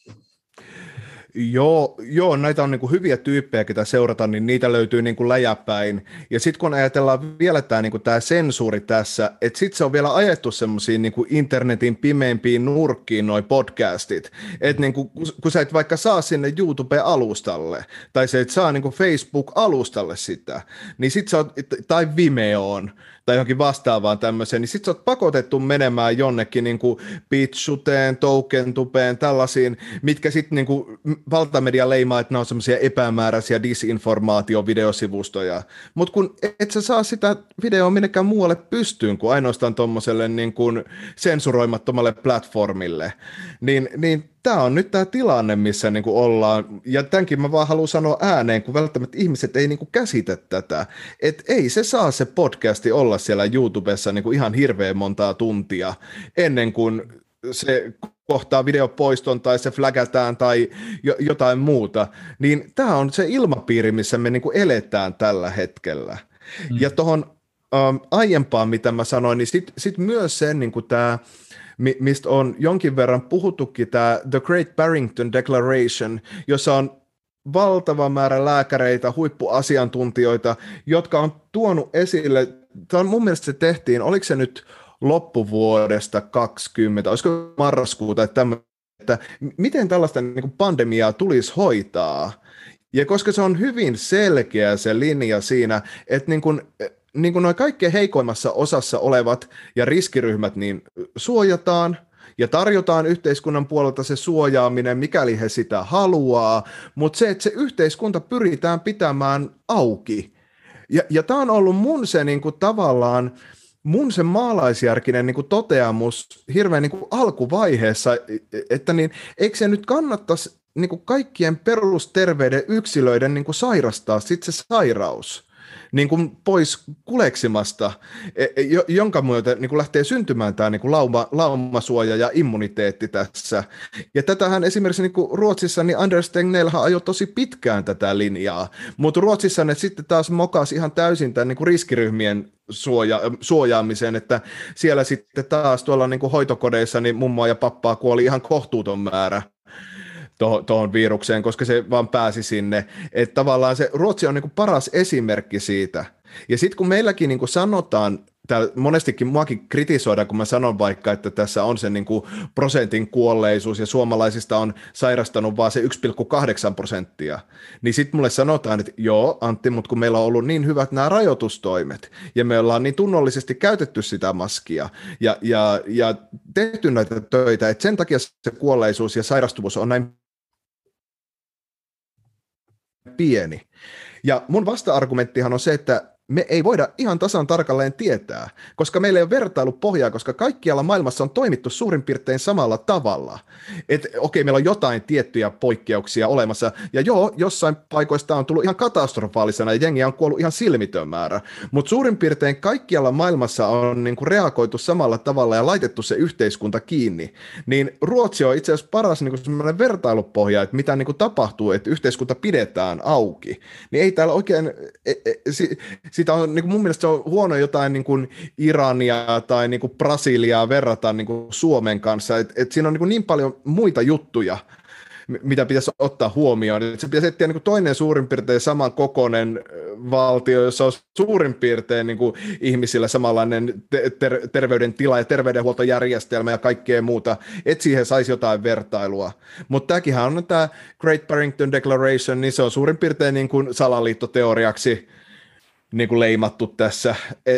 Joo, näitä on hyviä tyyppejä, ketä seurata, niin niitä löytyy läjäpäin. Ja sitten kun ajatellaan vielä tämä sensuuri tässä, että sitten se on vielä ajettu semmoisiin internetin pimeimpiin nurkkiin noi podcastit, että kun sä et vaikka saa sinne YouTube-alustalle, tai sä et saa Facebook-alustalle sitä, niin sitten sä oot, tai Vimeoon, tai johonkin vastaavaan tämmöiseen, niin sit sä oot pakotettu menemään jonnekin niin kuin BitChuteen, TokenTubeen, tällaisiin, mitkä sitten niin kuin valtamedia leimaa, että nämä on semmoisia epämääräisiä disinformaatiovideosivustoja. Mutta kun et sä saa sitä videoa minnekään muualle pystyyn kuin ainoastaan tuommoiselle niin kuin sensuroimattomalle platformille, niin tämä on nyt tämä tilanne, missä niin kuin ollaan, ja tämänkin mä vaan haluan sanoa ääneen, kun välttämättä ihmiset ei niin kuin käsitä tätä, että ei se saa se podcasti olla siellä YouTubessa niin kuin ihan hirveän montaa tuntia, ennen kuin se kohtaa videopoiston tai se flagataan tai jotain muuta, niin tämä on se ilmapiiri, missä me niin kuin eletään tällä hetkellä. Ja tuohon aiempaan, mitä mä sanoin, niin sit myös se, niin kuin tämä, mistä on jonkin verran puhuttukin, tämä The Great Barrington Declaration, jossa on valtava määrä lääkäreitä, huippuasiantuntijoita, jotka on tuonut esille, tämä on mun mielestä se tehtiin, oliko se nyt loppuvuodesta 2020, olisiko marraskuuta, että miten tällaista niin kuin pandemiaa tulisi hoitaa. Ja koska se on hyvin selkeä se linja siinä, että niin kuin nuo kaikkein heikoimmassa osassa olevat ja riskiryhmät niin suojataan ja tarjotaan yhteiskunnan puolelta se suojaaminen, mikäli he sitä haluaa, mutta se, että se yhteiskunta pyritään pitämään auki. Ja tämä on ollut mun se niin kuin tavallaan, mun se maalaisjärkinen niin kuin toteamus hirveän niin kuin alkuvaiheessa, että niin, eikö se nyt kannattaisi niin kuin kaikkien perusterveiden yksilöiden niin kuin sairastaa sitten se sairaus niin kuin pois kuleksimasta, jonka myötä niin kuin lähtee syntymään tämä niin kuin laumasuoja ja immuniteetti tässä. Ja tätähän esimerkiksi niin kuin Ruotsissa, niin Anders Tegnellhan ajoi tosi pitkään tätä linjaa, mutta Ruotsissa ne sitten taas mokasi ihan täysin tämän niin kuin riskiryhmien suojaamiseen, että siellä sitten taas tuolla niin kuin hoitokodeissa niin mummoa ja pappaa kuoli ihan kohtuuton määrä tuohon virukseen, koska se vaan pääsi sinne. Että tavallaan se Ruotsi on niin kuin paras esimerkki siitä. Ja sitten kun meilläkin niin kuin sanotaan, monestikin muakin kritisoidaan, kun mä sanon vaikka, että tässä on se niin kuin prosentin kuolleisuus ja suomalaisista on sairastanut vaan se 1,8%, niin sitten mulle sanotaan, että joo Antti, mutta kun meillä on ollut niin hyvät nämä rajoitustoimet ja me ollaan niin tunnollisesti käytetty sitä maskia ja tehty näitä töitä, että sen takia se kuolleisuus ja sairastuvuus on näin pieni. Ja mun vasta-argumenttihan on se, että me ei voida ihan tasan tarkalleen tietää, koska meillä ei ole vertailupohjaa, koska kaikkialla maailmassa on toimittu suurin piirtein samalla tavalla. Että okei, meillä on jotain tiettyjä poikkeuksia olemassa, ja joo, jossain paikoista on tullut ihan katastrofaalisena, ja jengiä on kuollut ihan silmitön määrä, mutta suurin piirtein kaikkialla maailmassa on niin kuin reagoitu samalla tavalla ja laitettu se yhteiskunta kiinni. Niin Ruotsi on itse asiassa paras niin kuin semmoinen vertailupohja, että mitä niin kuin tapahtuu, että yhteiskunta pidetään auki. Niin ei täällä oikein sitä on, niin kuin mun mielestä se on huono jotain niin kuin Irania tai niin kuin Brasiliaa verrata niin kuin Suomen kanssa, että siinä on niin paljon muita juttuja, mitä pitäisi ottaa huomioon. Se pitäisi etsiä niin kuin toinen suurin piirtein samankokoinen valtio, jossa on suurin piirtein niin kuin ihmisillä samanlainen terveydentila ja terveydenhuoltojärjestelmä ja kaikkea muuta, että siihen saisi jotain vertailua. Mutta tämäkinhän on tämä Great Barrington Declaration, niin se on suurin piirtein niin kuin salaliittoteoriaksi niin kuin leimattu tässä,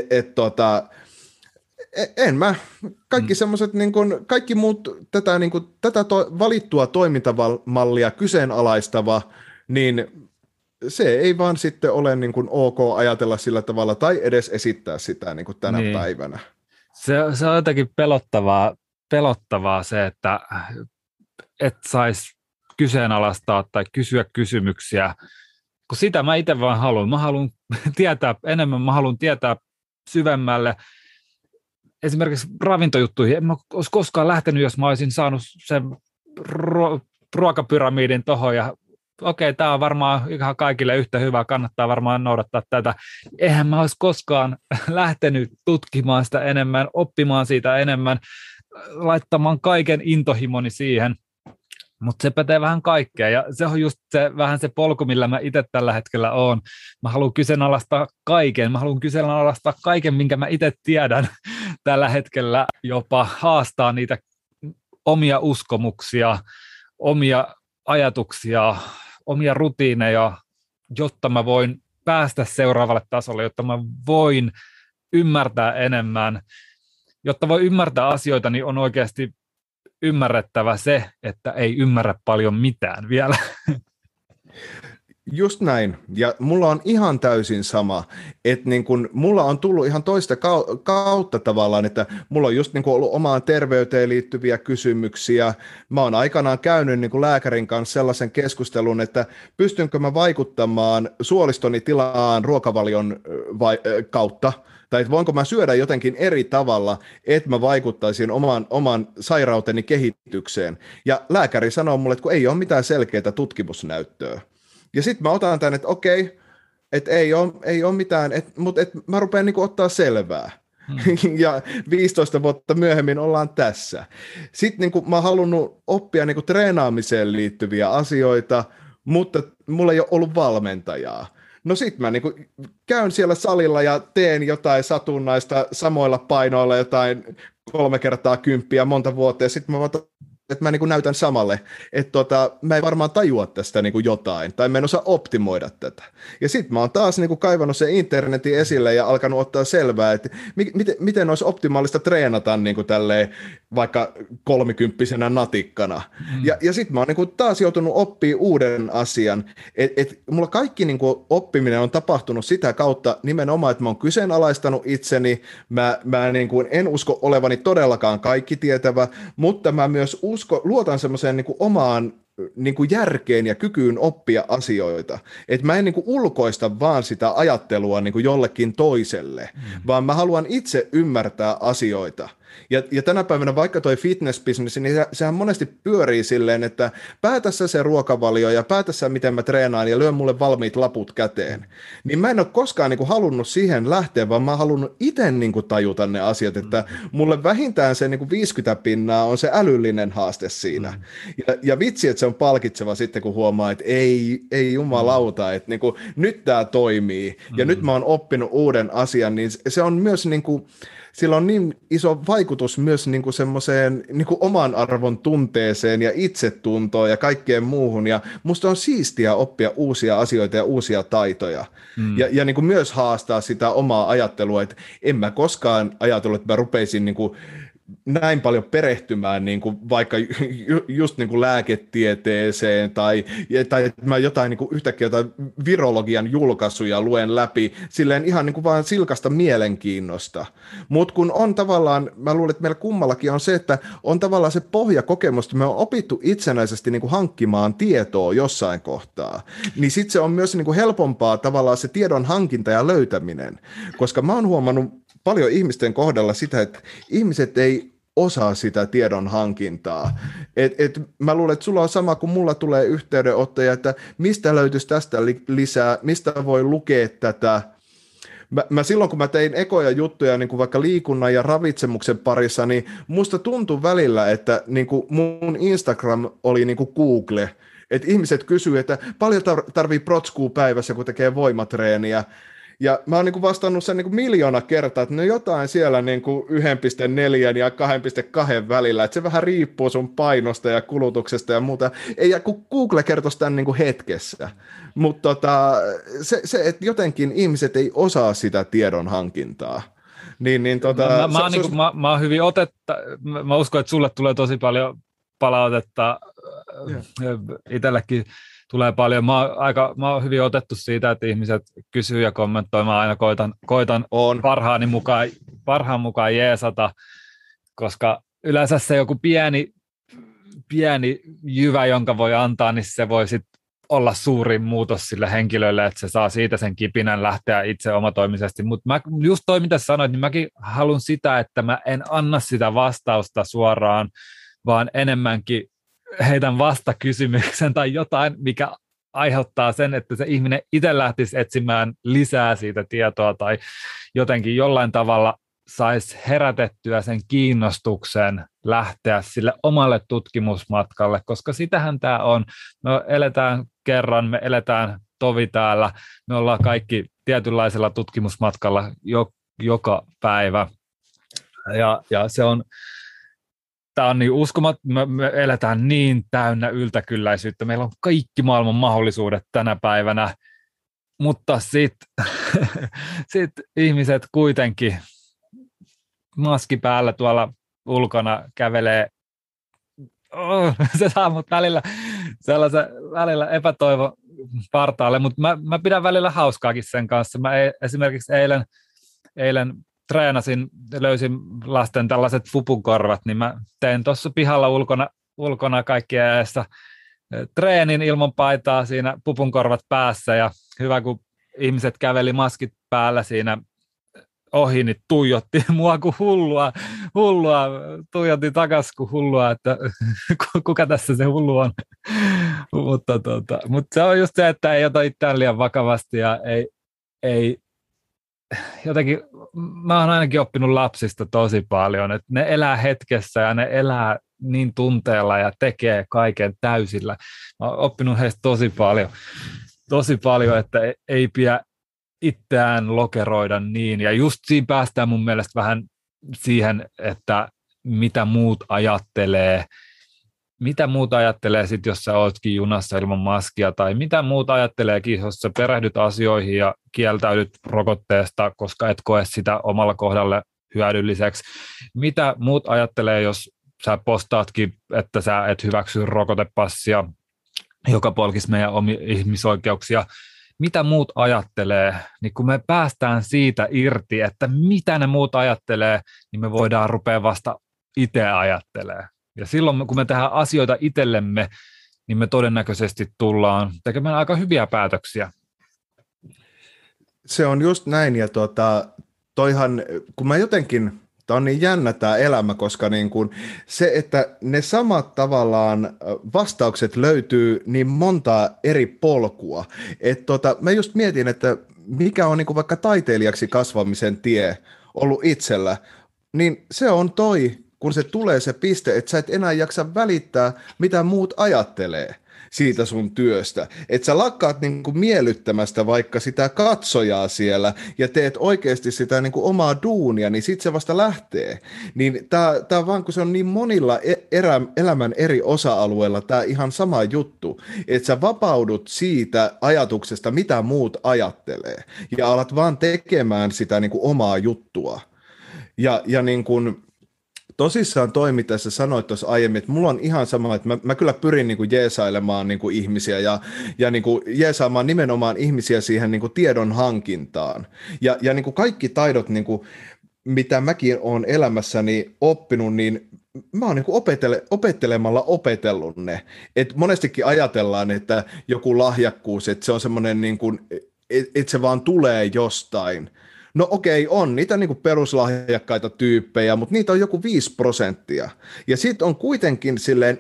en mä, kaikki semmoiset, niin kuin, kaikki muut tätä, niin kuin, valittua toimintamallia kyseenalaistava, niin se ei vaan sitten ole niin kuin ok ajatella sillä tavalla tai edes esittää sitä niin kuin tänä päivänä. Se on jotenkin pelottavaa se, että et saisi kyseenalaistaa tai kysyä kysymyksiä, kun sitä mä itse vaan haluan. Mä haluan tietää enemmän, mä haluan tietää syvemmälle. Esimerkiksi ravintojuttuihin, en mä olisi koskaan lähtenyt, jos mä olisin saanut sen ruokapyramidin tohon ja okei, tämä on varmaan ihan kaikille yhtä hyvä, kannattaa varmaan noudattaa tätä. Eihän mä olisi koskaan lähtenyt tutkimaan sitä enemmän, oppimaan siitä enemmän, laittamaan kaiken intohimoni siihen. Mutta se pätee vähän kaikkea ja se on just vähän se polku, millä mä itse tällä hetkellä oon. Mä haluan kyseenalaistaa kaiken, minkä mä itse tiedän tällä hetkellä, jopa haastaa niitä omia uskomuksia, omia ajatuksia, omia rutiineja, jotta mä voin päästä seuraavalle tasolle, jotta mä voin ymmärtää enemmän. Jotta voi ymmärtää asioita, niin on oikeasti ymmärrettävä se, että ei ymmärrä paljon mitään vielä. Just näin, ja mulla on ihan täysin sama, että niin kun mulla on tullut ihan toista kautta tavallaan, että mulla on just niin kun ollut omaan terveyteen liittyviä kysymyksiä. Mä oon aikanaan käynyt niin kun lääkärin kanssa sellaisen keskustelun, että pystynkö mä vaikuttamaan suolistoni tilaan ruokavalion kautta, tai että voinko mä syödä jotenkin eri tavalla, että mä vaikuttaisin oman sairauteni kehitykseen. Ja lääkäri sanoo mulle, että kun ei ole mitään selkeää tutkimusnäyttöä. Ja sitten mä otan tämän, että okei, että ei ole mitään, mutta mä rupean niinku ottaa selvää. Ja 15 vuotta myöhemmin ollaan tässä. Sitten niinku mä oon halunnut oppia niinku treenaamiseen liittyviä asioita, mutta mulla ei ole ollut valmentajaa. No sit mä niinku käyn siellä salilla ja teen jotain satunnaista samoilla painoilla, jotain 3 kertaa 10 monta vuotta, ja sitten mä että mä niin kuin näytän samalle, että mä en varmaan tajua tästä niin kuin jotain, tai mä en osaa optimoida tätä. Ja sitten mä oon taas niin kuin kaivannut sen internetin esille ja alkanut ottaa selvää, että miten olisi optimaalista treenata niin kuin tälleen vaikka 30-vuotiaana natikkana. Ja sitten mä oon niin kuin taas joutunut oppimaan uuden asian, että mulla kaikki niin kuin oppiminen on tapahtunut sitä kautta nimenomaan, että mä oon kyseenalaistanut itseni, mä niin kuin en usko olevani todellakaan kaikki tietävä, mutta mä myös luotan semmoiseen niin kuin omaan niin kuin järkeen ja kykyyn oppia asioita. Että mä en niin kuin ulkoista vaan sitä ajattelua niin kuin jollekin toiselle, vaan mä haluan itse ymmärtää asioita. Ja tänä päivänä vaikka toi fitness-business, niin sehän monesti pyörii silleen, että päätä sä se ruokavalio ja päätä sä miten mä treenaan ja lyö mulle valmiit laput käteen. Niin mä en ole koskaan niin kuin halunnut siihen lähteä, vaan mä oon halunnut itse niin kuin tajuta ne asiat, että mulle vähintään se niin kuin 50% on se älyllinen haaste siinä. Ja vitsi, että se on palkitseva sitten, kun huomaa, että ei jumalauta, että niin kuin, nyt tää toimii ja nyt mä oon oppinut uuden asian, niin se on myös niin kuin sillä on niin iso vaikutus myös niinku semmoiseen niinku oman arvon tunteeseen ja itsetuntoon ja kaikkeen muuhun. Ja musta on siistiä oppia uusia asioita ja uusia taitoja. Ja niinku myös haastaa sitä omaa ajattelua, että en mä koskaan ajatellut, että mä rupeisin niinku näin paljon perehtymään niin kuin vaikka just niin kuin lääketieteeseen tai mä jotain niin kuin yhtäkkiä jotain virologian julkaisuja luen läpi silleen ihan niin kuin vaan silkasta mielenkiinnosta. Mutta kun on tavallaan, mä luulen, että meillä kummallakin on se, että on tavallaan se pohjakokemus, että me on opittu itsenäisesti niin kuin hankkimaan tietoa jossain kohtaa, niin sitten se on myös niin kuin helpompaa tavallaan se tiedon hankinta ja löytäminen, koska mä oon huomannut paljon ihmisten kohdalla sitä, että ihmiset ei osaa sitä tiedon hankintaa. Mä luulen, että sulla on sama, kun mulla tulee yhteydenottoja, että mistä löytyisi tästä lisää, mistä voi lukea tätä. Mä silloin, kun mä tein ekoja juttuja niin kuin vaikka liikunnan ja ravitsemuksen parissa, niin musta tuntui välillä, että niin kuin mun Instagram oli niin kuin Google. Että ihmiset kysyy, että paljon tarvii protskuu päivässä, kun tekee voimatreeniä. Ja mä oon niinku vastannut sen niinku 1,000,000 kertaa, että no jotain siellä niinku 1,4 ja 2,2 välillä, että se vähän riippuu sun painosta ja kulutuksesta ja muuta. Ja kun Google kertoisi tämän niinku hetkessä, mutta se, että jotenkin ihmiset ei osaa sitä tiedon hankinää. Mä oon hyvin mä uskon, että sulle tulee tosi paljon palautetta, itsellekin tulee paljon. Mä oon hyvin otettu siitä, että ihmiset kysyy ja kommentoi. Mä aina koitan parhaan mukaan jeesata, koska yleensä se joku pieni jyvä, jonka voi antaa, niin se voi sit olla suurin muutos sille henkilölle, että se saa siitä sen kipinän lähteä itse omatoimisesti. Mutta just toi, mitä sanoit, niin mäkin haluan sitä, että mä en anna sitä vastausta suoraan, vaan enemmänkin heitän vastakysymyksen tai jotain, mikä aiheuttaa sen, että se ihminen itse lähtisi etsimään lisää siitä tietoa tai jotenkin jollain tavalla saisi herätettyä sen kiinnostuksen lähteä sille omalle tutkimusmatkalle, koska sitähän tämä on. Me eletään kerran, me eletään tovi täällä, me ollaan kaikki tietynlaisella tutkimusmatkalla joka päivä ja se on. Tämä on niin uskomaton, me eletään niin täynnä yltäkylläisyyttä, meillä on kaikki maailman mahdollisuudet tänä päivänä, mutta sitten sit ihmiset kuitenkin maski päällä tuolla ulkona kävelee. Se saa mut välillä sellaisen epätoivon partaalle, mutta mä pidän välillä hauskaakin sen kanssa. Mä esimerkiksi eilen treenasin, löysin lasten tällaiset fupukorvat, niin mä tein tuossa pihalla ulkona kaikkien edessä treenin ilman paitaa siinä pupunkorvat päässä, ja hyvä kun ihmiset käveli maskit päällä siinä ohi, niin tuijotti mua kuin hullua, tuijotti takas kuin hullua, että kuka tässä se hullu on. mutta se on just se, että ei ota itseään liian vakavasti ja ei jotenkin, mä oon ainakin oppinut lapsista tosi paljon, että ne elää hetkessä ja ne elää niin tunteella ja tekee kaiken täysillä. Mä oon oppinut heistä tosi paljon, että ei pidä itseään lokeroida niin. Ja just siinä päästään mun mielestä vähän siihen, että mitä muut ajattelee sit, jos sä ootkin junassa ilman maskia, tai mitä muut ajatteleekin, jos sä perehdyt asioihin ja kieltäydyt rokotteesta, koska et koe sitä omalla kohdalle hyödylliseksi. Mitä muut ajattelee, jos sä postaatkin, että sä et hyväksy rokotepassia, joka polkisi meidän omia ihmisoikeuksia. Mitä muut ajattelee, niin kun me päästään siitä irti, että mitä ne muut ajattelee, niin me voidaan rupea vasta itse ajattelemaan. Ja silloin, kun me tehdään asioita itsellemme, niin me todennäköisesti tullaan tekemään aika hyviä päätöksiä. Se on just näin, ja toihan, kun mä jotenkin, tämä on niin jännä tämä elämä, koska niin kuin se, että ne samat tavallaan vastaukset löytyy niin monta eri polkua, että mä just mietin, että mikä on niin kuin vaikka taiteilijaksi kasvamisen tie ollut itsellä, niin se on kun se tulee se piste, että sä et enää jaksa välittää, mitä muut ajattelee siitä sun työstä. Että sä lakkaat niinku miellyttämästä vaikka sitä katsojaa siellä ja teet oikeasti sitä niinku omaa duunia, niin sit se vasta lähtee. Niin tää vaan, kun se on niin monilla elämän eri osa-alueilla tää ihan sama juttu, että sä vapaudut siitä ajatuksesta, mitä muut ajattelee, ja alat vaan tekemään sitä niinku omaa juttua. Ja niin kuin tosissaan tässä sanoit tuossa aiemmin, että mulla on ihan sama, että mä kyllä pyrin niin kuin jeesailemaan niin kuin ihmisiä ja niin kuin jeesaamaan nimenomaan ihmisiä siihen niin kuin tiedon hankintaan. Ja niin kuin kaikki taidot, niin kuin, mitä mäkin olen elämässäni oppinut, niin mä oon niin kuin opettelemalla opetellut ne. Et monestikin ajatellaan, että joku lahjakkuus, että se on semmoinen, niin kuin, että se vaan tulee jostain. No okei, on niitä niinku peruslahjakkaita tyyppejä, mutta niitä on joku 5%. Ja sitten on kuitenkin silleen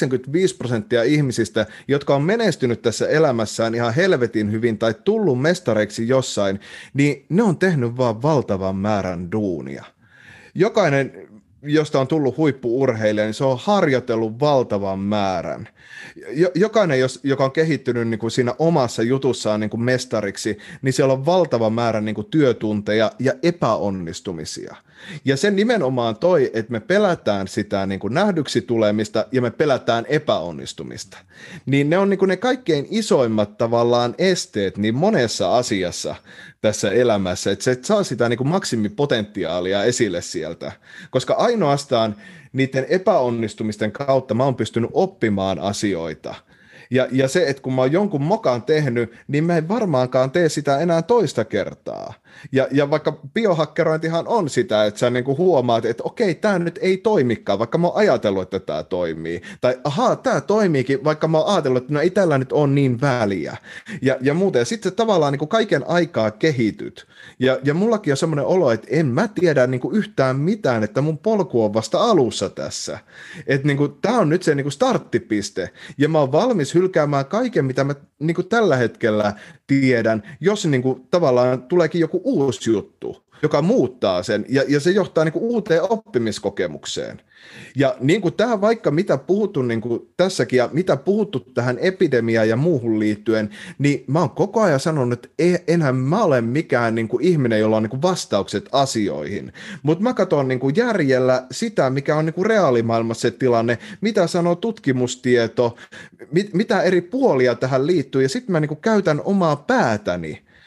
95% ihmisistä, jotka on menestynyt tässä elämässään ihan helvetin hyvin tai tullut mestareiksi jossain, niin ne on tehnyt vaan valtavan määrän duunia. Jokainen, josta on tullut huippu-urheilija, niin se on harjoitellut valtavan määrän. Jokainen, joka on kehittynyt niin kuin siinä omassa jutussaan niin kuin mestariksi, niin siellä on valtava määrä niin kuin työtunteja ja epäonnistumisia. Ja se nimenomaan että me pelätään sitä niin kuin nähdyksi tulemista ja me pelätään epäonnistumista. Niin ne on niin kuin ne kaikkein isoimmat tavallaan esteet niin monessa asiassa tässä elämässä, että se saa sitä niin kuin maksimipotentiaalia esille sieltä, koska ainoastaan niiden epäonnistumisten kautta mä oon pystynyt oppimaan asioita. Ja se, että kun mä oon jonkun mokan tehnyt, niin mä en varmaankaan tee sitä enää toista kertaa. Ja vaikka biohakkerointihan on sitä, että sä niinku huomaat, että okei, tämä nyt ei toimikaan, vaikka mä oon ajatellut, että tämä toimii. Tai ahaa, tämä toimiikin, vaikka mä oon ajatellut, että no ei tällä nyt ole niin väliä. Ja muuten. Ja sitten tavallaan niinku kaiken aikaa kehityt. Ja mullakin on semmoinen olo, että en mä tiedä niinku yhtään mitään, että mun polku on vasta alussa tässä. Että niinku, tämä on nyt se niinku starttipiste. Ja mä oon valmis hylkäämään kaiken, mitä mä niinku tällä hetkellä tiedän, jos niinku tavallaan tuleekin joku uusi juttu, joka muuttaa sen, ja se johtaa niinku uuteen oppimiskokemukseen. Ja niin kuin tähän vaikka mitä puhuttu niin kuin tässäkin, ja mitä puhuttu tähän epidemiaan ja muuhun liittyen, niin mä oon koko ajan sanonut, että enhän mä ole mikään niin kuin ihminen, jolla on niin kuin vastaukset asioihin. Mutta mä katson niin kuin järjellä sitä, mikä on niin kuin reaalimaailmassa se tilanne, mitä sanoo tutkimustieto, mitä eri puolia tähän liittyy, ja sitten mä niin kuin käytän omaa päätäni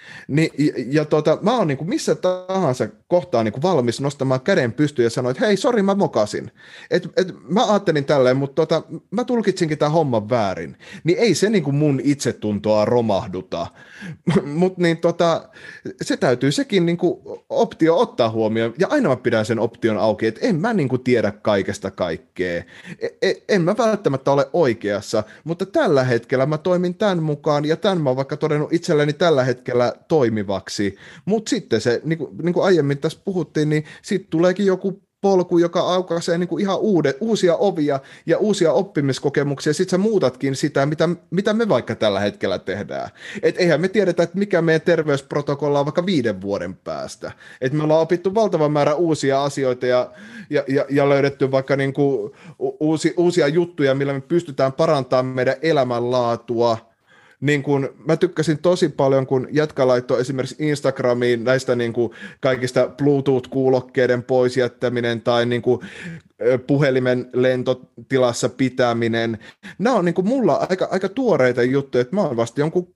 Mä oon niin kuin missä tahansa kohtaa niin kuin valmis nostamaan käden pystyyn ja sanoin, että hei, sori, mä mokasin. Mä ajattelin tälleen, mutta mä tulkitsinkin tämän homman väärin. Niin ei se niin kuin mun itsetuntoa romahduta. Mutta niin se täytyy sekin niin kuin optio ottaa huomioon. Ja aina mä pidän sen option auki, että en mä niin kuin tiedä kaikesta kaikkea. En mä välttämättä ole oikeassa, mutta tällä hetkellä mä toimin tämän mukaan ja tämän mä oon vaikka todennut itselleni tällä hetkellä toimivaksi, mutta sitten se, niin kuin aiemmin tässä puhuttiin, niin sitten tuleekin joku polku, joka aukaisee niin kuin ihan uusia ovia ja uusia oppimiskokemuksia, sitten sä muutatkin sitä, mitä me vaikka tällä hetkellä tehdään. Et eihän me tiedetä, että mikä meidän terveysprotokolla on vaikka 5 vuoden päästä. Et me ollaan opittu valtavan määrä uusia asioita ja löydetty vaikka niin kuin uusia juttuja, millä me pystytään parantamaan meidän elämänlaatua. Niin kun, mä tykkäsin tosi paljon, kun jätkä laittoi esimerkiksi Instagramiin näistä niin kuin kaikista Bluetooth-kuulokkeiden pois jättäminen tai niin kuin puhelimen lentotilassa pitäminen. Nämä on niin kuin mulla aika tuoreita juttuja, että mä oon vasta jonkun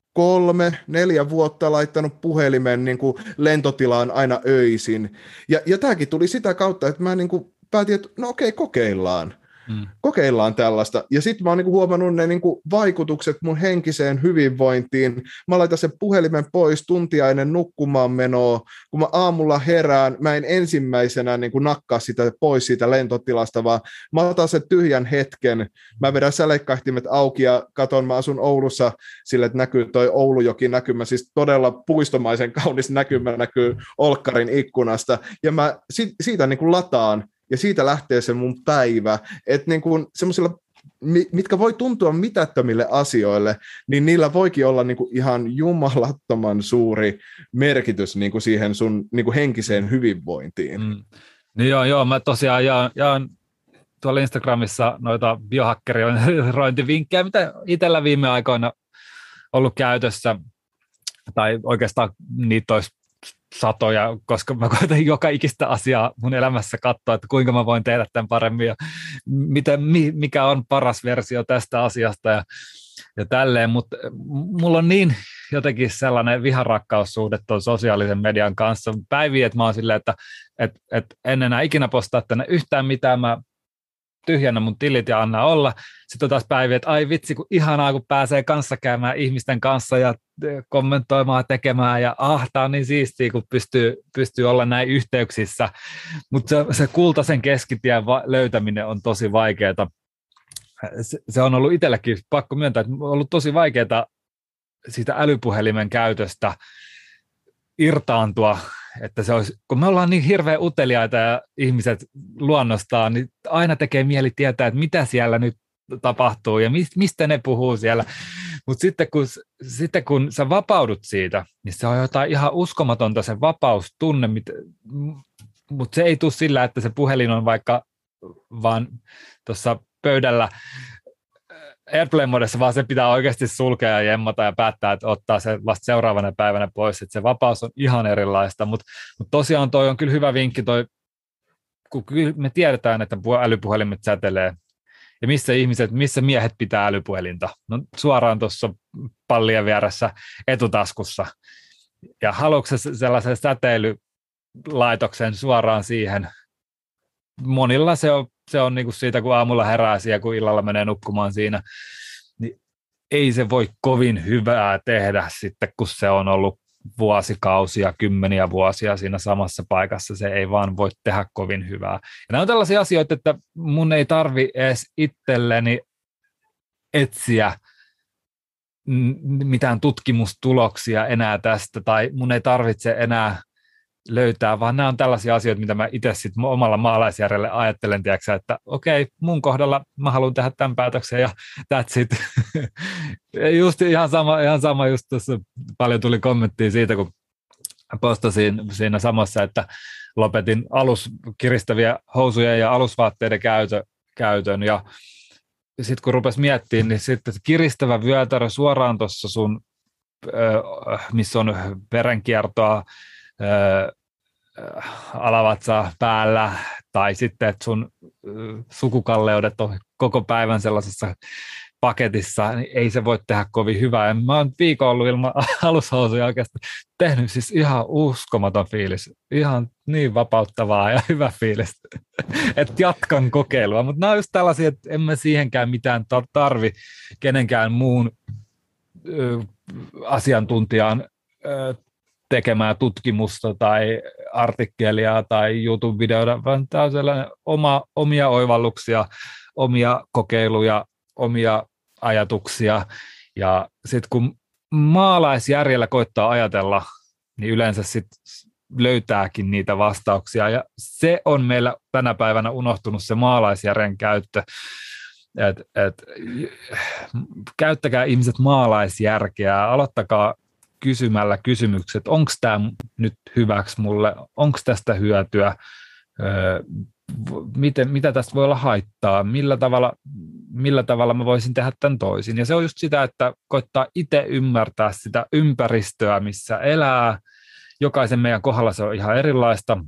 3-4 vuotta laittanut puhelimen niin kuin lentotilaan aina öisin. Ja tämäkin tuli sitä kautta, että mä niin kuin päätin, että no okei, kokeillaan. Kokeillaan tällaista. Ja sitten mä oon niinku huomannut ne niinku vaikutukset mun henkiseen hyvinvointiin. Mä laitan sen puhelimen pois tuntia ennen nukkumaan menoa. Kun mä aamulla herään, mä en ensimmäisenä niinku nakkaa sitä pois siitä lentotilasta, vaan mä otan sen tyhjän hetken. Mä vedän sälekkaihtimet auki ja katon, mä asun Oulussa sille, että näkyy toi Oulujoki näkymä, siis todella puistomaisen kaunis näkymä näkyy Olkkarin ikkunasta. Ja mä siitä niinku lataan. Ja siitä lähtee se mun päivä, että niin kuin semmoisilla, mitkä voi tuntua mitättömille asioille, niin niillä voikin olla niin kuin ihan jumalattoman suuri merkitys niin kuin siihen sun niin kuin henkiseen hyvinvointiin. Niin joo, mä tosiaan jaan tuolla Instagramissa noita biohakkerointivinkkejä, mitä itsellä viime aikoina ollut käytössä, tai oikeastaan niitä olisi satoja, koska mä koitan joka ikistä asiaa mun elämässä katsoa, että kuinka mä voin tehdä tämän paremmin ja mikä on paras versio tästä asiasta ja tälleen, mutta mulla on niin jotenkin sellainen viharakkaussuhde tuon sosiaalisen median kanssa päiviä, että mä oon silleen, että en enää ikinä postaa tänne yhtään mitään, mä tyhjennä mun tilit ja anna olla. Sitten on taas päiviä, että ai vitsi, kun ihanaa, kun pääsee kanssakäymään ihmisten kanssa ja kommentoimaan, tekemään ja tää on niin siistiä, kun pystyy olla näin yhteyksissä. Mutta se kultaisen keskitien löytäminen on tosi vaikeaa. Se on ollut itsellekin pakko myöntää, että on ollut tosi vaikeaa siitä älypuhelimen käytöstä irtaantua, että se olisi, kun me ollaan niin hirveän uteliaita ja ihmiset luonnostaan, niin aina tekee mieli tietää, että mitä siellä nyt tapahtuu ja mistä ne puhuu siellä. Mutta sitten kun sä vapaudut siitä, niin se on jotain ihan uskomatonta se vapaustunne, mutta se ei tule sillä, että se puhelin on vaikka vaan tuossa pöydällä Airplane-modessa, vaan se pitää oikeasti sulkea ja jemmata ja päättää, että ottaa se vasta seuraavana päivänä pois, että se vapaus on ihan erilaista, mutta tosiaan toi on kyllä hyvä vinkki, kun me tiedetään, että älypuhelimet sätelee, ja missä miehet pitää älypuhelinta, no suoraan tuossa pallien vieressä etutaskussa, ja haluatko sellaisen säteilylaitoksen suoraan siihen? Monilla se on niin kuin siitä, kun aamulla herää ja kun illalla menee nukkumaan siinä, niin ei se voi kovin hyvää tehdä sitten, kun se on ollut vuosikausia, 10 vuosia siinä samassa paikassa. Se ei vaan voi tehdä kovin hyvää. Ja nämä on tällaisia asioita, että mun ei tarvi edes itselleni etsiä mitään tutkimustuloksia enää tästä, tai mun ei tarvitse enää löytää, vaan nämä on tällaisia asioita, mitä mä itse sitten omalla maalaisjärjelle ajattelen, tiiäksä, että okei, mun kohdalla mä haluan tehdä tämän päätöksen ja that's it. Just ihan sama just tuossa paljon tuli kommenttia siitä, kun postasin siinä samassa, että lopetin kiristäviä housuja ja alusvaatteiden käytön ja sitten kun rupesi miettimään, niin sitten kiristävä vyötärö suoraan tuossa sun, missä on verenkiertoa, alavatsa päällä, tai sitten, että sun sukukalleudet on koko päivän sellaisessa paketissa, niin ei se voi tehdä kovin hyvää. Ja mä oon viikon ollut ilman alushousuja oikeastaan tehnyt siis ihan uskomaton fiilis. Ihan niin vapauttavaa ja hyvä fiilis, että jatkan kokeilua. Mutta nämä on just tällaisia, että en mä siihenkään mitään tarvi kenenkään muun asiantuntijan tekemää tutkimusta tai artikkelia tai YouTube-videota, vaan tämä on sellainen omia oivalluksia, omia kokeiluja, omia ajatuksia. Ja sitten kun maalaisjärjellä koittaa ajatella, niin yleensä sitten löytääkin niitä vastauksia. Ja se on meillä tänä päivänä unohtunut se maalaisjärjen käyttö. Käyttäkää ihmiset maalaisjärkeä, aloittakaa kysymällä kysymykset, onko tämä nyt hyväksi mulle, onko tästä hyötyä, mitä tästä voi olla haittaa, millä tavalla mä voisin tehdä tämän toisin. Ja se on just sitä, että koittaa itse ymmärtää sitä ympäristöä, missä elää. Jokaisen meidän kohdalla se on ihan erilaista.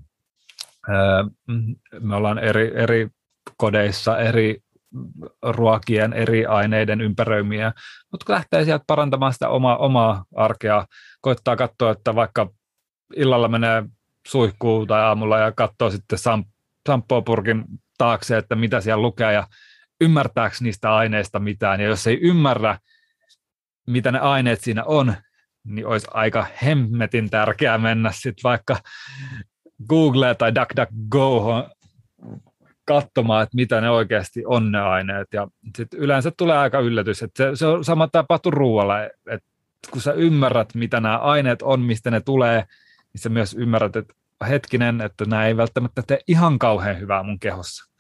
Me ollaan eri kodeissa, eri ruokien, eri aineiden ympäröimiä, mutta kun lähtee sieltä parantamaan sitä omaa arkea, koittaa katsoa, että vaikka illalla menee suihkuun tai aamulla ja katsoo sitten samppopurkin taakse, että mitä siellä lukee ja ymmärtääkö niistä aineista mitään, ja jos ei ymmärrä, mitä ne aineet siinä on, niin olisi aika hemmetin tärkeää mennä sitten vaikka Googleen tai DuckDuckGohon katsomaan, että mitä ne oikeasti on ne aineet, ja sitten yleensä tulee aika yllätys, että se on sama tapahtuu ruoalla, että kun sä ymmärrät, mitä nämä aineet on, mistä ne tulee, niin sä myös ymmärrät, että hetkinen, että nämä ei välttämättä tee ihan kauhean hyvää mun kehossa.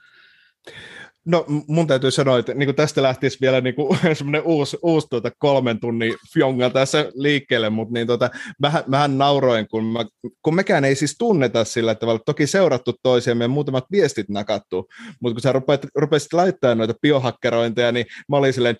No mun täytyy sanoa, että niin tästä lähtisi vielä niin semmoinen uusi 3 tunnin fjonga tässä liikkeelle, mutta niin mähän nauroin, kun mekään ei siis tunneta sillä tavalla, toki seurattu toisiamme ja muutamat viestit nakattu, mutta kun sä rupesit laittaa noita biohakkerointeja, niin mä olin silleen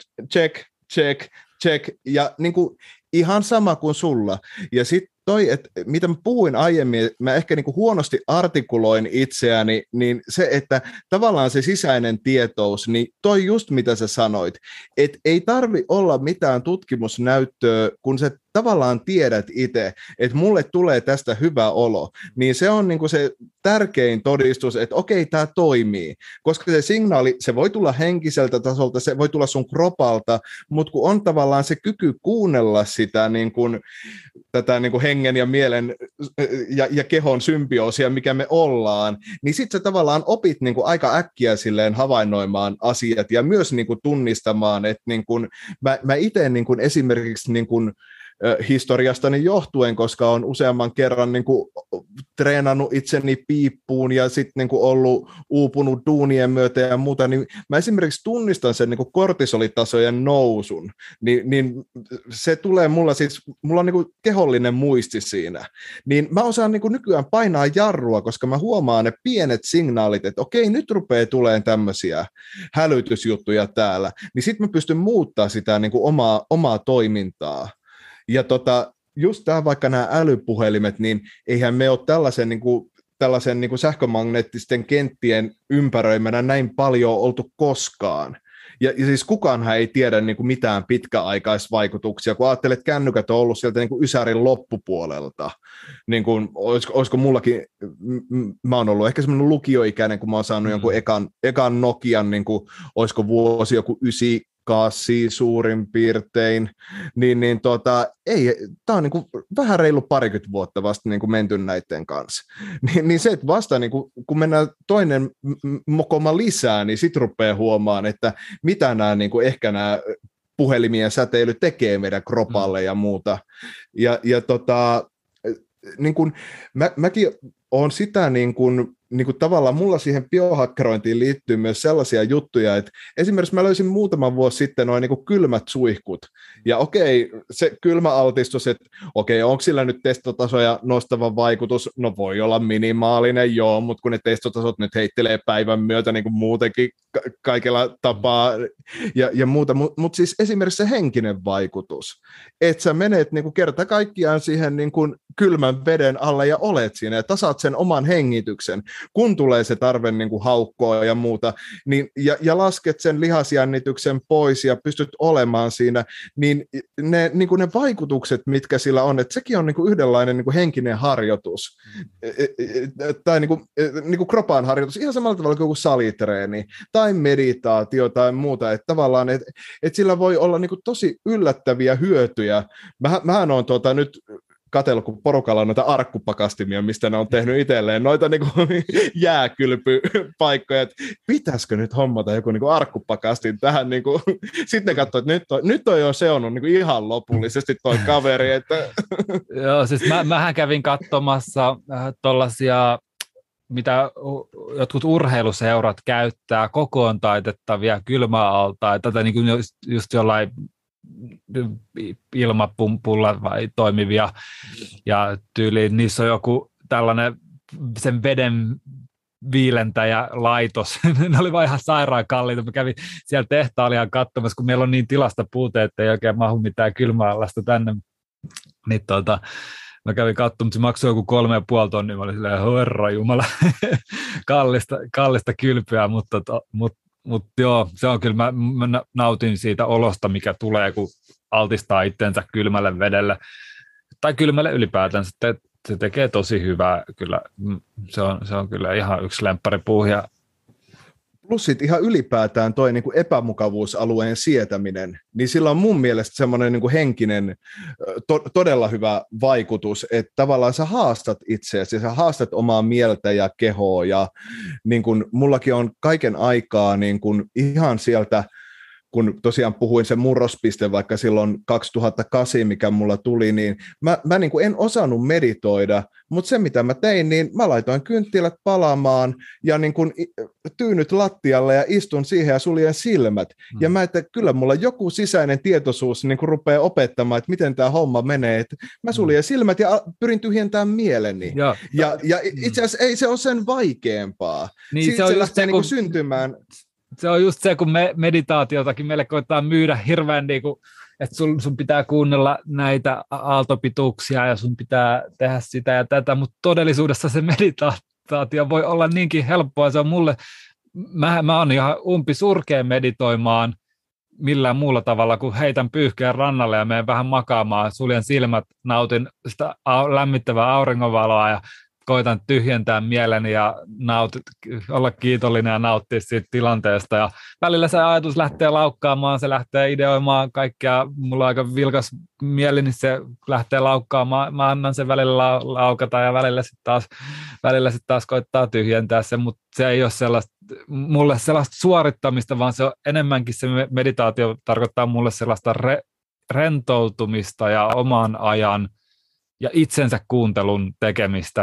check, ja niin kuin ihan sama kuin sulla. Ja sitten että mitä mä puhuin aiemmin, mä ehkä niin kuin huonosti artikuloin itseäni, niin se, että tavallaan se sisäinen tietous, niin toi just mitä sä sanoit, että ei tarvi olla mitään tutkimusnäyttöä, kun sä tavallaan tiedät itse, että mulle tulee tästä hyvä olo, niin se on niin kuin se tärkein todistus, että okei, tämä toimii, koska se signaali, se voi tulla henkiseltä tasolta, se voi tulla sun kropalta, mutta kun on tavallaan se kyky kuunnella sitä niin kuin, tätä niin kuin hengen ja mielen ja kehon symbioosia, mikä me ollaan, niin sitten sä tavallaan opit niin kuin aika äkkiä silleen havainnoimaan asiat ja myös niin kuin tunnistamaan, että niin kuin, mä itse niin kuin esimerkiksi niin kuin historiastani johtuen, koska on useamman kerran niin kuin treenannut itseni piippuun ja sitten niin kuin ollut uupunut duunien myötä ja muuta, niin mä esimerkiksi tunnistan sen niin kuin kortisolitasojen nousun, niin se tulee mulla on niin kuin kehollinen muisti siinä, niin mä osaan niin kuin nykyään painaa jarrua, koska mä huomaan ne pienet signaalit, että okei, nyt rupeaa tulemaan tämmöisiä hälytysjuttuja täällä, niin sitten mä pystyn muuttaa sitä niin kuin omaa toimintaa. Ja just tämä vaikka nämä älypuhelimet, niin eihän me ole tällaisen niin kuin sähkömagneettisten kenttien ympäröimänä näin paljon oltu koskaan. Ja siis kukaanhan ei tiedä niin kuin mitään pitkäaikaisvaikutuksia, kun ajattelet, että kännykät on ollut sieltä niin kuin ysärin loppupuolelta. Niin kuin, olisiko mullakin, mä oon ollut ehkä semmoinen lukioikäinen, kun mä oon saanut jonkun ekan Nokian, niin kuin, olisiko vuosi joku 98 suurin piirtein, ei, tämä on niin kuin vähän reilu 20 vuotta vasta niin kuin menty näiden kanssa. Niin se, että vasta niin kuin, kun mennään toinen mokoma lisää, niin sitten rupeaa huomaan, että mitä nämä, niin kuin ehkä nämä puhelimien säteily tekee meidän kropalle ja muuta. Ja niin kuin, mäkin olen sitä niin kuin tavallaan mulla siihen biohakkerointiin liittyy myös sellaisia juttuja, että esimerkiksi mä löysin muutaman vuosi sitten noin niin kuin kylmät suihkut, ja okei, se kylmäaltistus, että okei, onko sillä nyt testotasoja nostava vaikutus, no voi olla minimaalinen, joo, mutta kun ne testotasot nyt heittelee päivän myötä niin kuin muutenkin kaikella tapaa ja muuta, mutta siis esimerkiksi se henkinen vaikutus, että sä menet niin kuin kerta kaikkiaan siihen niin kuin kylmän veden alla ja olet siinä ja tasaat sen oman hengityksen, kun tulee se tarve niin kuin haukkoa ja muuta, niin, ja lasket sen lihasjännityksen pois ja pystyt olemaan siinä, niin ne vaikutukset, mitkä sillä on, että sekin on niin kuin yhdenlainen niin kuin henkinen harjoitus, tai niin kuin kropan harjoitus, ihan samalla tavalla kuin joku salitreeni, tai meditaatio tai muuta, että tavallaan, että sillä voi olla niin kuin tosi yllättäviä hyötyjä. Mähän on nyt katsellut, kun porukalla on noita arkkupakastimia, mistä ne on tehnyt itselleen noita niin kuin jääkylpypaikkoja, että pitäisikö nyt hommata joku niin kuin arkkupakastin tähän, niin kuin. Sitten ne katsoo, että nyt toi on seonnut niin kuin ihan lopullisesti toi kaveri. Että. Joo, siis mähän kävin katsomassa tuollaisia, mitä jotkut urheiluseurat käyttää kokoon taitettavia kylmäaltaita, tai niin kuin just jollain ilmapumpulla vai toimivia, ja tyyliin niissä on joku tällainen sen veden viilentäjälaitos. Ne oli vaan ihan sairaan kalliita. Mä kävin siellä tehtaalla ihan katsomassa, kun meillä on niin tilasta puute, että ei oikein mahu mitään kylmäallasta tänne. Niin mä kävin katsomaan, mutta se maksoi joku 3,5 tonnia. Mä olin silleen, herra jumala, kallista kylpyä, mutta joo, se on kyllä, mä nautin siitä olosta, mikä tulee, kun altistaa itsensä kylmälle vedelle, tai kylmälle ylipäätään, se tekee tosi hyvää, kyllä, se on kyllä ihan yksi lempparipuuhia. Plus sit ihan ylipäätään toi niin kuin epämukavuusalueen sietäminen, niin sillä on mun mielestä semmoinen niin kuin henkinen todella hyvä vaikutus, että tavallaan sä haastat itseäsi, sä haastat omaa mieltä ja kehoa, ja niin kuin mullakin on kaiken aikaa niin kuin ihan sieltä, kun tosiaan puhuin sen murrospiste vaikka silloin 2008, mikä mulla tuli, niin mä niin kuin en osannut meditoida, mutta se mitä mä tein, niin mä laitoin kynttilät palaamaan ja niin kuin tyynyt lattialle ja istun siihen ja suljen silmät. Ja mä, että kyllä mulla joku sisäinen tietoisuus niin kuin rupeaa opettamaan, että miten tämä homma menee. Että mä suljen silmät ja pyrin tyhjentämään mieleni. Ja itse asiassa ei se ole sen vaikeampaa. Niin, siitä se lähtee niin kuin syntymään. Se on just se, kun meditaatiotakin meille koetaan myydä hirveän, niin kuin, että sun pitää kuunnella näitä aaltopituuksia ja sun pitää tehdä sitä ja tätä, mutta todellisuudessa se meditaatio voi olla niinkin helppoa. Se on mulle, mä oon ihan surkea meditoimaan millään muulla tavalla, kun heitän pyyhkeen rannalle ja menen vähän makaamaan, suljen silmät, nautin sitä lämmittävää auringonvaloa ja koitan tyhjentää mieleni ja olla kiitollinen ja nauttia siitä tilanteesta. Ja välillä se ajatus lähtee laukkaamaan, se lähtee ideoimaan kaikkea. Mulla on aika vilkas mieli, niin se lähtee laukkaamaan. Mä annan sen välillä laukata ja välillä sitten taas koittaa tyhjentää sen, mutta se ei ole mulle sellaista suorittamista, vaan se on enemmänkin se meditaatio tarkoittaa mulle sellaista rentoutumista ja oman ajan ja itsensä kuuntelun tekemistä.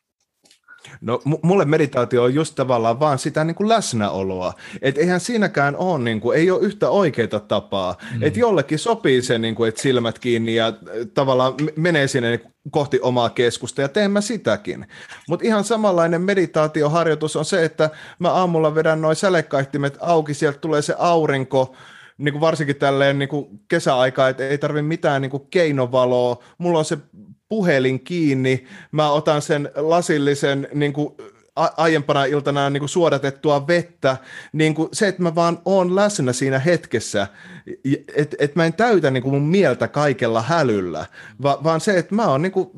No mulle meditaatio on just tavallaan vaan sitä niin kuin läsnäoloa, että eihän siinäkään ole, niin kuin, ei ole yhtä oikeaa tapaa, että jollekin sopii se, niin kuin, että silmät kiinni ja tavallaan menee sinne kohti omaa keskusta ja teen mä sitäkin, mutta ihan samanlainen meditaatioharjoitus on se, että mä aamulla vedän noin sälekaihtimet auki, sieltä tulee se aurinko, niin kuin varsinkin tälleen niin kuin kesäaikaa, että ei tarvitse mitään niin kuin keinovaloa, mulla on se puhelin kiinni, mä otan sen lasillisen niin kuin aiempana iltana niin kuin suodatettua vettä, niin kuin se, että mä vaan oon läsnä siinä hetkessä, että mä en täytä niin kuin mun mieltä kaikella hälyllä, vaan se, että mä oon niin kuin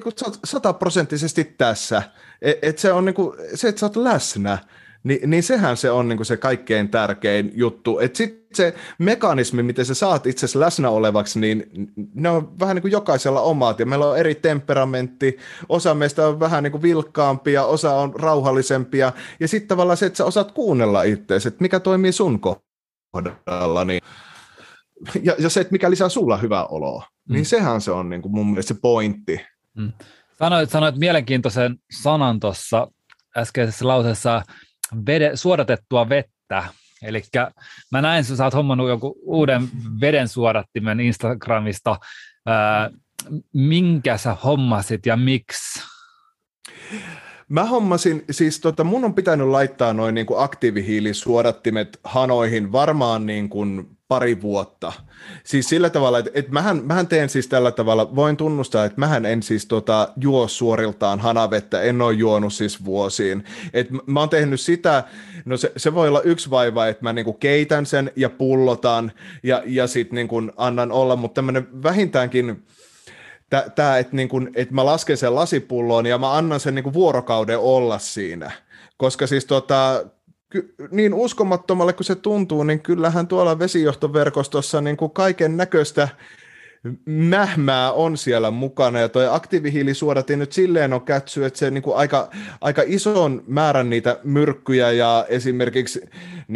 100% tässä, että se on niin kuin, se, että sä oot läsnä, niin sehän se on niin kuin se kaikkein tärkein juttu. Että sitten se mekanismi, miten sä saat itsesi läsnä olevaksi, niin ne on vähän niin kuin jokaisella omat. Ja meillä on eri temperamentti. Osa meistä on vähän niin kuin vilkkaampia, osa on rauhallisempia. Ja sitten tavallaan se, että sä osaat kuunnella itseäsi, että mikä toimii sun kohdalla. Niin. Ja se, että mikä lisää sulla hyvää oloa. Niin sehän se on niin kuin mun mielestä se pointti. Sanoit mielenkiintoisen sanan tuossa äskeisessä lauseessa, suodatettua vettä. Eli mä näin, että sä oot hommannut jonkun uuden veden suodattimen Instagramista. Minkä sä hommasit ja miksi? Mä hommasin, siis mun on pitänyt laittaa noin niin kuin aktiivihiilisuodattimet hanoihin varmaan niin kuin pari vuotta. Siis sillä tavalla, että mähän teen siis tällä tavalla, voin tunnustaa, että mähän en siis juo suoriltaan hanavettä, en ole juonut siis vuosiin. Et mä oon tehnyt sitä, no se voi olla yksi vaiva, että mä niin kuin keitän sen ja pullotan ja sitten niin kuin annan olla, mutta tämmöinen vähintäänkin tämä, että että mä lasken sen lasipulloon ja mä annan sen vuorokauden olla siinä, koska siis niin uskomattomalle kuin se tuntuu, niin kyllähän tuolla vesijohtoverkostossa kaiken näköistä mähmää on siellä mukana, ja toi aktiivihiilisuodatin nyt silleen on kätsy, että se aika ison määrän niitä myrkkyjä ja esimerkiksi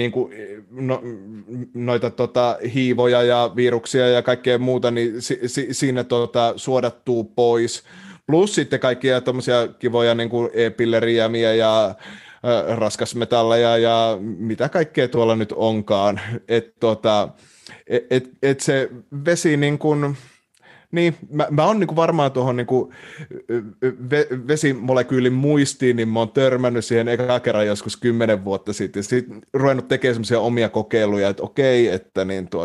noita hiivoja ja viruksia ja kaikkea muuta, niin siinä suodattuu pois. Plus sitten kaikkia tommosia kivoja e-pilleriämiä ja raskasmetalleja ja mitä kaikkea tuolla nyt onkaan. Et se vesi niin, mä oon varmaan tuohon vesimolekyylin muistiin, niin mä oon törmännyt siihen eka kerran joskus 10 vuotta sitten. Sitten ruvennut tekemään semmoisia omia kokeiluja, että okei, että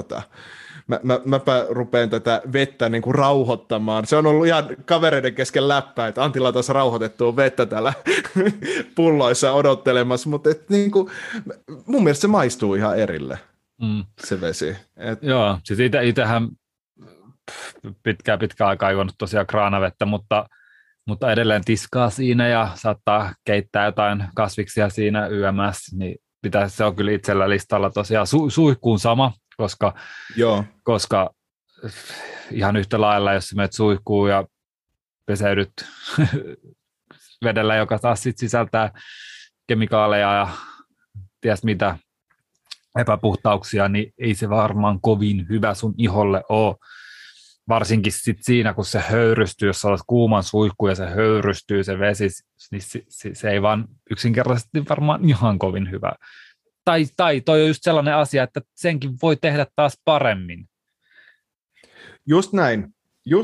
mäpä rupean tätä vettä rauhoittamaan. Se on ollut ihan kavereiden kesken läppää, että Antilla on taas rauhoitettua vettä täällä pulloissa odottelemassa, mutta mun mielestä se maistuu ihan erille, se vesi. Joo, siis itsehän pitkään aikaa juonut tosiaan kraanavettä, mutta edelleen tiskaa siinä ja saattaa keittää jotain kasviksia siinä YMS, niin se on kyllä itsellä listalla tosiaan suihkuun sama, koska ihan yhtä lailla, jos menet suihkuun ja peseydyt vedellä, joka taas sit sisältää kemikaaleja ja ties mitä epäpuhtauksia, niin ei se varmaan kovin hyvä sun iholle ole. Varsinkin sit siinä, kun se höyrystyy, jos olet kuuman suihku ja se höyrystyy se vesi, niin se ei vaan yksinkertaisesti varmaan ihan kovin hyvä. Tai toi on just sellainen asia, että senkin voi tehdä taas paremmin. Just näin.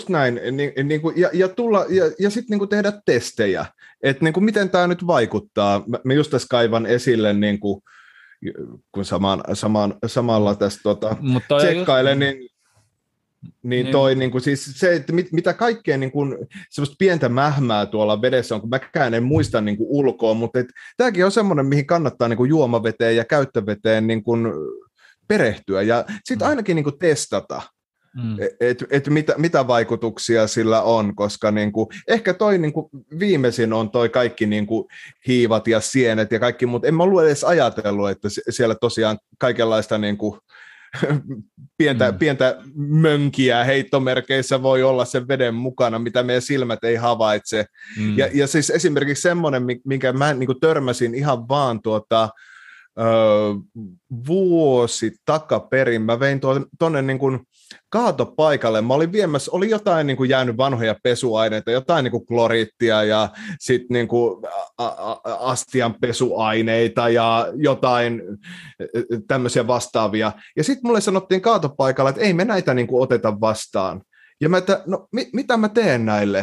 Ja sitten tehdä testejä, että miten tämä nyt vaikuttaa. Mä just tässä kaivan esille, kun samalla tässä tsekkailen, niin toi siis se, että mitä kaikkea semmoista pientä mähmää tuolla vedessä on, kun mäkään en muista ulkoa, mutta tämäkin on semmoinen, mihin kannattaa juomaveteen ja käyttöveteen perehtyä ja sitten ainakin testata, että mitä vaikutuksia sillä on, koska ehkä toi viimeisin on toi kaikki hiivat ja sienet ja kaikki, mutta en mä ollut edes ajatellut, että siellä tosiaan kaikenlaista pientä mönkiä heittomerkeissä voi olla sen veden mukana, mitä meidän silmät ei havaitse. Ja siis esimerkiksi semmoinen, minkä mä törmäsin ihan vaan vuosi takaperin, mä vein tuonne kaatopaikalle, mä olin viemässä, oli jotain jäänyt vanhoja pesuaineita, jotain kloriittia ja sitten astian pesuaineita ja jotain tämmöisiä vastaavia. Ja sitten mulle sanottiin kaatopaikalla, että ei me näitä oteta vastaan. Ja mä, että no mitä mä teen näille?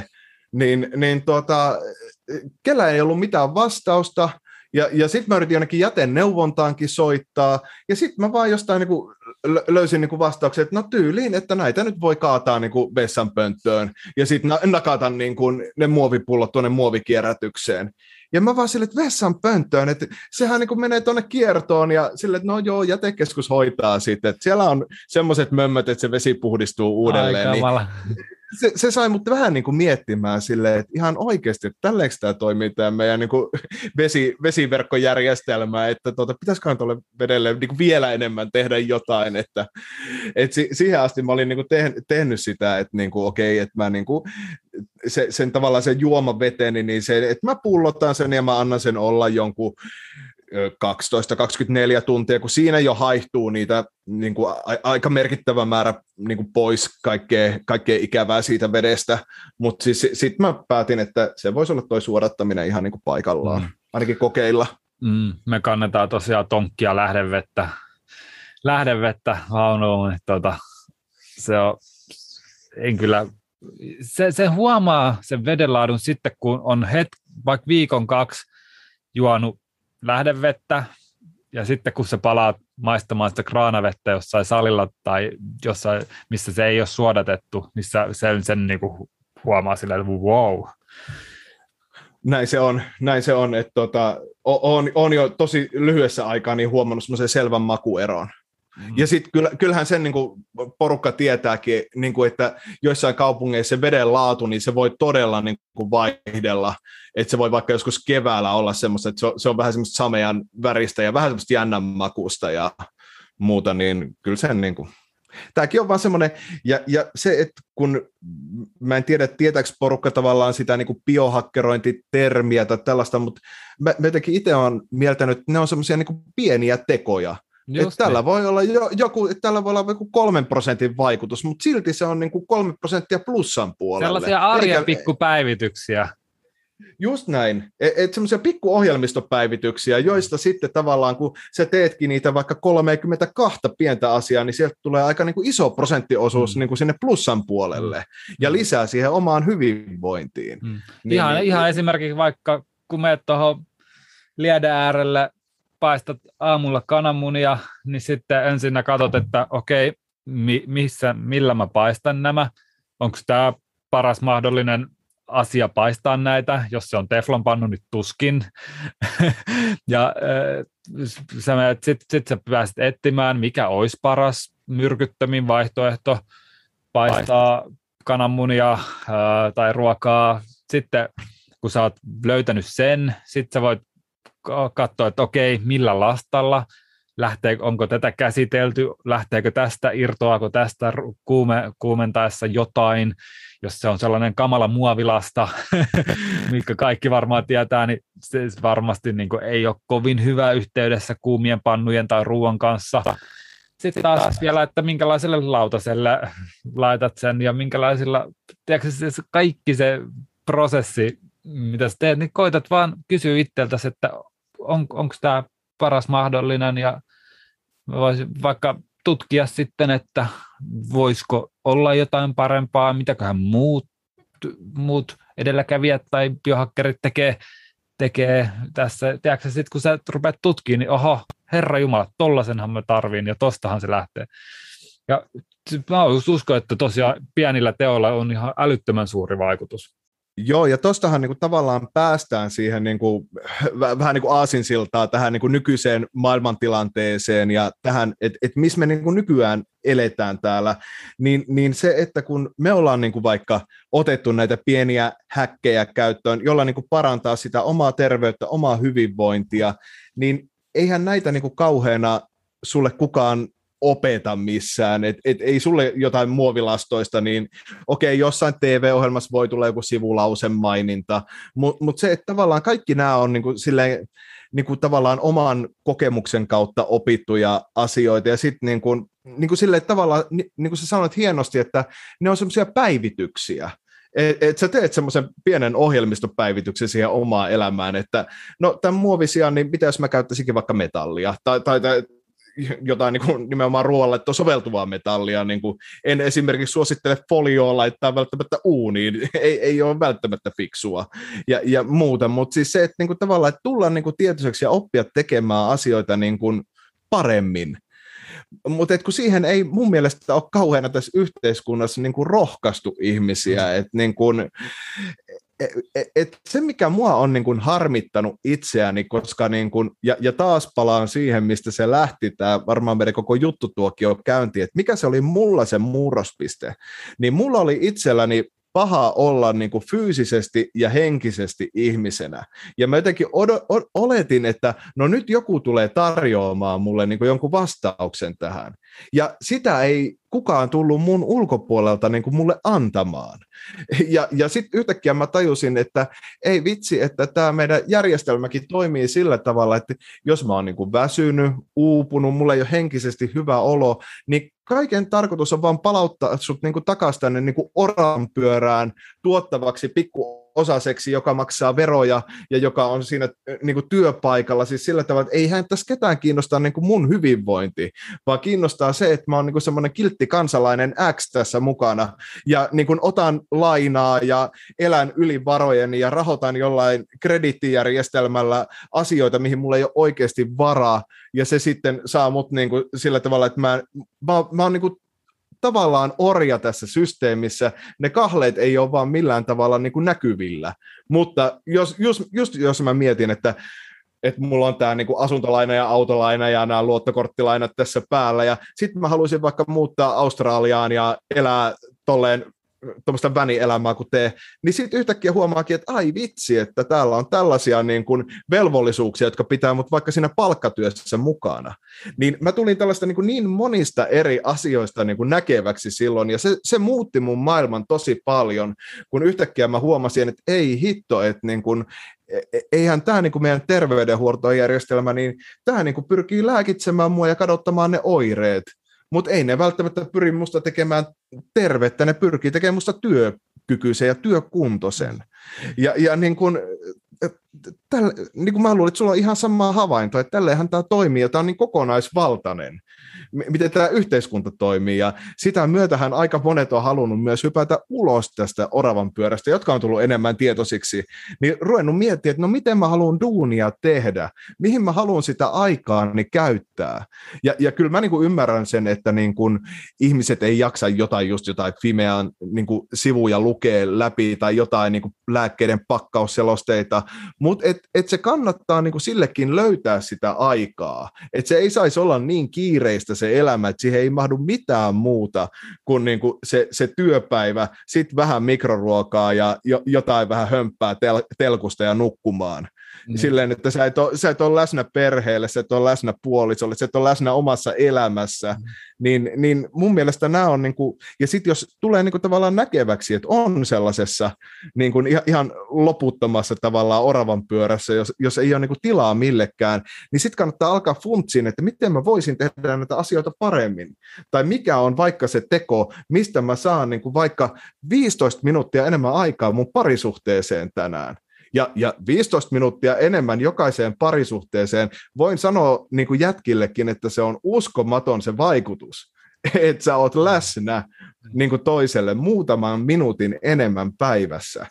Kellä ei ollut mitään vastausta. Ja sitten mä yritin jonnekin jäteneuvontaankin soittaa, ja sitten mä vaan jostain löysin vastauksen, että no tyyliin, että näitä nyt voi kaataa vessanpönttöön, ja sitten nakata ne muovipullot tuonne muovikierrätykseen. Ja mä vaan silleen, että vessanpönttöön, että sehän menee tuonne kiertoon, ja silleen, että no joo, jätekeskus hoitaa sitten, että siellä on semmoiset mömmöt, että se vesi puhdistuu uudelleen. Se sai mut vähän miettimään silleen, että ihan oikeasti, että tälleekö tämä toimii tämä meidän vesiverkkojärjestelmä, että pitäisiköhän tuolle vedelle vielä enemmän tehdä jotain, että siihen asti mä olin tehnyt sitä, että okei, että mä sen tavallaan sen juomaveteni, niin se, että mä pullotan sen ja mä annan sen olla jonkun 12-24 tuntia, kun siinä jo haihtuu niitä aika merkittävä määrä pois kaikkea ikävää siitä vedestä, mutta siis sitten mä päätin, että se voisi olla toi suodattaminen ihan paikallaan, ainakin kokeilla. Me kannetaan tosiaan tonkkia lähdevettä vaunuun, se on, en kyllä, se huomaa sen vedenlaadun sitten, kun on vaikka viikon 2 juonut lähdevettä, ja sitten kun sä palaat maistamaan sitä kraanavettä jossain salilla tai jossain, missä se ei ole suodatettu, niin sen niin kuin huomaa silleen, että wow. Näin se on, että on jo tosi lyhyessä aikaa niin huomannut semmoisen selvän makueron. Ja sitten kyllähän sen niin kuin porukka tietääkin, niin kuin, että joissain kaupungeissa se veden laatu, niin se voi todella niin kuin vaihdella, että se voi vaikka joskus keväällä olla semmoista, että se on vähän semmoista samean väristä ja vähän semmoista jännän makusta ja muuta, niin kyllä sen niin kuin. Tämäkin on vaan semmoinen, ja se, että kun mä en tiedä, tietääkö porukka tavallaan sitä niin kuin biohakkerointitermiä tai tällaista, mutta mä jotenkin itse olen mieltänyt, että ne on semmoisia niin kuin pieniä tekoja. Että tällä voi olla tällä voi olla joku 3% vaikutus, mutta silti se on niin kuin 3% plussan puolelle. Sellaisia arjen pikkupäivityksiä. Just näin, että semmoisia pikkuohjelmistopäivityksiä, joista sitten tavallaan, kun sä teetkin niitä vaikka 32 pientä asiaa, niin sieltä tulee aika niin kuin iso prosenttiosuus niin kuin sinne plussan puolelle ja lisää siihen omaan hyvinvointiin. Ihan esimerkiksi vaikka, kun menet tuohon lieden äärelle, paistat aamulla kananmunia, niin sitten ensin katsot, että okei, millä mä paistan nämä, onko tämä paras mahdollinen asia paistaa näitä, jos se on teflonpannu, niin tuskin. Ja sitten sä pääset etsimään, mikä olisi paras myrkyttömin vaihtoehto paistaa kananmunia tai ruokaa. Sitten kun sä oot löytänyt sen, sitten sä voit katsoa, että okei, millä lastalla, onko tätä käsitelty, lähteekö tästä, irtoako tästä kuumentaessa jotain, jos se on sellainen kamala muovilasta, mitkä kaikki varmaan tietää, niin se varmasti niin kuin ei ole kovin hyvä yhteydessä kuumien pannujen tai ruoan kanssa. Sitten taas vielä, että minkälaiselle lautaselle laitat sen ja minkälaisilla, tiedätkö, kaikki se prosessi, mitä sä teet, niin koitat vaan kysyä itseltäsi, että onko tämä paras mahdollinen ja voisin vaikka tutkia sitten, että voisiko olla jotain parempaa, mitäköhän muut edelläkävijät tai biohakkerit tekee tässä. Tiedätkö sitten, kun sä rupeat tutkimaan, niin oho, herra jumala, tollaisenhan mä tarviin ja tostahan se lähtee. Ja mä uskon, että tosiaan pienillä teoilla on ihan älyttömän suuri vaikutus. Joo, ja tuostahan niinku tavallaan päästään siihen niinku, vähän niin kuin aasinsiltaa tähän niinku nykyiseen maailmantilanteeseen ja tähän, että missä me niinku nykyään eletään täällä, niin se, että kun me ollaan niinku vaikka otettu näitä pieniä häkkejä käyttöön, jolla niinku parantaa sitä omaa terveyttä, omaa hyvinvointia, niin eihän näitä niinku kauheana sulle kukaan opeta missään, et ei sulle jotain muovilastoista, niin okei, jossain TV-ohjelmassa voi tulla joku sivulausen maininta, mutta se, että tavallaan kaikki nämä on niinku silleen, niinku tavallaan oman kokemuksen kautta opittuja asioita, ja sitten niinku silleen tavallaan, niin kuin sä sanoit hienosti, että ne on semmoisia päivityksiä, että sä teet semmoisen pienen ohjelmistopäivityksen siihen omaan elämään, että no tämän muovisian, niin mitä jos mä käyttäisinkin vaikka metallia, tai jotain niin kuin nimenomaan ruoalle soveltuvaa metallia, niin kuin en esimerkiksi suosittele folioa laittaa välttämättä uuniin, ei ole välttämättä fiksua ja muuta, mutta siis se, että niin kuin tavallaan että tulla niin kuin tietoiseksi ja oppia tekemään asioita niin kuin paremmin, mutta kun siihen ei mun mielestä ole kauheana tässä yhteiskunnassa niin kuin rohkaistu ihmisiä, että niin kuin, se, mikä mua on niin kuin harmittanut itseäni, koska niin kuin, ja taas palaan siihen, mistä se lähti, tämä varmaan meidän koko juttutuokio käyntiin, että mikä se oli mulla se murrospiste, niin mulla oli itselläni paha olla niin kuin fyysisesti ja henkisesti ihmisenä. Ja mä jotenkin oletin, että no nyt joku tulee tarjoamaan mulle niin kuin jonkun vastauksen tähän. Ja sitä ei kukaan tullut mun ulkopuolelta niin kuin mulle antamaan. Ja sitten yhtäkkiä mä tajusin, että ei vitsi, että tämä meidän järjestelmäkin toimii sillä tavalla, että jos mä oon niin kuin väsynyt, uupunut, mulla ei ole henkisesti hyvä olo, niin kaiken tarkoitus on vaan palauttaa sut niin kuin takaisin tänne niin kuin oravanpyörään tuottavaksi pikku työosaiseksi, joka maksaa veroja ja joka on siinä niin kuin työpaikalla, siis sillä tavalla, että eihän tässä ketään kiinnostaa niin kuin mun hyvinvointi, vaan kiinnostaa se, että mä oon niin kuin semmoinen kiltti kansalainen X tässä mukana ja niin kuin otan lainaa ja elän yli varojeni ja rahoitan jollain krediittijärjestelmällä asioita, mihin mulla ei ole oikeasti varaa, ja se sitten saa mut niin kuin sillä tavalla, että mä oon niin kuin tavallaan orja tässä systeemissä, ne kahleet ei ole vaan millään tavalla niin kuin näkyvillä, mutta jos mä mietin, että mulla on tämä niin kuin asuntolaina ja autolaina ja nämä luottokorttilainat tässä päällä, ja sitten mä haluaisin vaikka muuttaa Australiaan ja elää tolleen tuommoista vänielämää kuin tee, niin sitten yhtäkkiä huomaakin, että ai vitsi, että täällä on tällaisia niin kuin velvollisuuksia, jotka pitää mut vaikka siinä palkkatyössä mukana. Niin mä tulin tällaista niin monista eri asioista niin kuin näkeväksi silloin, ja se muutti mun maailman tosi paljon, kun yhtäkkiä mä huomasin, että ei hitto, että niin kuin, eihän tämä niin kuin meidän terveydenhuoltojärjestelmä, niin tämä niin kuin pyrkii lääkitsemään mua ja kadottamaan ne oireet. Mutta ei ne välttämättä pyri musta tekemään tervettä, ne pyrkii tekemään musta työkykyisen ja työkuntoisen. Ja niin kun mä luulen, että sulla on ihan sama havainto, että tälleenhän tämä toimii, ja tämä on niin kokonaisvaltainen, miten tämä yhteiskunta toimii, ja sitä myötähän aika monet on halunnut myös hypätä ulos tästä oravan pyörästä, jotka on tullut enemmän tietoisiksi, niin ruvennut miettimään, että no miten mä haluan duunia tehdä, mihin mä haluan sitä aikaani käyttää, ja kyllä mä niin kuin ymmärrän sen, että niin kuin ihmiset ei jaksa jotain Fimean niin kuin sivuja lukea läpi, tai jotain niin kuin lääkkeiden pakkausselosteita, mutta et se kannattaa niin kuin sillekin löytää sitä aikaa, että se ei saisi olla niin kiireistä se elämä, että siihen ei mahdu mitään muuta kuin niinku se työpäivä, sitten vähän mikroruokaa ja jotain vähän hömppää telkusta ja nukkumaan. Silleen, että sä et ole läsnä perheelle, sä et ole läsnä puolisolle, sä et ole läsnä omassa elämässä, niin mun mielestä nämä on, niinku, ja sitten jos tulee niinku tavallaan näkeväksi, että on sellaisessa niinku ihan loputtomassa tavallaan oravan pyörässä, jos ei ole niinku tilaa millekään, niin sitten kannattaa alkaa funtsiin, että miten mä voisin tehdä näitä asioita paremmin, tai mikä on vaikka se teko, mistä mä saan niinku vaikka 15 minuuttia enemmän aikaa mun parisuhteeseen tänään. Ja 15 minuuttia enemmän jokaiseen parisuhteeseen, voin sanoa niin kuin jätkillekin, että se on uskomaton se vaikutus, että sä oot läsnä niin kuin toiselle muutaman minuutin enemmän päivässä.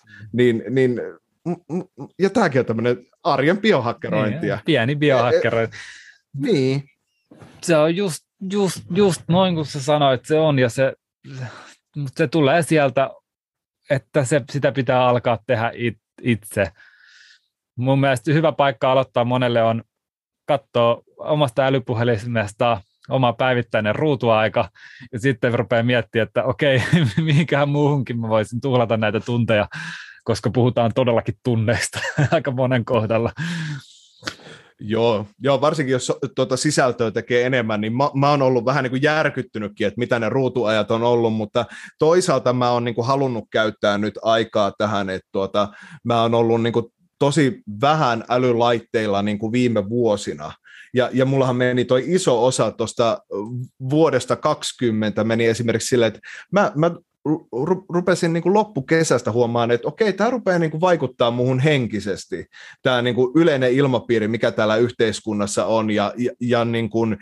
Ja tämäkin on tämmöinen arjen biohakkerointia. Pieni biohakkerointi. Niin. Se on just noin kuin sä sanoit, se on, ja se tulee sieltä, että sitä pitää alkaa tehdä itse. Mun mielestä hyvä paikka aloittaa monelle on katsoa omasta älypuhelimesta oma päivittäinen ruutuaika, ja sitten rupeaa miettimään, että okei, mihinkähän muuhunkin mä voisin tuhlata näitä tunteja, koska puhutaan todellakin tunneista aika monen kohdalla. Joo, varsinkin jos sisältöä tekee enemmän, niin mä oon ollut vähän niin kuin järkyttynytkin, että mitä ne ruutuajat on ollut, mutta toisaalta mä oon niin kuin halunnut käyttää nyt aikaa tähän, että mä oon ollut niin kuin tosi vähän älylaitteilla niin kuin viime vuosina, ja mullahan meni toi iso osa tuosta vuodesta 2020 meni esimerkiksi silleen, että mä rupesin niin kuin loppukesästä huomaan, että okei, tämä rupeaa niin kuin vaikuttaa muuhun henkisesti, tämä niin kuin yleinen ilmapiiri, mikä täällä yhteiskunnassa on, ja niin kuin,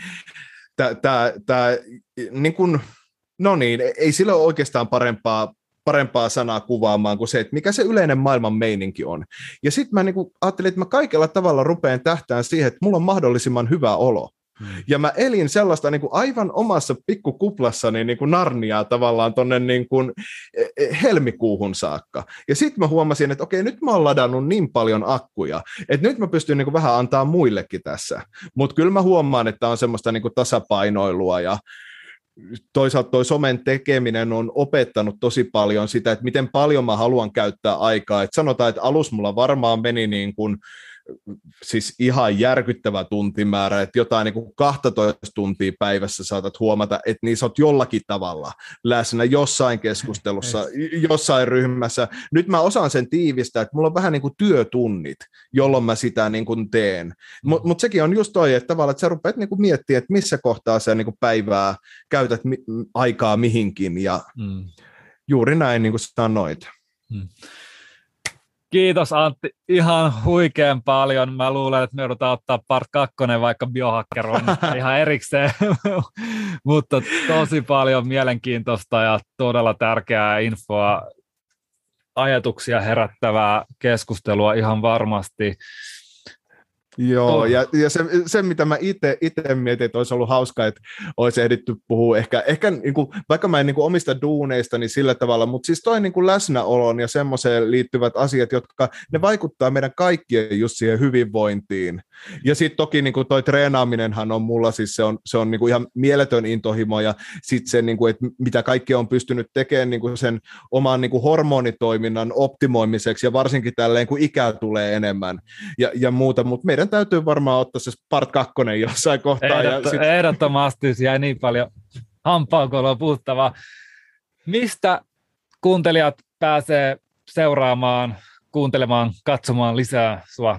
niin kuin, no niin, ei sillä ole oikeastaan parempaa sanaa kuvaamaan kuin se, että mikä se yleinen maailman meininki on. Ja sitten mä niin kuin ajattelin, että mä kaikella tavalla rupean tähtään siihen, että mulla on mahdollisimman hyvä olo. Ja mä elin sellaista niin kuin aivan omassa pikkukuplassani niin kuin Narniaa tavallaan tuonne niin kuin helmikuuhun saakka. Ja sitten mä huomasin, että okei, nyt mä oon ladannut niin paljon akkuja, että nyt mä pystyn niin kuin vähän antaa muillekin tässä. Mutta kyllä mä huomaan, että on semmoista niin kuin tasapainoilua, ja toisaalta toi somen tekeminen on opettanut tosi paljon sitä, että miten paljon mä haluan käyttää aikaa. Et sanotaan, että alussa mulla varmaan meni niin kuin siis ihan järkyttävä tuntimäärä, että jotain niin kuin 12 tuntia päivässä saatat huomata, että niissä olet jollakin tavalla läsnä jossain keskustelussa, jossain ryhmässä. Nyt mä osaan sen tiivistää, että mulla on vähän niin kuin työtunnit, jolloin mä sitä niin kuin teen. Mutta sekin on just toi, että tavallaan, että sä rupeat niin kuin miettimään, että missä kohtaa sä niin kuin päivää käytät aikaa mihinkin, ja juuri näin niin kuin sanoit. Kiitos Antti ihan huikean paljon. Mä luulen, että me joudutaan ottaa part 2 vaikka Biohacker on ihan erikseen, mutta tosi paljon mielenkiintoista ja todella tärkeää infoa, ajatuksia herättävää keskustelua ihan varmasti. Joo, ja se mitä mä itse mietin, että olisi ollut hauska, että olisi ehditty puhua ehkä niin kuin, vaikka mä en niin kuin omista duuneista, niin sillä tavalla, mutta siis toi niin kuin läsnäolon ja semmoiseen liittyvät asiat, jotka ne vaikuttaa meidän kaikkien just siihen hyvinvointiin. Ja sitten toki niin kuin toi treenaaminenhan on mulla, siis se on niin kuin ihan mieletön intohimo, ja sitten se, niin kuin, että mitä kaikkea on pystynyt tekemään niin kuin sen oman niin kuin hormonitoiminnan optimoimiseksi, ja varsinkin tälleen, kun ikää tulee enemmän ja muuta, mutta meidän täytyy varmaan ottaa se part 2 jossain kohtaa. Ehdottomasti jäi niin paljon hampaankoloa puhuttavaa. Mistä kuuntelijat pääsee seuraamaan, kuuntelemaan, katsomaan lisää sua?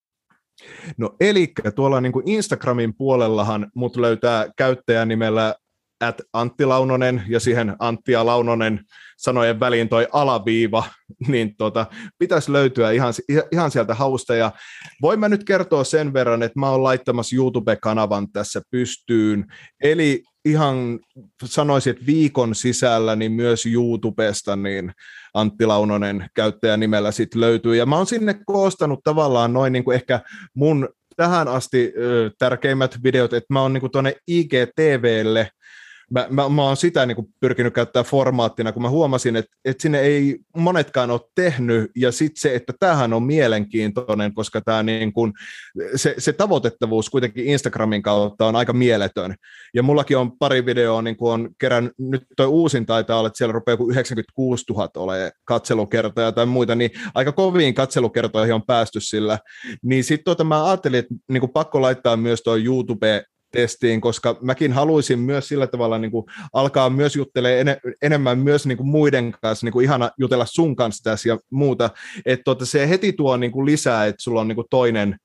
No elikkä tuolla niin kuin Instagramin puolellahan mut löytää käyttäjänimellä @Antti-Launonen ja siihen Antti ja Launonen sanojen väliin toi alaviiva, niin pitäisi löytyä ihan sieltä hausta. Ja voin mä nyt kertoa sen verran, että mä oon laittamassa YouTube-kanavan tässä pystyyn, eli ihan sanoisin, että viikon sisällä niin myös YouTubesta niin Antti Launonen käyttäjänimellä sit löytyy. Ja mä oon sinne koostanut tavallaan noin niin kuin ehkä mun tähän asti tärkeimmät videot, että mä oon niin kuin tuonne IGTVlle, Mä oon sitä niin kuin pyrkinyt käyttää formaattina, kun mä huomasin, että sinne ei monetkaan ole tehnyt, ja sitten se, että tämähän on mielenkiintoinen, koska tämä niin kuin, se tavoitettavuus kuitenkin Instagramin kautta on aika mieletön. Ja mullakin on pari videoa, niin kuin on kerännyt, nyt toi uusin taitaa olla, että siellä rupeaa joku 96 000 olemaan katselukertoja tai muita, niin aika koviin katselukertoihin on päästy sillä. Niin sitten mä ajattelin, että niin kuin pakko laittaa myös tuo YouTube-testiin, koska mäkin haluaisin myös sillä tavalla niin kuin alkaa myös juttelemaan enemmän myös niin kuin muiden kanssa, niin kuin ihana jutella sun kanssa tässä ja muuta, että se heti tuo niin kuin lisää, että sulla on niin kuin toinen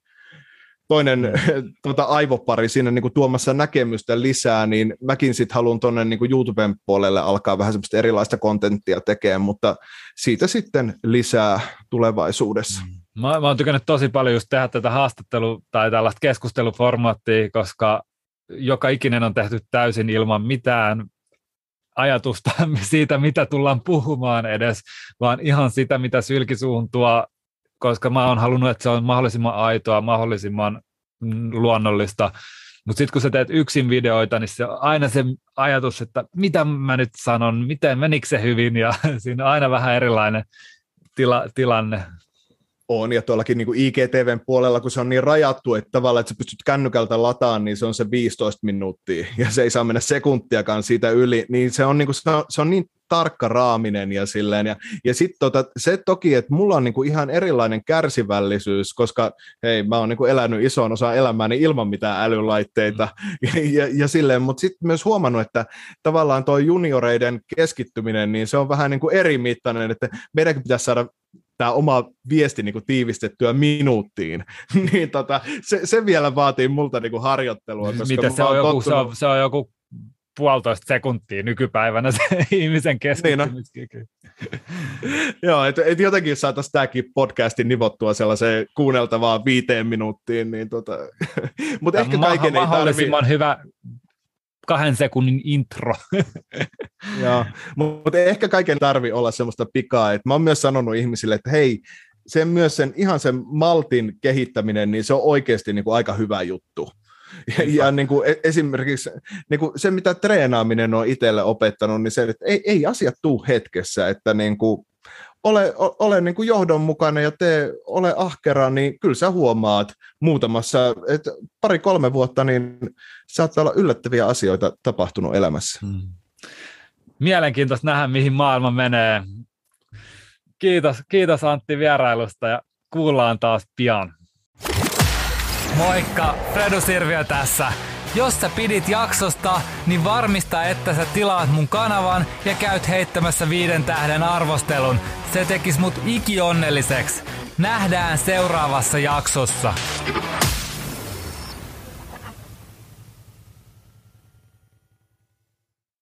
aivopari siinä niin kuin tuomassa näkemystä lisää, niin mäkin sitten haluan tuonne niin kuin YouTuben puolelle alkaa vähän semmoista erilaista kontenttia tekemään, mutta siitä sitten lisää tulevaisuudessa. Mä oon tykännyt tosi paljon just tehdä tätä haastattelua tai tällaista keskusteluformaattia, koska joka ikinen on tehty täysin ilman mitään ajatusta siitä, mitä tullaan puhumaan edes, vaan ihan sitä, mitä sylkisuuhun tuo, koska mä oon halunnut, että se on mahdollisimman aitoa, mahdollisimman luonnollista. Mutta sitten kun sä teet yksin videoita, niin se on aina se ajatus, että mitä mä nyt sanon, miten menikö se hyvin, ja siinä on aina vähän erilainen tilanne. On, ja tuollakin niin kuin IGTVn puolella, kun se on niin rajattu, että tavallaan, että sä pystyt kännykältä lataamaan, niin se on se 15 minuuttia, ja se ei saa mennä sekuntiakaan siitä yli, niin se on niin, kuin, se on niin tarkka raaminen ja silleen, ja sitten se toki, että mulla on niin kuin ihan erilainen kärsivällisyys, koska hei, mä oon niin kuin elänyt ison osan elämääni ilman mitään älylaitteita, ja silleen, mutta sitten myös huomannut, että tavallaan tuo junioreiden keskittyminen, niin se on vähän niin kuin eri mittainen, että meidänkin pitäisi saada tämä oma viesti niin kuin tiivistettyä minuuttiin, niin se vielä vaatii multa niin kuin harjoittelua. Koska mitä se on joku 1,5 sekuntia nykypäivänä se ihmisen keskittymiskyky. Niin joo, että jotenkin saataisiin tämäkin podcastin nivottua sellaiseen kuunneltavaan 5 minuuttiin. Niin mutta ehkä kaiken ei mahdollisimman hyvä 2 sekunnin intro. Joo, mutta ehkä kaiken tarvitse olla semmoista pikaa. Että mä oon myös sanonut ihmisille, että hei, sen maltin kehittäminen, niin se on oikeasti niin kuin aika hyvä juttu. Ja niin kuin esimerkiksi niin kuin se, mitä treenaaminen on itselle opettanut, niin se, että ei asiat tule hetkessä, että niin kuin ole niin kuin johdonmukainen ja ole ahkera, niin kyllä sä huomaat muutamassa, että 2-3 vuotta, niin saattaa olla yllättäviä asioita tapahtunut elämässä. Mielenkiintoista nähdä, mihin maailma menee. Kiitos Antti vierailusta ja kuullaan taas pian. Moikka, Fredu Sirviö tässä. Jos sä pidit jaksosta, niin varmista, että sä tilaat mun kanavan ja käyt heittämässä 5 tähden arvostelun. Se tekis mut ikionnelliseksi. Nähdään seuraavassa jaksossa.